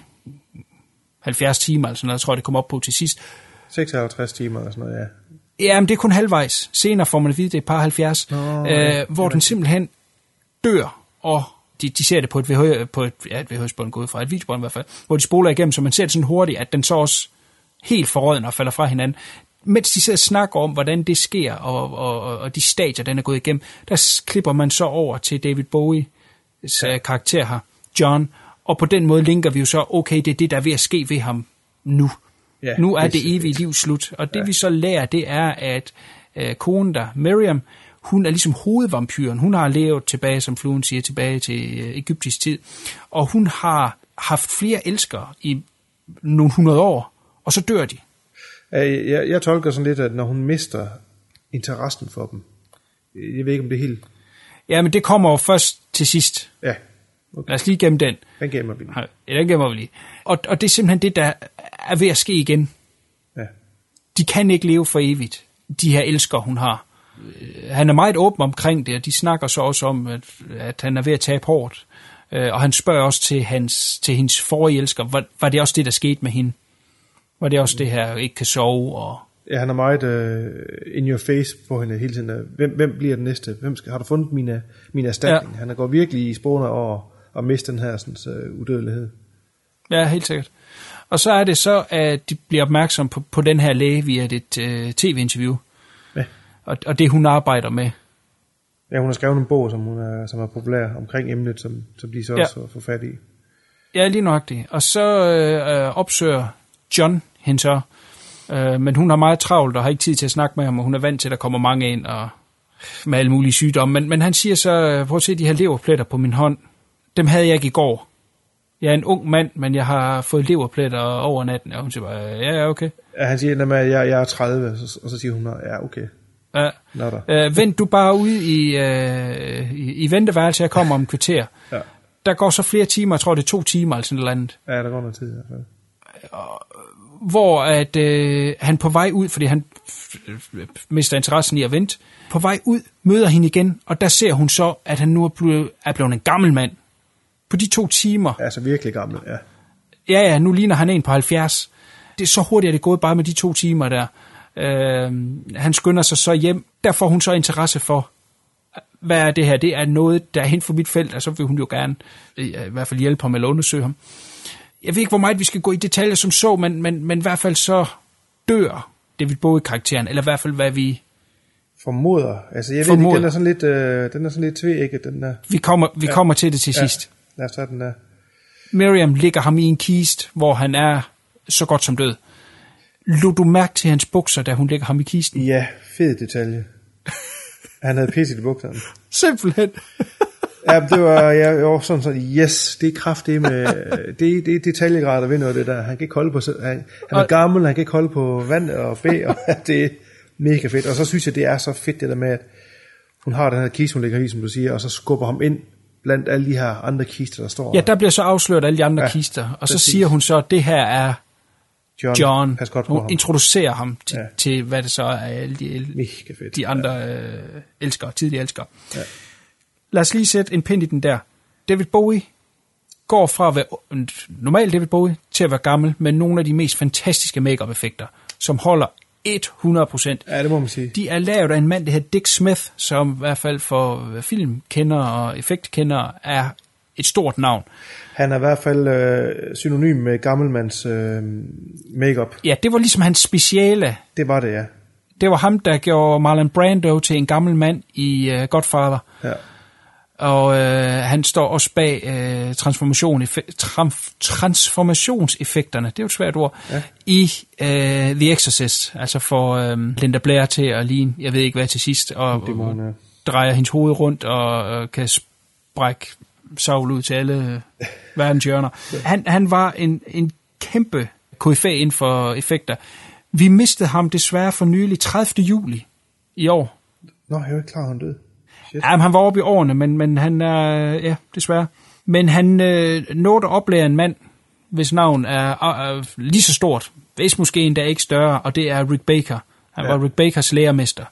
70 timer, eller sådan noget, jeg tror det kom op på til sidst. 56 timer eller sådan noget, ja. Ja, men det er kun halvvejs. Senere får man at vide, det er et par 70, hvor den simpelthen dør, og de ser det på et VHS-bånd, gået fra et videobånd i hvert fald, hvor de spoler igennem, så man ser det sådan hurtigt, at den så også helt forrådner og falder fra hinanden. Mens de sidder og snakker om, hvordan det sker, og de stadier, den er gået igennem, der klipper man så over til David Bowies karakter her, John, og på den måde linker vi jo så, okay, det er det, der er ved at ske ved ham nu. Ja, nu er det evige liv slut, og det vi så lærer, det er, at konen der, Miriam, hun er ligesom hovedvampyren. Hun har levet tilbage, som fluen siger, tilbage til egyptisk tid. Og hun har haft flere elskere i nogle 100 år, og så dør de. Jeg tolker sådan lidt, at når hun mister interessen for dem, jeg ved ikke, om det er helt... Ja, men det kommer jo først til sidst. Ja. Okay. Lad os lige gemme den. Den gemmer vi. Ja, den gemmer vi lige. Og det er simpelthen det, der er ved at ske igen. Ja. De kan ikke leve for evigt, de her elskere, hun har. Han er meget åben omkring det, og de snakker så også om, at han er ved at tabe hårdt. Og han spørger også til hendes forrige elsker, var det også det, der skete med hende? Var det også det her, ikke kan sove? Og... Ja, han er meget in your face på hende hele tiden. Hvem bliver den næste? Har du fundet min erstatning? Ja. Han er gået virkelig i sporene over at miste den her sådan, udødelighed. Ja, helt sikkert. Og så er det så, at de bliver opmærksom på den her læge via et tv-interview. Ja. Og det, hun arbejder med. Ja, hun har skrevet en bog, som er populær omkring emnet, som de så også får fat i. Ja, lige nøjagtigt. Og så opsøger John hende så, men hun har meget travlt og har ikke tid til at snakke med ham, og hun er vant til, at der kommer mange ind og med alle mulige sygdomme. Men han siger så, prøv at se de her leverpletter på min hånd. Dem havde jeg ikke i går. Jeg er en ung mand, men jeg har fået leverpletter over natten. Og hun siger bare, ja, okay. Ja, han siger, at jeg er 30, og så siger hun, ja, okay. Ja. Vent du bare ude i venteværelset, jeg kommer om en kvarter. Ja. Der går så flere timer, jeg tror det er 2 timer eller sådan noget andet. Ja, der går noget tid i hvert fald. Hvor at, han på vej ud, fordi han mister interessen i at vente, på vej ud møder hende igen, og der ser hun så, at han nu er blevet en gammel mand. På de 2 timer. Altså virkelig gammel, ja. Ja, nu ligner han en på 70. Det er så hurtigt, at det er gået bare med de 2 timer der. Han skynder sig så hjem. Der får hun så interesse for, hvad er det her? Det er noget, der er hen for mit felt, og så vil hun jo gerne i hvert fald hjælpe ham eller undersøge ham. Jeg ved ikke, hvor meget vi skal gå i detaljer som så, men i hvert fald så dør David Bowie-karakteren, eller i hvert fald hvad vi formoder. Altså jeg ved ikke, den er sådan lidt tveægget, den der. Vi kommer til det til sidst. Lad os tage den der. Miriam ligger ham i en kiste, hvor han er så godt som død. Lod du mærke til hans bukser, da hun lægger ham i kisten? Ja, fed detalje. Han havde pisse i bukserne. Simpelthen. Ja, det var, jeg var sådan, yes, det er kraftigt med, det er detaljegrader ved noget det der. Han kan ikke holde på, han er gammel, han kan ikke holde på vand og bæ, og det er mega fedt. Og så synes jeg, det er så fedt det der med, at hun har den her kiste, hun lægger i, som du siger, og så skubber ham ind blandt alle de her andre kister, der står. Ja, der bliver så afsløret alle de andre kister, og så siger hun så, at det her er John. Hun introducerer ham til, hvad det så er, alle de andre tidlige elskere. Ja. Lad os lige sætte en pind i den der. David Bowie går fra at være normal David Bowie til at være gammel med nogle af de mest fantastiske make-up-effekter, som holder 100%. Ja, det må man sige. De er lavet af en mand, der hedder Dick Smith, som i hvert fald for filmkendere og effektkendere er et stort navn. Han er i hvert fald synonym med gammelmands make-up. Ja, det var ligesom hans speciale. Det var det, ja. Det var ham, der gjorde Marlon Brando til en gammel mand i Godfather. Ja. Og han står også bag transformationseffekterne, det er jo et svært ord, i The Exorcist, altså for Linda Blair til at ligne, jeg ved ikke hvad til sidst, og drejer hendes hoved rundt og kan sprække Saul ud til alle verdens hjørner. Han var en kæmpe koryfæ inden for effekter. Vi mistede ham desværre for nylig 30. juli i år. Nå, jeg er jo ikke klar, han døde. Ja, han var oppe i årene, men han er, desværre. Men han nåede at oplære en mand, hvis navn er lige så stort, hvis måske endda ikke større, og det er Rick Baker. Han var Rick Bakers lærermester.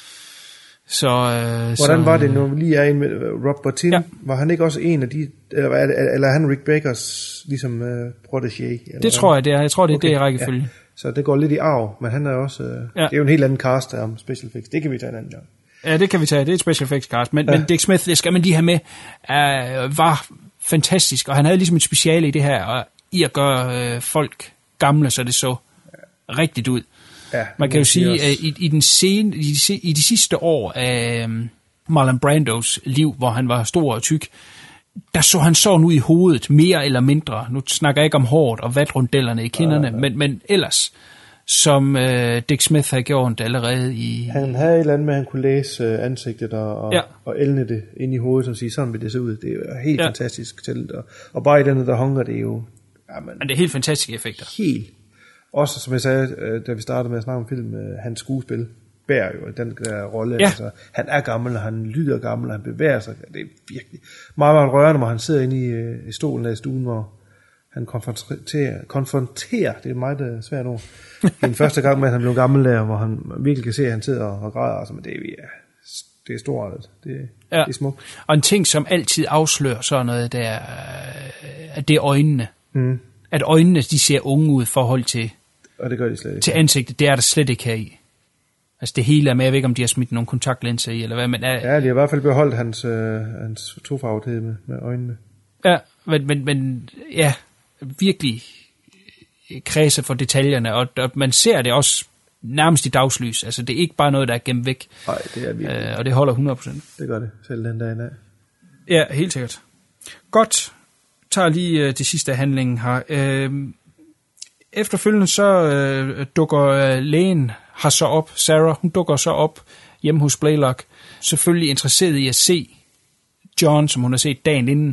Hvordan var det, når vi lige er inde med Rob Bottin? Ja. Var han ikke også en af de, eller er han Rick Bakers ligesom protégé? Det tror jeg, det er. Jeg tror, det er det i rækkefølge. Ja. Så det går lidt i arv, men han er også, det er jo en helt anden cast om special effects. Det kan vi tage en anden gang. Ja, det kan vi tage. Det er et special effects cast. Men Dick Smith, det skal man lige have med, var fantastisk. Og han havde ligesom et speciale i det her, i at gøre folk gamle, så det så rigtigt ud. Ja, man kan jo sige, at i de sidste år af Marlon Brandos liv, hvor han var stor og tyk, der så han sådan ud i hovedet, mere eller mindre. Nu snakker jeg ikke om håret og vatrundellerne i kinderne, men ellers, som Dick Smith havde gjort allerede i... Han havde et eller andet med, at han kunne læse ansigtet og elne det ind i hovedet, som siger, sådan vil det se ud. Det er jo helt fantastisk til. Og bare i den der hunger, det er jo... Men det er helt fantastiske effekter. Helt. Også, som jeg sagde, da vi startede med at snakke om film, hans skuespil bærer jo den der rolle. Ja. Altså, han er gammel, og han lyder gammel, og han bevæger sig. Det er virkelig meget, meget rørende, hvor han sidder inde i stolen af stuen, hvor han konfronterer, det er meget svært nu, den første gang med, at han blev gammel der, hvor han virkelig kan se, at han sidder og græder. Altså, men det er stort. Det er smukt. Og en ting, som altid afslører sådan noget, det er øjnene. Mm. At øjnene, de ser unge ud i forhold til, og det gør de slet ikke. Til ansigtet. Det er der slet ikke her i. Altså det hele er med, jeg ved ikke, om de har smidt nogle kontaktlinser i, eller hvad, men... Ja, de har i hvert fald beholdt hans tofarvethed med øjnene. Ja, men ja, virkelig kredser for detaljerne, og man ser det også nærmest i dagslys. Altså det er ikke bare noget, der er gemt væk. Nej, det er virkelig. Og det holder 100%. Det gør det, selv den dag i dag. Ja, helt sikkert. Godt. Tager lige de sidste handlingen her. Efterfølgende så dukker lægen her så op, Sarah, hun dukker så op hjemme hos Blaylock, selvfølgelig interesseret i at se John, som hun har set dagen inden,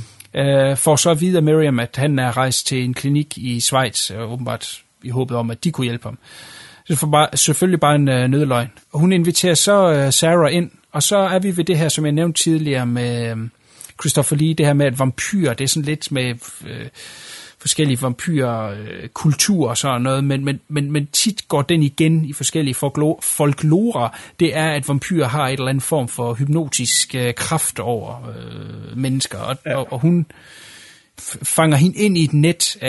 får så at vide af Miriam, at han er rejst til en klinik i Schweiz, åbenbart i håbet om, at de kunne hjælpe ham. Det er selvfølgelig bare en nødløgn. Hun inviterer så Sarah ind, og så er vi ved det her, som jeg nævnte tidligere med Christopher Lee, det her med, at vampyrer, det er sådan lidt med forskellige vampyrkulturer og sådan noget, men tit går den igen i forskellige folklore. Det er, at vampyrer har et eller andet form for hypnotisk kraft over mennesker, og hun fanger hende ind i et net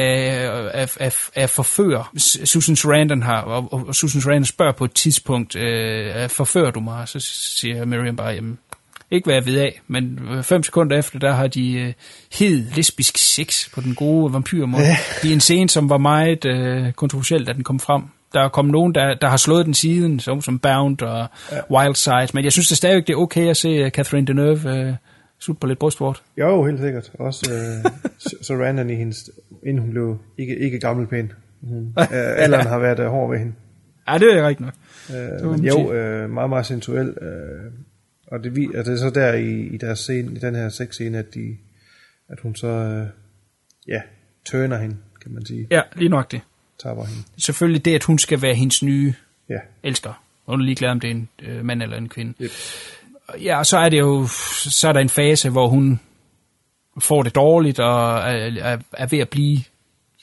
af forfører. Susan Sarandon har, og Susan Sarandon spørger på et tidspunkt, forfører du mig? Så siger Miriam bare, jamen, ikke hvad jeg ved af, men 5 sekunder efter, der har de hed lesbisk sex på den gode vampyrmåde. Ja. Det er en scene, som var meget kontroversiel, da den kom frem. Der er kommet nogen, der har slået den siden, som Bound og Wild Side, men jeg synes det stadigvæk, det er okay at se Catherine Deneuve sutte på lidt brystvort. Jo, helt sikkert. Også Sarandon i hendes, inden hun blev ikke gammel pæn. Alderen har været hård ved hende. Ja, det er rigtigt nok. Meget, meget sensuel. Og det er så der i deres scene, i den her sexscene, at hun så tørner hende, kan man sige. Ja, lige nok det. Tapper hende. Selvfølgelig det, at hun skal være hendes nye elsker. Hun er ligeglad, om det er en mand eller en kvinde. Yep. Ja, og så er det jo, så er der en fase, hvor hun får det dårligt og er ved at blive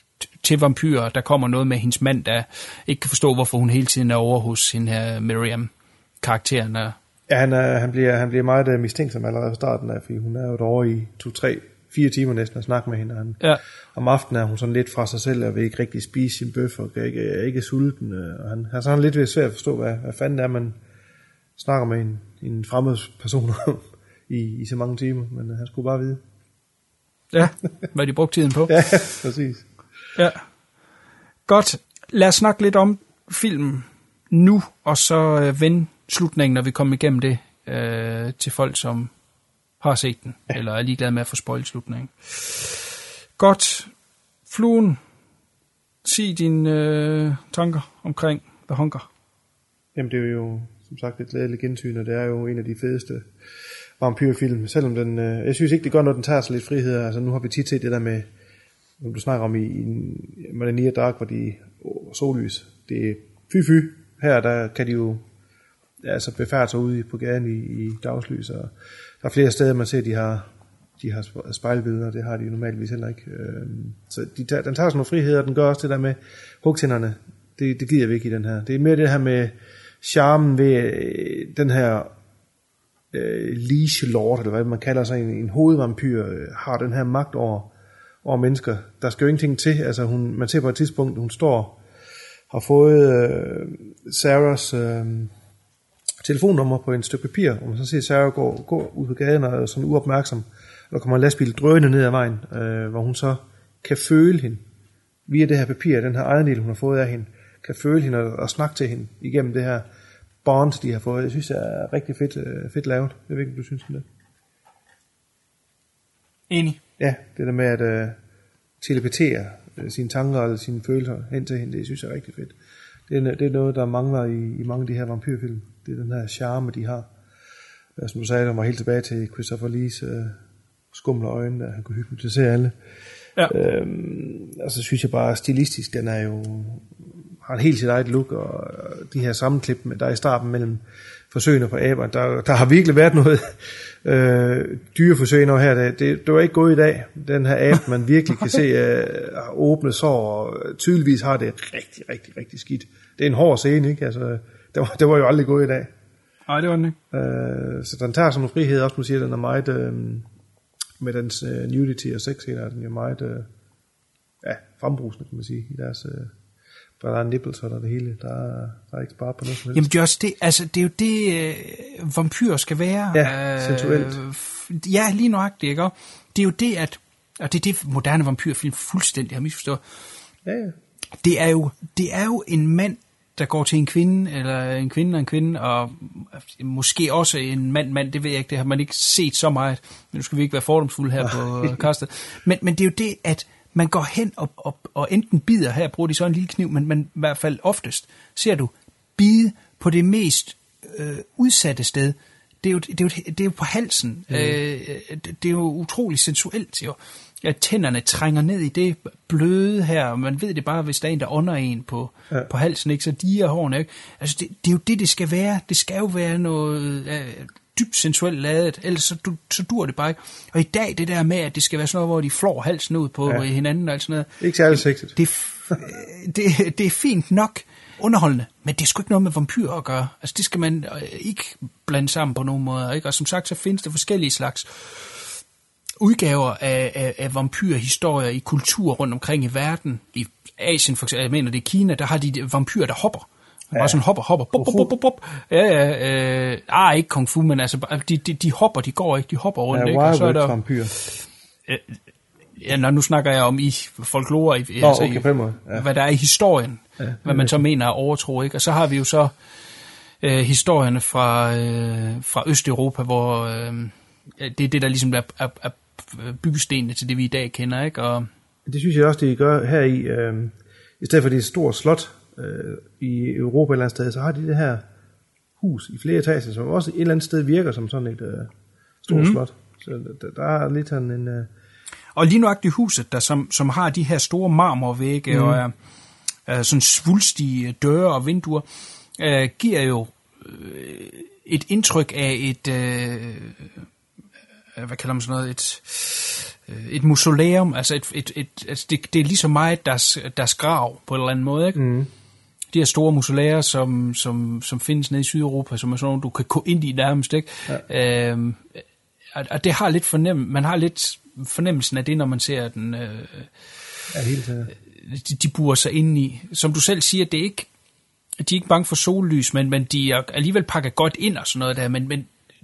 til vampyrer. Der kommer noget med hendes mand, der ikke kan forstå, hvorfor hun hele tiden er over hos hende her Miriam-karakteren. Ja, han bliver meget mistænksom allerede fra starten af, fordi hun er jo derovre i 2-3-4 timer næsten at snakke med hende. Om aftenen er hun sådan lidt fra sig selv, og vil ikke rigtig spise sin bøf, og er ikke sulten. Og han har sådan lidt svært at forstå, hvad fanden er, man snakker med en fremmed person i så mange timer, men han skulle bare vide. Ja, hvad de brugte tiden på. Ja, præcis. Ja. Godt. Lad os snakke lidt om filmen nu, og så vende slutningen, når vi kommer igennem det, til folk, som har set den, eller er ligeglade med at få spoilet slutningen. Godt. Fluen, sig dine tanker omkring The Hunger. Jamen, det er jo som sagt et glædeligt gensyn, og det er jo en af de fedeste vampyrfilm, selvom den, jeg synes ikke, det gør noget, den tager sig lidt frihed. Altså, nu har vi tit set det der med, som du snakker om i Melania Dark, hvor de sollys, det er fy. Her, der kan de jo altså befærde sig ude på gaden i dagslys, og der er flere steder, man ser, de har spejlbilleder, det har de normalvis heller ikke. Så den tager sådan nogle friheder, og den gør også det der med hugtænderne. Det gider vi ikke i den her. Det er mere det her med charmen ved den her leash lord, eller hvad man kalder sig, en hovedvampyr, har den her magt over mennesker. Der skal jo ingenting til. Altså man ser på et tidspunkt, hun har fået Sarahs telefonnummer på et stykke papir, og man så ser Sarah gå ud på gaden og er sådan uopmærksom, og der kommer en lastbil drønende ned ad vejen, hvor hun så kan føle hende via det her papir, den her ejendel, hun har fået af hende, kan føle hende og snakke til hende igennem det her bond, de har fået. Jeg synes, det er rigtig fedt lavet. Jeg ved ikke, om du synes om det. Enig. Ja, det der med at telepatere sine tanker eller sine følelser hen til hende, det synes jeg er rigtig fedt. Det er noget, der mangler i mange af de her vampyrfilm. Det er den her charme, de har. Som du sagde, der var helt tilbage til Christopher Lees skumle øjne, der han kunne hypnotisere alle. Ja. Og så synes jeg bare, stilistisk, den er jo har en helt sit eget look, og de her sammenklip, der er i starten mellem forsøgene på aber, der har virkelig været noget dyreforsøg her. Det var ikke gået i dag. Den her abe, man virkelig kan se åbne sår, og tydeligvis har det rigtig, rigtig, rigtig skidt. Det er en hård scene, ikke? Altså, det var jo aldrig gået i dag. Nej, det var den ikke. Så den tager sådan en frihed, også man siger, den er meget, med dens nudity og sex, der er den jo meget frembrusende, kan man sige, i deres... Der er nipples, og der er det hele. Der er ikke sparet på noget som helst. Jamen det er også det, altså det er jo det, vampyrer skal være. Ja, sensuelt. Ja, lige nøjagtigt, ikke? Det er jo det, og det er det moderne vampyrfilm fuldstændig har misforstået. Ja. Det er jo en mand, der går til en kvinde, eller en kvinde og en kvinde, og måske også en mand, det ved jeg ikke, det har man ikke set så meget. Men nu skal vi ikke være fordomsfulde her på castet. Men det er jo det, at man går hen og enten bider, her bruger de så en lille kniv, men i hvert fald oftest ser du bide på det mest udsatte sted. Det er jo på halsen. Det er jo utroligt sensuelt, jo. At tænderne trænger ned i det bløde her, og man ved det bare, hvis der er en, der ånder en på halsen, ikke? Så de er hårene, ikke? Altså, det er jo det skal være. Det skal jo være noget dybt sensuelt ladet, ellers så dur det bare ikke. Og i dag, det der med, at det skal være sådan noget, hvor de flår halsen ud på hinanden og alt sådan noget. Ikke særlig sexet. Det er fint nok underholdende, men det er sgu ikke noget med vampyrer at gøre. Altså, det skal man ikke blande sammen på nogen måde, ikke? Og som sagt, så findes der forskellige slags udgaver af vampyrhistorier i kultur rundt omkring i verden. I Asien, for eksempel, jeg mener det er Kina, der har de vampyrer, der hopper. Bare sådan hopper. Bop. Ja. Ikke kung fu, men altså, de hopper, de går ikke, de hopper rundt. Ja, og så er der vampyr. Ja, nu snakker jeg om i folklore, hvad der er i historien, hvad man så mener er overtro, ikke? Og så har vi jo så historierne fra Østeuropa, hvor det er det, der ligesom er byggestenene til det, vi i dag kender, ikke? Og det synes jeg også, de gør her i stedet for det store slot i Europa et eller andet sted, så har de det her hus i flere etager, som også et eller andet sted virker som sådan et stort slot. Så der er lidt sådan en... Og lige nuagtigt huset, der som har de her store marmorvægge og er sådan svulstige døre og vinduer, giver jo et indtryk af et... hvad kalder man sådan noget? et mausoleum, altså altså det er lige så meget deres grav på en eller anden måde, ikke? Mm. De her store mausoleer, som findes nede i Sydeuropa, som er sådan nogle, du kan gå ind i nærmest, ikke? Ja. Og det har lidt man har lidt fornemmelsen af det, når man ser den. Ja, helt de burer sig ind i. Som du selv siger, de er ikke bange for sollys, men de er alligevel pakket godt ind og sådan noget der, men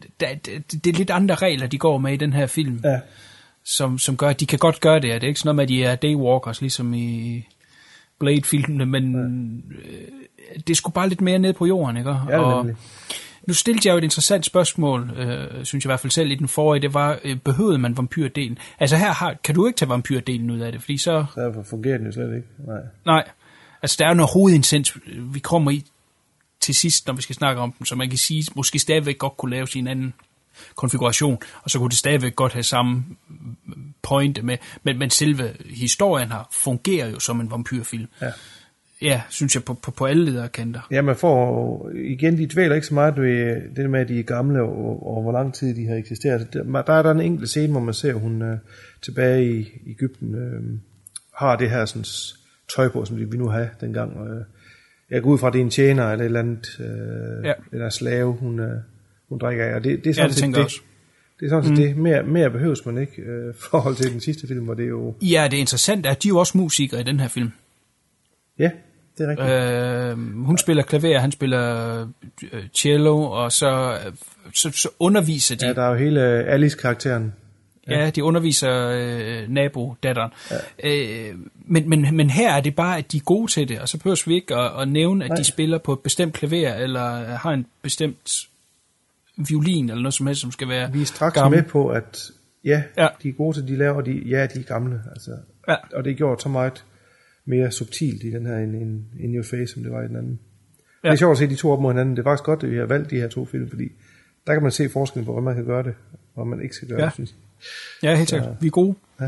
det er lidt andre regler, de går med i den her film, ja. som gør, at de kan godt gøre det. Det er ikke sådan noget med, at de er daywalkers, ligesom i Blade-filmene, men det er sgu bare lidt mere ned på jorden, ikke? Ja, og nu stillede jeg jo et interessant spørgsmål, synes jeg i hvert fald selv i den forrige, det var, behøvede man vampyrdelen? Altså her kan du ikke tage vampyrdelen ud af det, fordi så fungerer den jo slet ikke. Nej, altså der er jo noget hovedintens, vi kommer i til sidst, når vi skal snakke om den, så man kan sige, måske stadigvæk godt kunne lave sin anden konfiguration, og så kunne det stadigvæk godt have samme pointe med, men selve historien her fungerer jo som en vampyrfilm. Ja. Ja, synes jeg, på alle lederkanter. Ja, man får igen, de dvæler ikke så meget ved det med, at de er gamle, og hvor lang tid de har eksisteret. Der er en enkelt scene, hvor man ser, at hun tilbage i Egypten har det her sådan, tøj på, som vi nu har dengang. Jeg går ud fra, at det er en tjener eller et eller andet, eller slave, hun drikker af. Og det er sådan det tænker jeg også. Det er sådan det. Mere behøves man ikke forhold til den sidste film, hvor det er jo... Ja, det er interessant, at de er jo også musikere i den her film. Ja, det er rigtigt. Hun spiller klaver, han spiller cello, og så underviser de... Ja, der er jo hele Alice-karakteren. Ja, de underviser nabodatteren. Ja. Men her er det bare, at de er gode til det, og så behøver vi ikke at nævne, at de spiller på et bestemt klaver, eller har en bestemt violin, eller noget som helst, som skal være vi er straks gammel. Med på, at de er gode til, de laver, og de er gamle. Altså. Ja. Og det er gjort så meget mere subtilt i den her In Your Face, som det var i den anden. Ja. Det er sjovt at se de to op mod hinanden. Det er faktisk godt, at vi har valgt de her to film, fordi der kan man se forskellen på, hvordan man kan gøre det, og hvordan man ikke skal gøre det, synes jeg. Ja, helt sikkert. Vi er gode. Ja.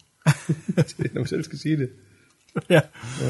Det er, når man selv skal sige det. Ja.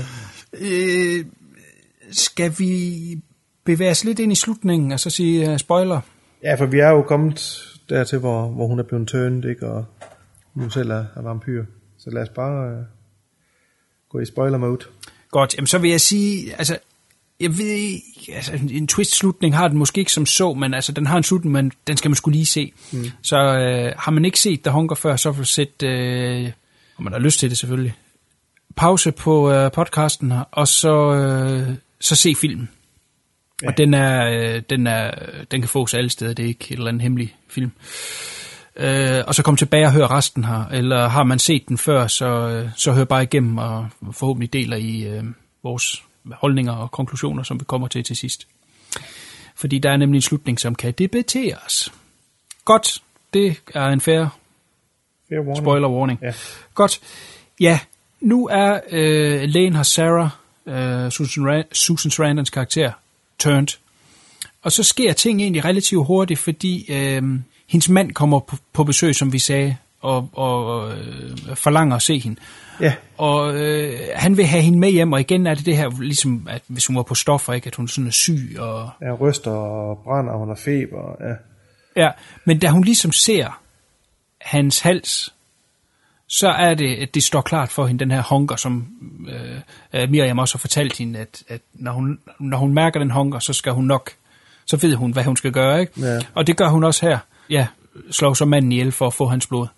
Skal vi bevæge os lidt ind i slutningen, og så sige spoiler? Ja, for vi er jo kommet dertil, hvor hun er blevet turned, ikke? Og hun selv er vampyr. Så lad os bare gå i spoiler mode. Godt, jamen så vil jeg sige, altså, jeg ved ikke, altså en twist-slutning har den måske ikke som så, men altså den har en slutning, men den skal man skulle lige se. Mm. Så har man ikke set The Hunger før, så får sætte, om man har lyst til det selvfølgelig, pause på podcasten her, og så se filmen. Ja. Og den kan fås alle steder, det er ikke et eller andet hemmelig film. Og så kom tilbage og hør resten her, eller har man set den før, så hør bare igennem, og forhåbentlig deler i vores holdninger og konklusioner, som vi kommer til sidst. Fordi der er nemlig en slutning, som kan debatteres. Godt, det er en fair warning. Spoiler warning. Ja. Godt, ja, nu er lægen her Sarah, Susan Sarandons karakter, turned. Og så sker ting egentlig relativt hurtigt, fordi hendes mand kommer på besøg, som vi sagde, og forlanger at se hende. Ja. Og han vil have hende med hjem, og igen er det her, ligesom at hvis hun var på stoffer, ikke, at hun sådan er syg. Og ja, ryster og brænder, og hun har feber. Ja. Ja, men da hun ligesom ser hans hals, så er det, at det står klart for hende, den her hunger, som Miriam også har fortalt hende, at når hun mærker den hunger, så skal hun nok, så ved hun, hvad hun skal gøre, ikke? Ja. Og det gør hun også her. Ja, slår så manden ihjel for at få hans blod.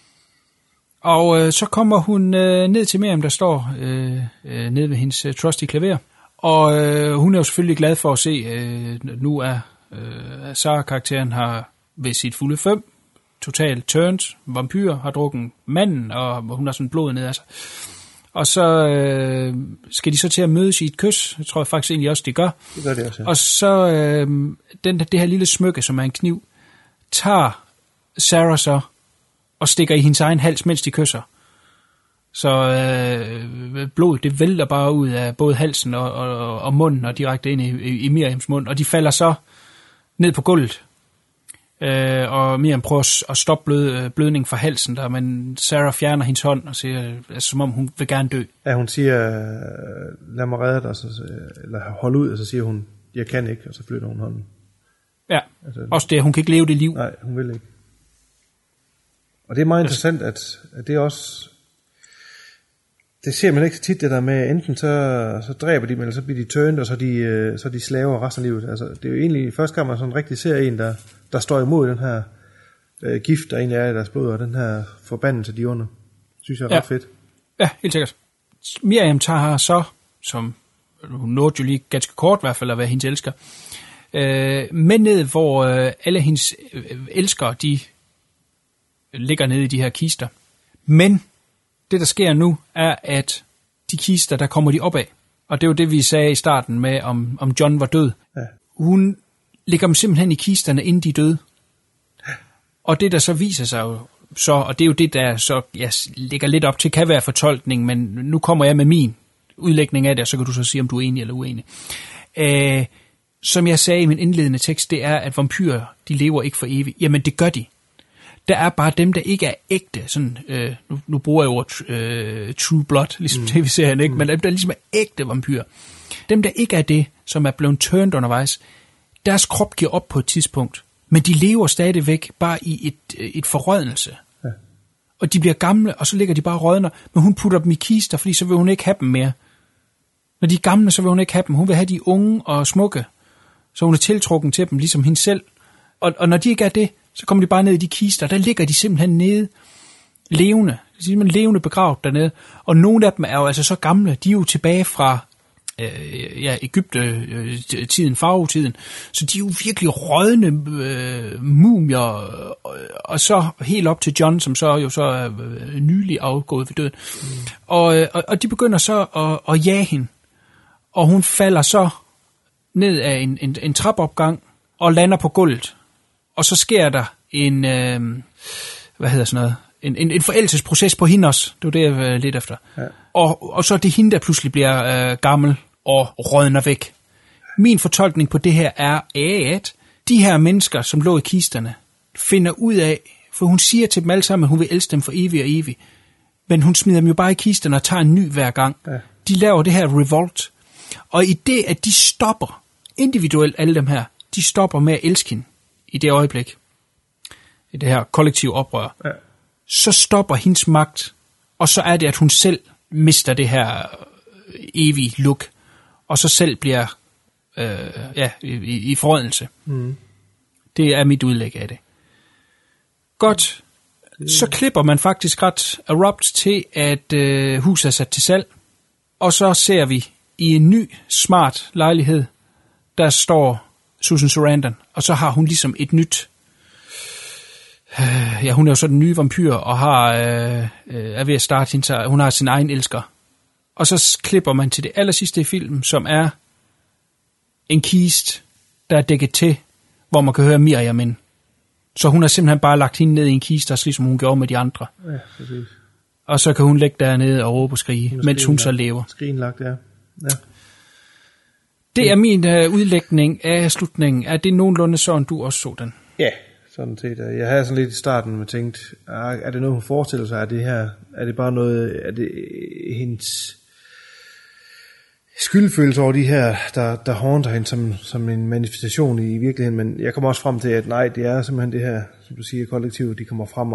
Og så kommer hun ned til Miriam, der står ned ved hendes trusty klaver. Og hun er jo selvfølgelig glad for at se, nu er Sarah-karakteren har ved sit fulde 5, totalt turned, vampyr, har drukket manden, og hun har sådan blod ned af sig. Og så skal de så til at mødes i et kys. Det tror jeg faktisk egentlig også, de gør. Det gør det også, ja. Og så det her lille smykke, som er en kniv, tager Sarah så og stikker i hendes egen hals, mens de kysser. Så blodet, det vælter bare ud af både halsen og munden, og direkte ind i Miriams mund. Og de falder så ned på gulvet. Og Miriam prøver at stoppe blødningen fra halsen der, men Sarah fjerner hendes hånd og siger, altså, som om hun vil gerne dø. Ja, hun siger, lad mig redde dig, eller hold ud, og så siger hun, jeg kan ikke, og så flytter hun hånden. Ja, altså, også det, hun kan ikke leve det liv. Nej, hun vil ikke. Og det er meget interessant, at det er også... Det ser man ikke så tit, det der med, enten så dræber de dem, eller så bliver de turned, og så er de slaver resten af livet. Altså, det er jo egentlig første gang, man sådan rigtig ser en, der står imod den her gift, der egentlig er i deres blod, og den her forbandelse, de under. Synes jeg er ret fedt. Ja, helt sikkert. Miriam tager så, som hun nåede jo lige ganske kort i hvert fald, at være hendes elsker, med ned, hvor alle hendes elskere, de ligger nede i de her kister. Men det, der sker nu, er, at de kister, der kommer de opad. Og det er jo det, vi sagde i starten med, om John var død. Ja. Hun lægger dem simpelthen i kisterne, inden de er døde. Og det, der så viser sig jo så, og det er jo det, der så jeg lægger lidt op til, kan være fortolkning, men nu kommer jeg med min udlægning af det, og så kan du så sige, om du er enig eller uenig. Som jeg sagde i min indledende tekst, det er, at vampyrer, de lever ikke for evigt. Jamen, det gør de. Der er bare dem, der ikke er ægte, sådan, nu bruger jeg ordet True Blood, ligesom tv-serien, ikke? Men dem, der ligesom er ægte vampyrer. Dem, der ikke er det, som er blevet turned undervejs, deres krop giver op på et tidspunkt, men de lever stadigvæk bare i et forrådnelse. Ja. Og de bliver gamle, og så ligger de bare og rådner, men hun putter dem i kister, fordi så vil hun ikke have dem mere. Når de er gamle, så vil hun ikke have dem. Hun vil have de unge og smukke, så hun er tiltrukken til dem, ligesom hende selv. Og når de ikke er det, så kommer de bare ned i de kister, der ligger de simpelthen nede levende. Det er simpelthen levende begravet dernede. Og nogle af dem er jo altså så gamle, de er jo tilbage fra Egypte-tiden, farvetiden. Så de er jo virkelig rådne mumier, og så helt op til John, som så er nylig afgået ved døden. Og de begynder så at jage hende. Og hun falder så ned af en trappeopgang og lander på gulvet. Og så sker der en forældelsesproces på hende også. Det var det, jeg var lidt efter. Ja. Og så er det hende, der pludselig bliver gammel og rådner væk. Min fortolkning på det her er, at de her mennesker, som lå i kisterne, finder ud af, for hun siger til dem alle sammen, at hun vil elske dem for evigt og evigt. Men hun smider dem jo bare i kisterne og tager en ny hver gang. Ja. De laver det her revolt. Og i det, at de stopper, individuelt alle dem her, de stopper med at elske hende i det øjeblik, i det her kollektive oprør, ja. Så stopper hendes magt, og så er det, at hun selv mister det her evige look, og så selv bliver i forrådnelse. Mm. Det er mit udlæg af det. Godt. Så klipper man faktisk ret abrupt til, at huset er sat til salg, og så ser vi i en ny, smart lejlighed, der står Susan Sarandon, og så har hun ligesom et nyt... hun er jo så den nye vampyr, og er ved at starte hende, så hun har sin egen elsker. Og så klipper man til det allersidste i filmen, som er en kist, der er dækket til, hvor man kan høre Miriam ind. Så hun har simpelthen bare lagt hende ned i en kiste, ligesom hun gjorde med de andre. Ja, præcis. Og så kan hun ligge dernede og råbe og skrige, mens hun så lever. Skrinlagt, ja. Det er min udlægning af slutningen. Er det nogenlunde sådan, du også så den? Ja, sådan set. Jeg havde sådan lidt i starten med tænkt, er det noget, hun forestiller sig? Er det bare noget, er det hendes skyldfølelse over de her, der haunter hende som en manifestation i virkeligheden? Men jeg kommer også frem til, at nej, det er simpelthen det her, som du siger, kollektivet, de kommer frem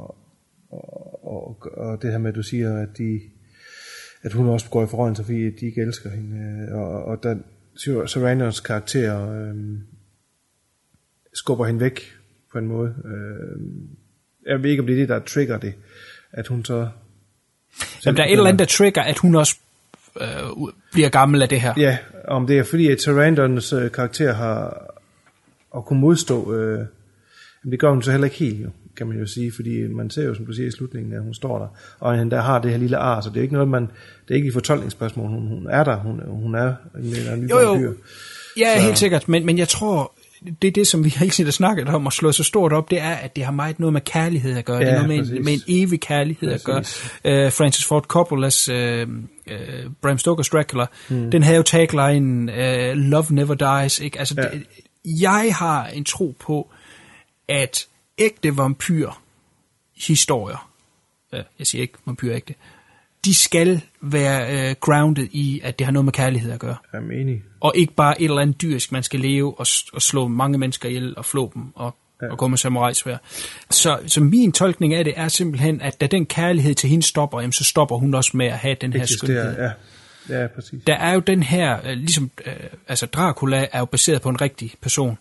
og det her med, at du siger, at hun også går i forrådelse, fordi de ikke elsker hende. Og der Sarandons karakter skubber hende væk på en måde. Jeg ved ikke, om det er det, der trigger det, at hun så... Jamen, der er et eller andet, der trigger, at hun også bliver gammel af det her. Ja, om det er fordi, at Sarandons karakter har at kunne modstå... det gør hun så heller ikke helt, jo, kan man jo sige, fordi man ser jo, som du siger i slutningen, at hun står der, og han der har det her lille ar, så det er ikke noget, det er ikke et fortolkningsspørgsmål, hun er der, hun er en ny vampyr. Ja, så. Helt sikkert, men jeg tror, det er det, som vi hele tiden har snakket om, og slået så stort op, det er, at det har meget noget med kærlighed at gøre, det er noget med en evig kærlighed at gøre. Francis Ford Coppola's Bram Stoker's Dracula, den havde jo tagline, Love Never Dies, ikke? Altså, jeg har en tro på, at ægte vampyrhistorier, jeg siger ikke vampyrægte, de skal være grounded i, at det har noget med kærlighed at gøre. Jeg er enig. Og ikke bare et eller andet dyrisk, man skal leve og slå mange mennesker ihjel og flå dem og og gå med samurajsvær. Så min tolkning af det er simpelthen, at da den kærlighed til hende stopper, jamen, så stopper hun også med at have den her skønhed. Ja, præcis. Der er jo den her, ligesom, altså Dracula er jo baseret på en rigtig person,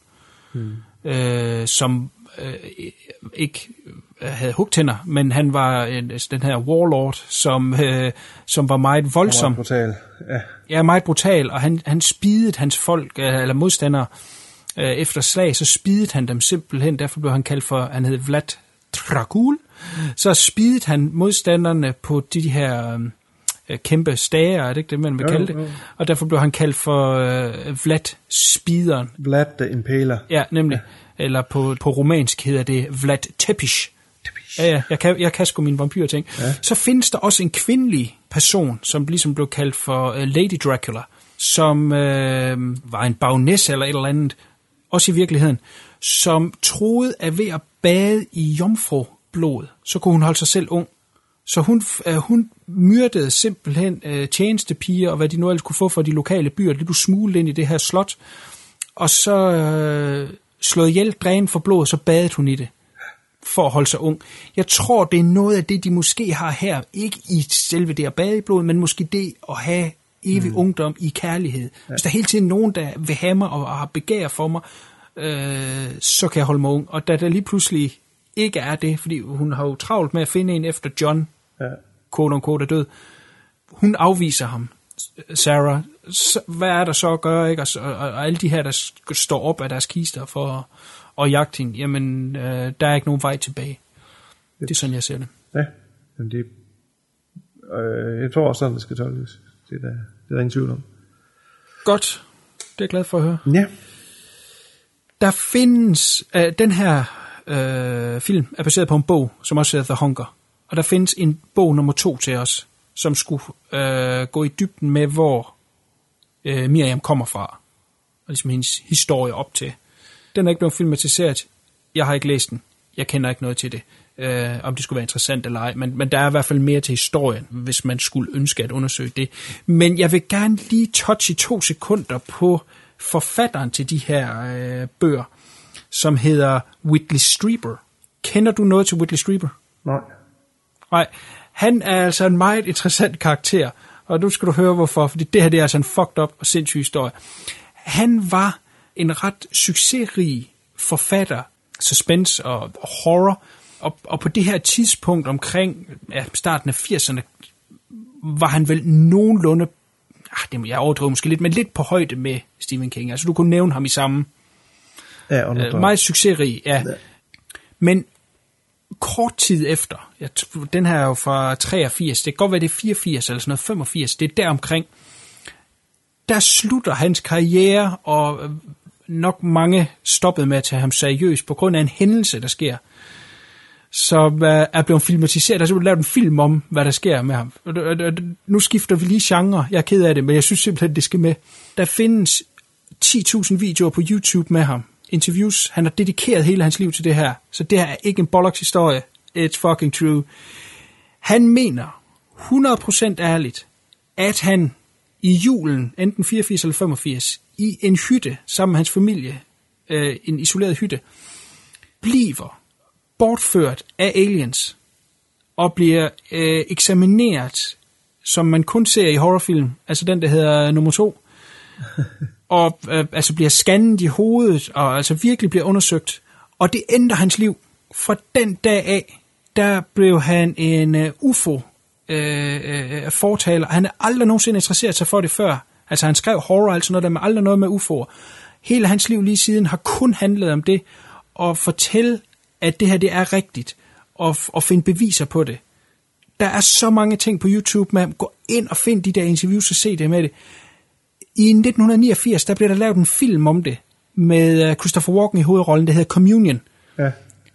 som ikke havde hugtænder, men han var den her warlord, som var meget voldsom. Meget brutal, ja. Ja, meget brutal, og han spidede hans folk, eller modstandere, efter slag, så spidede han dem simpelthen, derfor blev han kaldt for, han hed Vlad Dracul, så spidede han modstanderne på de her kæmpe stager, er det ikke det, man vil kalde det? Og derfor blev han kaldt for Vlad Spideren. Vlad the Impaler. Ja, nemlig. Ja. Eller på romansk hedder det Vlad Tepes. Ja, jeg kan sgu mine vampyr-ting. Ja. Så findes der også en kvindelig person, som ligesom blev kaldt for Lady Dracula, som var en baronesse eller et eller andet, også i virkeligheden, som troede, at ved at bade i jomfrublod, så kunne hun holde sig selv ung. Så hun myrdede simpelthen tjenestepiger, og hvad de nu ellers kunne få fra de lokale byer, det blev smuglet ind i det her slot, og så slået ihjel, drænet for blod, så badede hun i det, for at holde sig ung. Jeg tror, det er noget af det, de måske har her, ikke i selve det at bade i blod, men måske det at have evig ungdom i kærlighed. Ja. Hvis der er hele tiden nogen, der vil have mig og har begær for mig, så kan jeg holde mig ung. Og da der lige pludselig ikke er det, fordi hun har jo travlt med at finde en efter John, quote unquote, er død. Hun afviser ham, Sarah. Hvad er der så at gøre, ikke? Og alle de her, der står op af deres kister for at jagte hende, jamen, der er ikke nogen vej tilbage. Det er sådan, jeg ser det. Ja, men det jeg tror også sådan, det skal tolkes. Det er der ingen tvivl om. Godt. Det er jeg glad for at høre. Ja. Der findes den her film er baseret på en bog, som også hedder The Hunger. Og der findes en bog nummer 2 til os, som skulle gå i dybden med, hvor Miriam kommer fra. Og ligesom hendes historie op til. Den er ikke blevet filmatiseret. Jeg har ikke læst den. Jeg kender ikke noget til det. Om det skulle være interessant eller ej. Men der er i hvert fald mere til historien, hvis man skulle ønske at undersøge det. Men jeg vil gerne lige touche i 2 sekunder på forfatteren til de her bøger, som hedder Whitley Strieber. Kender du noget til Whitley Strieber? Nej. Han er altså en meget interessant karakter, og nu skal du høre hvorfor, fordi det her det er altså en fucked up og sindssyg historie. Han var en ret succesrig forfatter, suspense og horror, og på det her tidspunkt omkring starten af 80'erne, var han vel nogenlunde, jeg overdriver måske lidt, men lidt på højde med Stephen King. Altså du kunne nævne ham i samme. Ja, meget succesrig, ja. Men kort tid efter, den her er jo fra 83, det kan godt være det er 84 eller sådan noget, 85, det er deromkring, der slutter hans karriere, og nok mange stoppede med at tage ham seriøst på grund af en hændelse, der sker, som er blevet filmatiseret. Der er lavet en film om, hvad der sker med ham. Nu skifter vi lige genre. Jeg er ked af det, men jeg synes simpelthen, det skal med. Der findes 10.000 videoer på YouTube med ham. Interviews. Han har dedikeret hele hans liv til det her. Så det her er ikke en bollocks historie. It's fucking true. Han mener 100% ærligt, at han i julen, enten 84 eller 85, i en hytte sammen med hans familie, en isoleret hytte, bliver bortført af aliens og bliver eksamineret, som man kun ser i horrorfilm, altså den, der hedder nummer 2, og altså bliver scannet i hovedet, og altså virkelig bliver undersøgt, og det ændrer hans liv. Fra den dag af, der blev han en UFO fortaler. Han har aldrig nogensinde interesseret sig for det før. Altså han skrev horror, altså noget der med aldrig noget med UFO'er. Hele hans liv lige siden har kun handlet om det, og fortælle, at det her det er rigtigt, og finde beviser på det. Der er så mange ting på YouTube med ham. Gå ind og find de der interviews og se det med det. I 1989, der blev der lavet en film om det, med Christopher Walken i hovedrollen, der hedder Communion. Ja.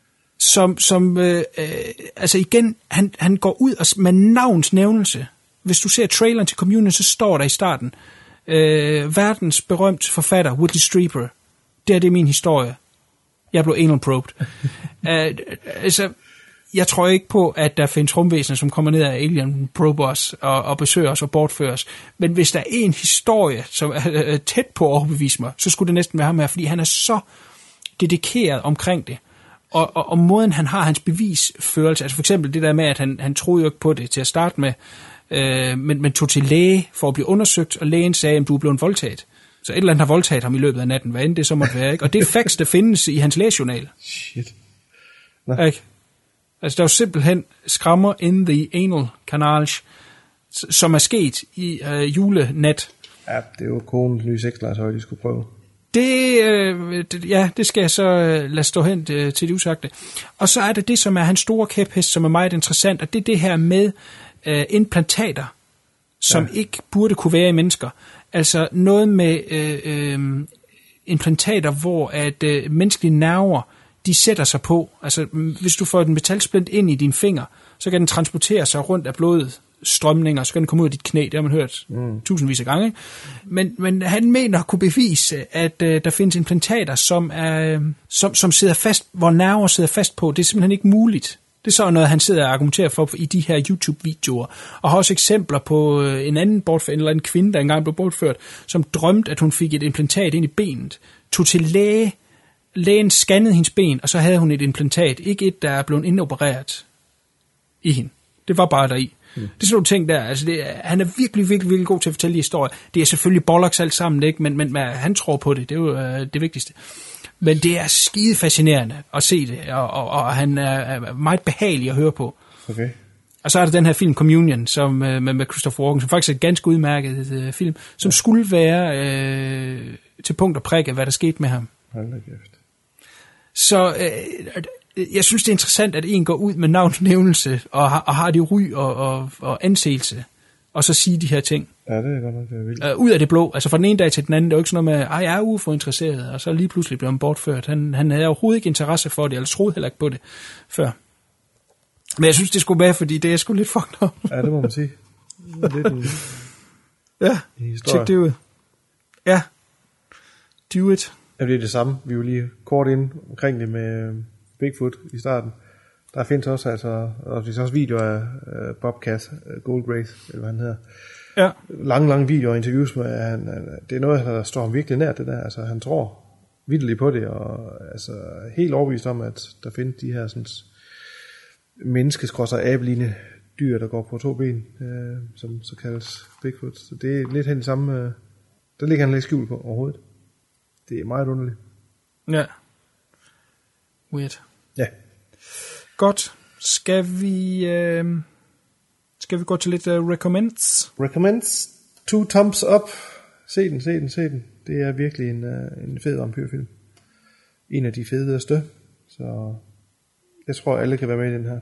Som altså igen, han går ud og med navnsnævnelse. Hvis du ser traileren til Communion, så står der i starten, verdens berømt forfatter, Whitley Strieber. Det er min historie. Jeg blev anal probed. Altså, jeg tror ikke på, at der findes rumvæsener, som kommer ned af alien probe os og besøger os og bortfører os. Men hvis der er en historie, som er tæt på at overbevise mig, så skulle det næsten være ham her, fordi han er så dedikeret omkring det. Og måden, han har hans bevisførelse, altså for eksempel det der med, at han troede jo ikke på det til at starte med, men tog til læge for at blive undersøgt, og lægen sagde, at du er blevet voldtaget. Så et eller andet har voldtaget ham i løbet af natten, hvad end det så måtte være, ikke? Og det er facts, der findes i hans lægejournal. Shit. Ikke? Altså, der er jo simpelthen skrammer in the anal canals, som er sket i julenat. Ja, det er jo konens nye sexlegetøj, de skulle prøve. Det skal jeg så lade stå hen til det usagte. Og så er det, som er hans store kæphest, som er meget interessant, og det er det her med implantater, som ikke burde kunne være i mennesker. Altså noget med implantater, hvor at menneskelige nerver, de sætter sig på. Altså hvis du får en metalsplint ind i din finger, så kan den transportere sig rundt af blodet, strømninger, så kan den komme ud af dit knæ, det har man hørt tusindvis af gange. Men han mener at kunne bevise, at der findes implantater, som sidder fast, hvor nerver sidder fast på. Det er simpelthen ikke muligt. Det er så noget, han sidder og argumenterer for i de her YouTube-videoer. Og har også eksempler på en anden bortført, eller en kvinde, der engang blev bortført, som drømte, at hun fik et implantat ind i benet, tog til læge, lægen scannede hendes ben, og så havde hun et implantat. Ikke et, der er blevet indopereret i hende. Det var bare deri. Det er sådan nogle ting der. Altså han er virkelig, virkelig, virkelig god til at fortælle historier. Det er selvfølgelig bollocks alt sammen, ikke? Men han tror på det. Det er jo det vigtigste. Men det er skide fascinerende at se det, og han er meget behagelig at høre på. Okay. Og så er der den her film Communion, som med Christopher Walken, som faktisk er et ganske udmærket film, som skulle være til punkt og prik af, hvad der skete med ham. Så jeg synes, det er interessant, at en går ud med navnsnævnelse, og har det ry og anseelse, og så sige de her ting. Ja, det er godt nok, det er vildt. Ud af det blå, altså fra den ene dag til den anden, det er jo ikke sådan noget med, jeg er UFO-interesseret, og så lige pludselig bliver han bortført. Han havde overhovedet ikke interesse for det, eller troede heller ikke på det før. Men jeg synes, det skulle være, fordi det er sgu lidt fucked up. Ja, det må man sige. Ja, tjek det ud. Ja, do it. Ja, det er det samme. Vi var lige kort ind omkring det med Bigfoot i starten. Der findes også, og det er også videoer af Bobcat Goldthwait, eller hvad han hedder. Ja. Lange videoer og interviews med, det er noget, der står ham virkelig nær det der. Altså, han tror vitterligt på det, og altså helt overbevist om, at der findes de her sådan menneskeskrosser abelignende dyr, der går på 2 ben, som så kaldes Bigfoot. Så det er lidt hen i samme, der ligger han lidt skjult på overhovedet. Det er meget underligt. Ja. Weird. Ja. Godt. Skal vi gå til lidt recommends? Recommends. 2 thumbs up. Se den. Det er virkelig en fed vampyrfilm. En af de fedeste. Så jeg tror, alle kan være med i den her.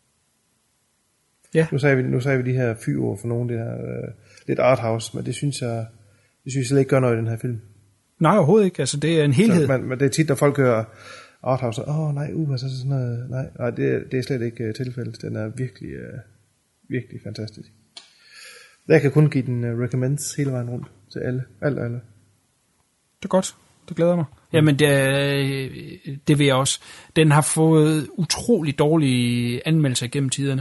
Ja. Nu sagde vi de her fyre for nogle, det her lidt arthouse, men det synes jeg slet ikke gør noget i den her film. Nej, overhovedet ikke. Altså, det er en helhed. Så, men det er tit, når folk hører arthouse, altså sådan noget, nej, det er slet ikke tilfældet. Den er virkelig, virkelig fantastisk. Jeg kan kun give den recommends hele vejen rundt til alle. Alle. Det er godt. Det glæder mig. Jamen, det vil jeg også. Den har fået utrolig dårlige anmeldelser gennem tiderne.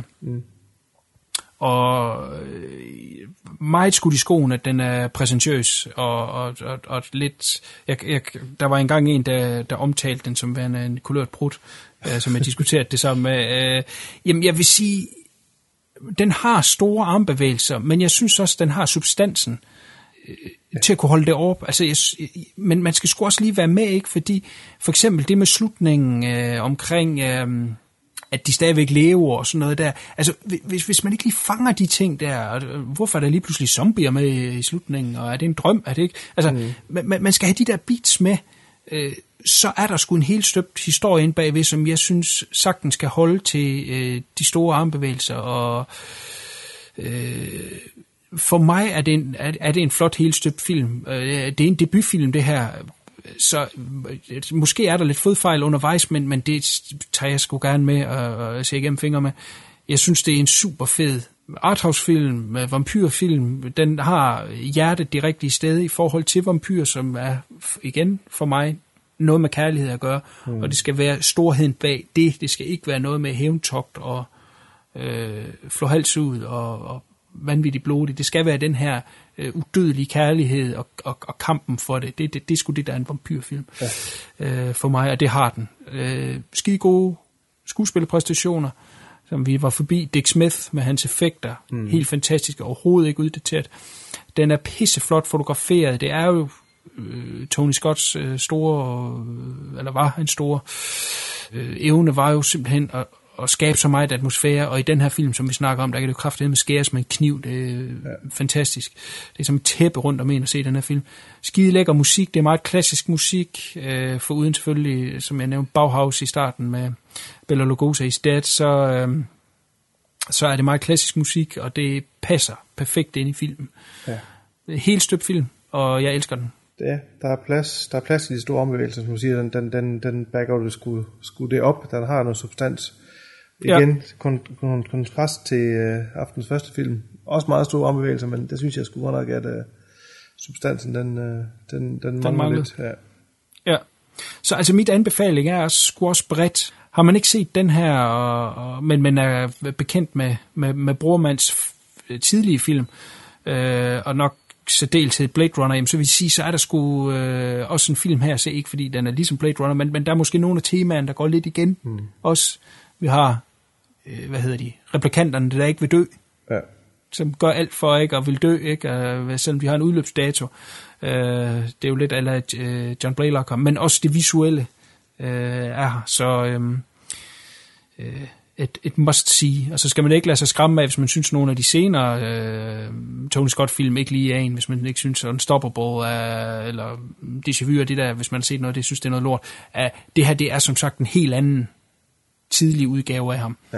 Og meget skudt i skoen, at den er præsentiøs og lidt. Der var engang en, der omtalte den som værende en kulørt prut, som jeg diskuterede det sammen med. Jamen, jeg vil sige, den har store armbevægelser, men jeg synes også, den har substansen til at kunne holde det op. Altså, men man skal sgu også lige være med, ikke? Fordi for eksempel det med slutningen omkring at de stadigvæk lever og sådan noget der. Altså, hvis man ikke lige fanger de ting der, hvorfor er der lige pludselig zombier med i slutningen, og er det en drøm, er det ikke? Altså, man skal have de der beats med, så er der sgu en helt støbt historie inde bagved, som jeg synes sagtens skal holde til de store armbevægelser, og for mig er det en flot helt støbt film. Det er en debutfilm, det her. Så måske er der lidt fodfejl undervejs, men det tager jeg sgu gerne med og se igennem fingre med. Jeg synes, det er en super fed arthouse-film, vampyrfilm. Den har hjertet det rigtige sted i forhold til vampyr, som er igen for mig noget med kærlighed at gøre. Og det skal være storheden bag det. Det skal ikke være noget med hævntogt og flå hals ud og vanvittigt blodig. Det skal være den her udødelige kærlighed og kampen for det. Det er sgu det, der er en vampyrfilm for mig, og det har den. Skide gode skuespillerpræstationer, som vi var forbi. Dick Smith med hans effekter. Helt fantastisk, overhovedet ikke uddateret. Den er pisseflot fotograferet. Det er jo Tony Scotts store, eller var en store evne, var jo simpelthen at skabe så meget atmosfære, og i den her film, som vi snakker om, der kan det jo kraftedeme skæres med en kniv. Det er fantastisk. Det er som et tæppe rundt om en at se den her film. Skide lækker musik, det er meget klassisk musik, foruden selvfølgelig, som jeg nævnte, Bauhaus i starten med Bela Lugosi's Dead, så er det meget klassisk musik, og det passer perfekt ind i filmen. Ja. Helt støbt film, og jeg elsker den. Ja, der er plads i de store ombevægelser, som du siger, den backer skulle det op, den har noget substans. Igen, kontrast til aftens første film. Også meget store ombevægelser, men det synes jeg sgu godt nok, at substansen, den mangler lidt. Ja. Så altså mit anbefaling er sgu også bredt. Har man ikke set den her, men man er bekendt med Brormands tidlige film, og nok særdeleshed Blade Runner, jamen, så vil jeg sige, så er der sgu også en film her, så ikke fordi den er ligesom Blade Runner, men der er måske nogle af temaerne, der går lidt igen. Også, vi har, replikanterne, der ikke vil dø, som gør alt for ikke, og vil dø, ikke, selvom de har en udløbsdato. Det er jo lidt ala John Blaylock, men også det visuelle er her, så et must-see, og så skal man ikke lade sig skræmme af, hvis man synes, nogle af de senere Tony Scott-film ikke lige er en, hvis man ikke synes, Unstoppable eller Déjà Vu, det der, hvis man har set noget, det synes, det er noget lort. Det her, det er som sagt en helt anden tidlig udgave af ham,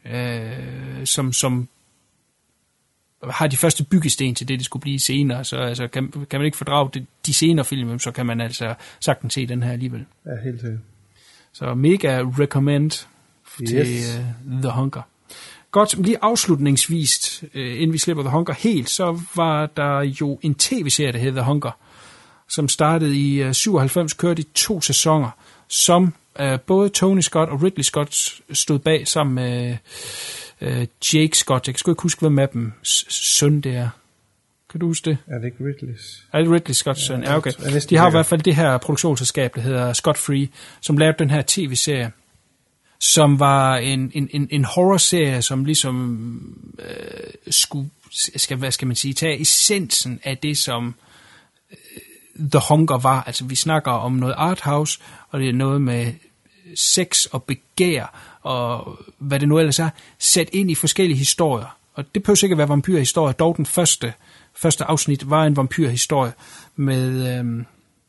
som har de første byggesten til det skulle blive senere, så altså, kan man ikke fordrage de senere film, så kan man altså sagtens se den her alligevel. Ja, helt sikkert. Så mega recommend til The Hunger. Godt, lige afslutningsvis, inden vi slipper The Hunger helt, så var der jo en tv-serie, der hed The Hunger, som startede i 97, kørte i 2 sæsoner, som både Tony Scott og Ridley Scott stod bag sammen med Jake Scott. Jeg kan sgu ikke huske, hvem af dem søn det er. Kan du huske det? Er det ikke Ridley's? Er det Ridley Scotts søn? Ja, okay. De har i hvert fald det her produktionsselskab, der hedder Scott Free, som lavede den her tv-serie, som var en horror-serie, som ligesom skulle, hvad skal man sige, tage essensen af det, som The Hunger var. Altså, vi snakker om noget arthouse, og det er noget med sex og begær, og hvad det nu ellers er, sat ind i forskellige historier. Og det behøver sikkert være vampyrhistorie. Dog den første afsnit var en vampyrhistorie med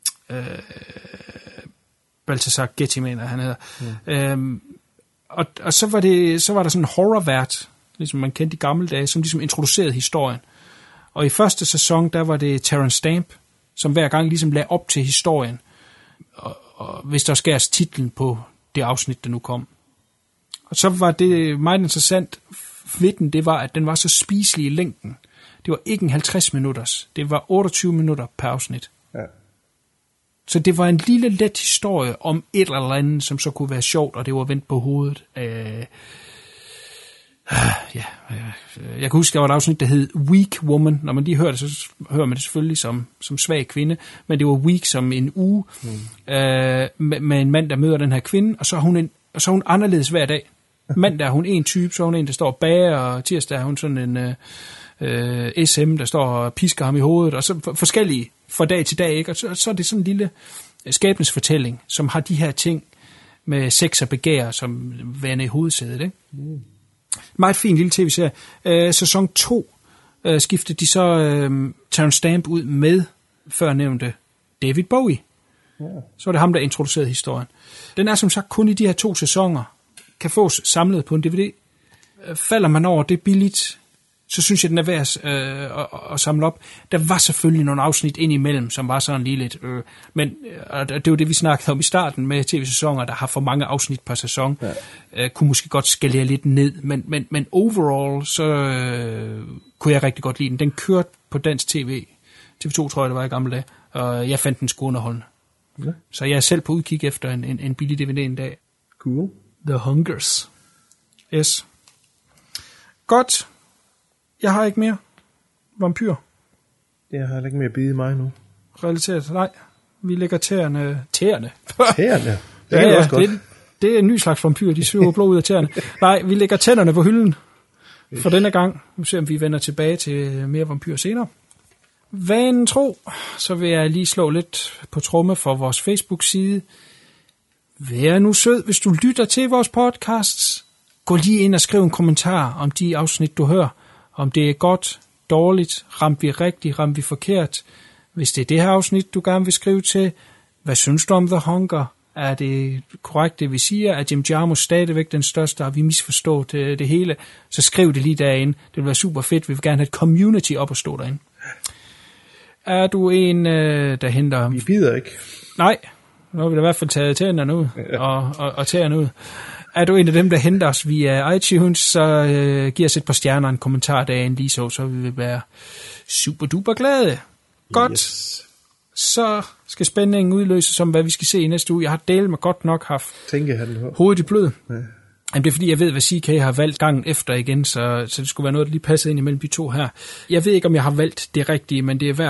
Balthazar Getty, mener han hedder. Og så var der sådan en horrorvært, ligesom man kendte i gamle dage, som ligesom introducerede historien. Og i første sæson, der var det Terence Stamp, som hver gang ligesom lagde op til historien, og hvis der skæres titlen på det afsnit, der nu kom. Og så var det meget interessant ved den, det var, at den var så spiselig i længden. Det var ikke en 50 minutters, det var 28 minutter per afsnit. Ja. Så det var en lille let historie om et eller andet, som så kunne være sjovt, og det var vendt på hovedet. Jeg kan huske, der var et afsnit, der hed Weak Woman. Når man lige hører det, så hører man det selvfølgelig som svag kvinde, men det var weak som en uge, med en mand, der møder den her kvinde, og så er hun anderledes hver dag. Mandag er hun en type, så er hun en, der står og bager, og tirsdag er hun sådan en SM, der står og pisker ham i hovedet, og så forskellige fra dag til dag, ikke? Og så er det sådan en lille skæbnesfortælling, som har de her ting med sex og begær, som værende i hovedsædet, ikke? Meget fin lille tv-serie. Sæson 2 skiftede de så Terence Stamp ud med førnævnte David Bowie. Så er det ham, der introducerede historien. Den er som sagt kun i de her 2 sæsoner, kan fås samlet på en DVD. Falder man over det billigt, så synes jeg, den er værd at samle op. Der var selvfølgelig nogle afsnit ind imellem, som var sådan lige lidt... men det var det, vi snakkede om i starten med tv-sæsoner, der har for mange afsnit per sæson. Kunne måske godt skalere lidt ned, men overall, så kunne jeg rigtig godt lide den. Den kørte på dansk tv. TV2, tror jeg, det var i gamle dage. Og jeg fandt den sgu underholdende. Ja. Så jeg er selv på udkig efter en billig DVD en dag. Cool. The Hungers. Yes. Godt. Jeg har ikke mere vampyr. Jeg har ikke mere at bide i mig nu. Relateret, nej. Vi lægger tæerne. Tæerne? Det er også godt. Det er en ny slags vampyr, de søger blod ud af tæerne. Nej, vi lægger tænderne på hylden for denne gang. Nu ser vi, om vi vender tilbage til mere vampyr senere. Vanen tro, så vil jeg lige slå lidt på tromme for vores Facebook-side. Vær nu sød, hvis du lytter til vores podcasts. Gå lige ind og skriv en kommentar om de afsnit, du hører. Om det er godt, dårligt, ramte vi rigtigt, ramte vi forkert. Hvis det er det her afsnit, du gerne vil skrive til, hvad synes du om The Hunger? Er det korrekt, det vi siger? Er Jim Jarmusch stadigvæk den største? Har vi misforstået det hele? Så skriv det lige derinde. Det vil være super fedt. Vi vil gerne have et community op at stå derinde. Er du en, der henter... Vi bider ikke. Nej, nu har vi da i hvert fald taget tænderne ud og tæerne ud. Er du en af dem, der henter os via iTunes, så giv os et par stjerner en kommentar derinde lige så vi vil være super duper glade. Godt. Yes. Så skal spændingen udløses om, hvad vi skal se i næste uge. Jeg har delt mig godt nok haft hovedet i blød. Ja. Jamen, det er fordi, jeg ved, hvad CK har valgt gangen efter igen, så det skulle være noget, der lige passede ind imellem de to her. Jeg ved ikke, om jeg har valgt det rigtige, men det er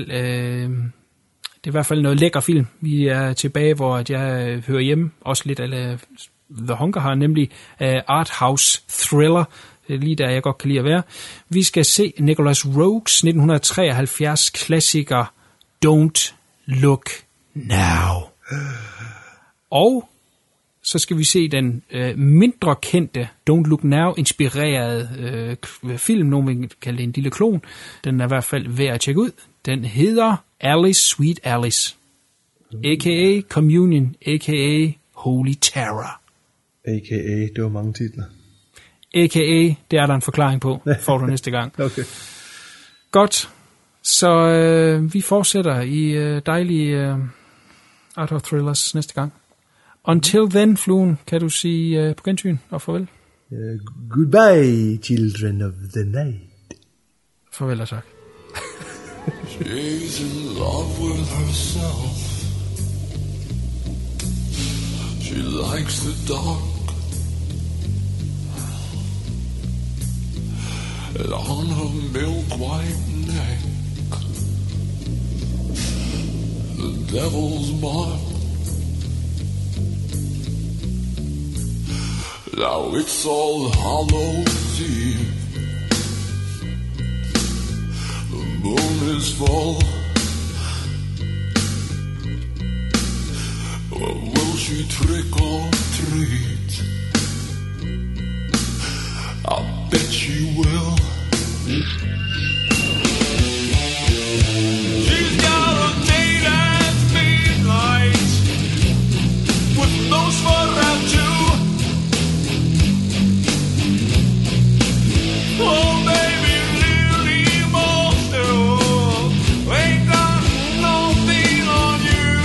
i hvert fald noget lækker film. Vi er tilbage, hvor jeg hører hjemme, også lidt af The Hunger har, nemlig Arthouse Thriller. Det er lige der, jeg godt kan lide at være. Vi skal se Nicholas Roeg's 1973 klassiker Don't Look Now. Og så skal vi se den mindre kendte Don't Look Now-inspirerede film, nogen vil kalde det en lille klon. Den er i hvert fald værd at tjekke ud. Den hedder Alice, Sweet Alice. A.k.a. Communion, a.k.a. Holy Terror. A.k.a. det var mange titler. A.k.a. det er der en forklaring på, får du næste gang. Okay. Godt. Så vi fortsætter i dejlige Art of Thrillers næste gang. Until then, Fluen, kan du sige på gensyn og farvel? Goodbye, children of the night. Farvel og tak. She's in love with herself. She likes the dark. And on her milk white neck, the devil's mark. Now it's all Hallows Eve. The moon is full. Well, will she trick or treat? I bet she will. She's got a date at midnight with no smart round two. Oh, baby, really monster, ain't got nothing on you.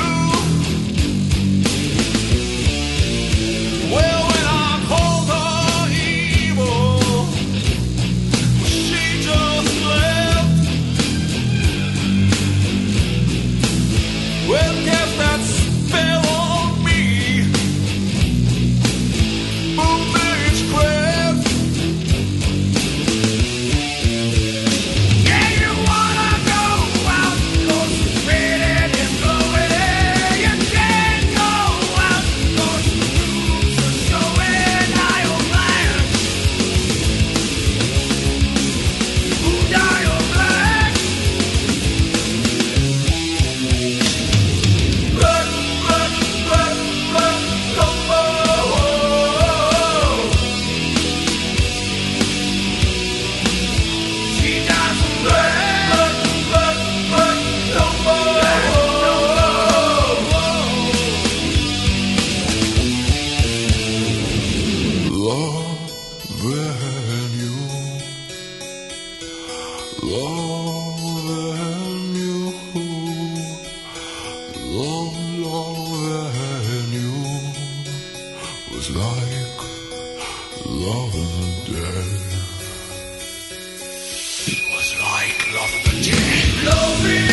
Well, when I called her evil, she just left. Well, guess that spell on me. Boom, bitch, crap. Yeah, you wanna go out, 'cause it's raining and blowing in. You can't go out, 'cause the rules are showing how you're blind. Ooh, now you're blind. Run, run, run, run, Dumbo. She doesn't run, run, run, run, Dumbo. Loving you, loving you, loving you was like loving the dead. It was like loving the dead. Loving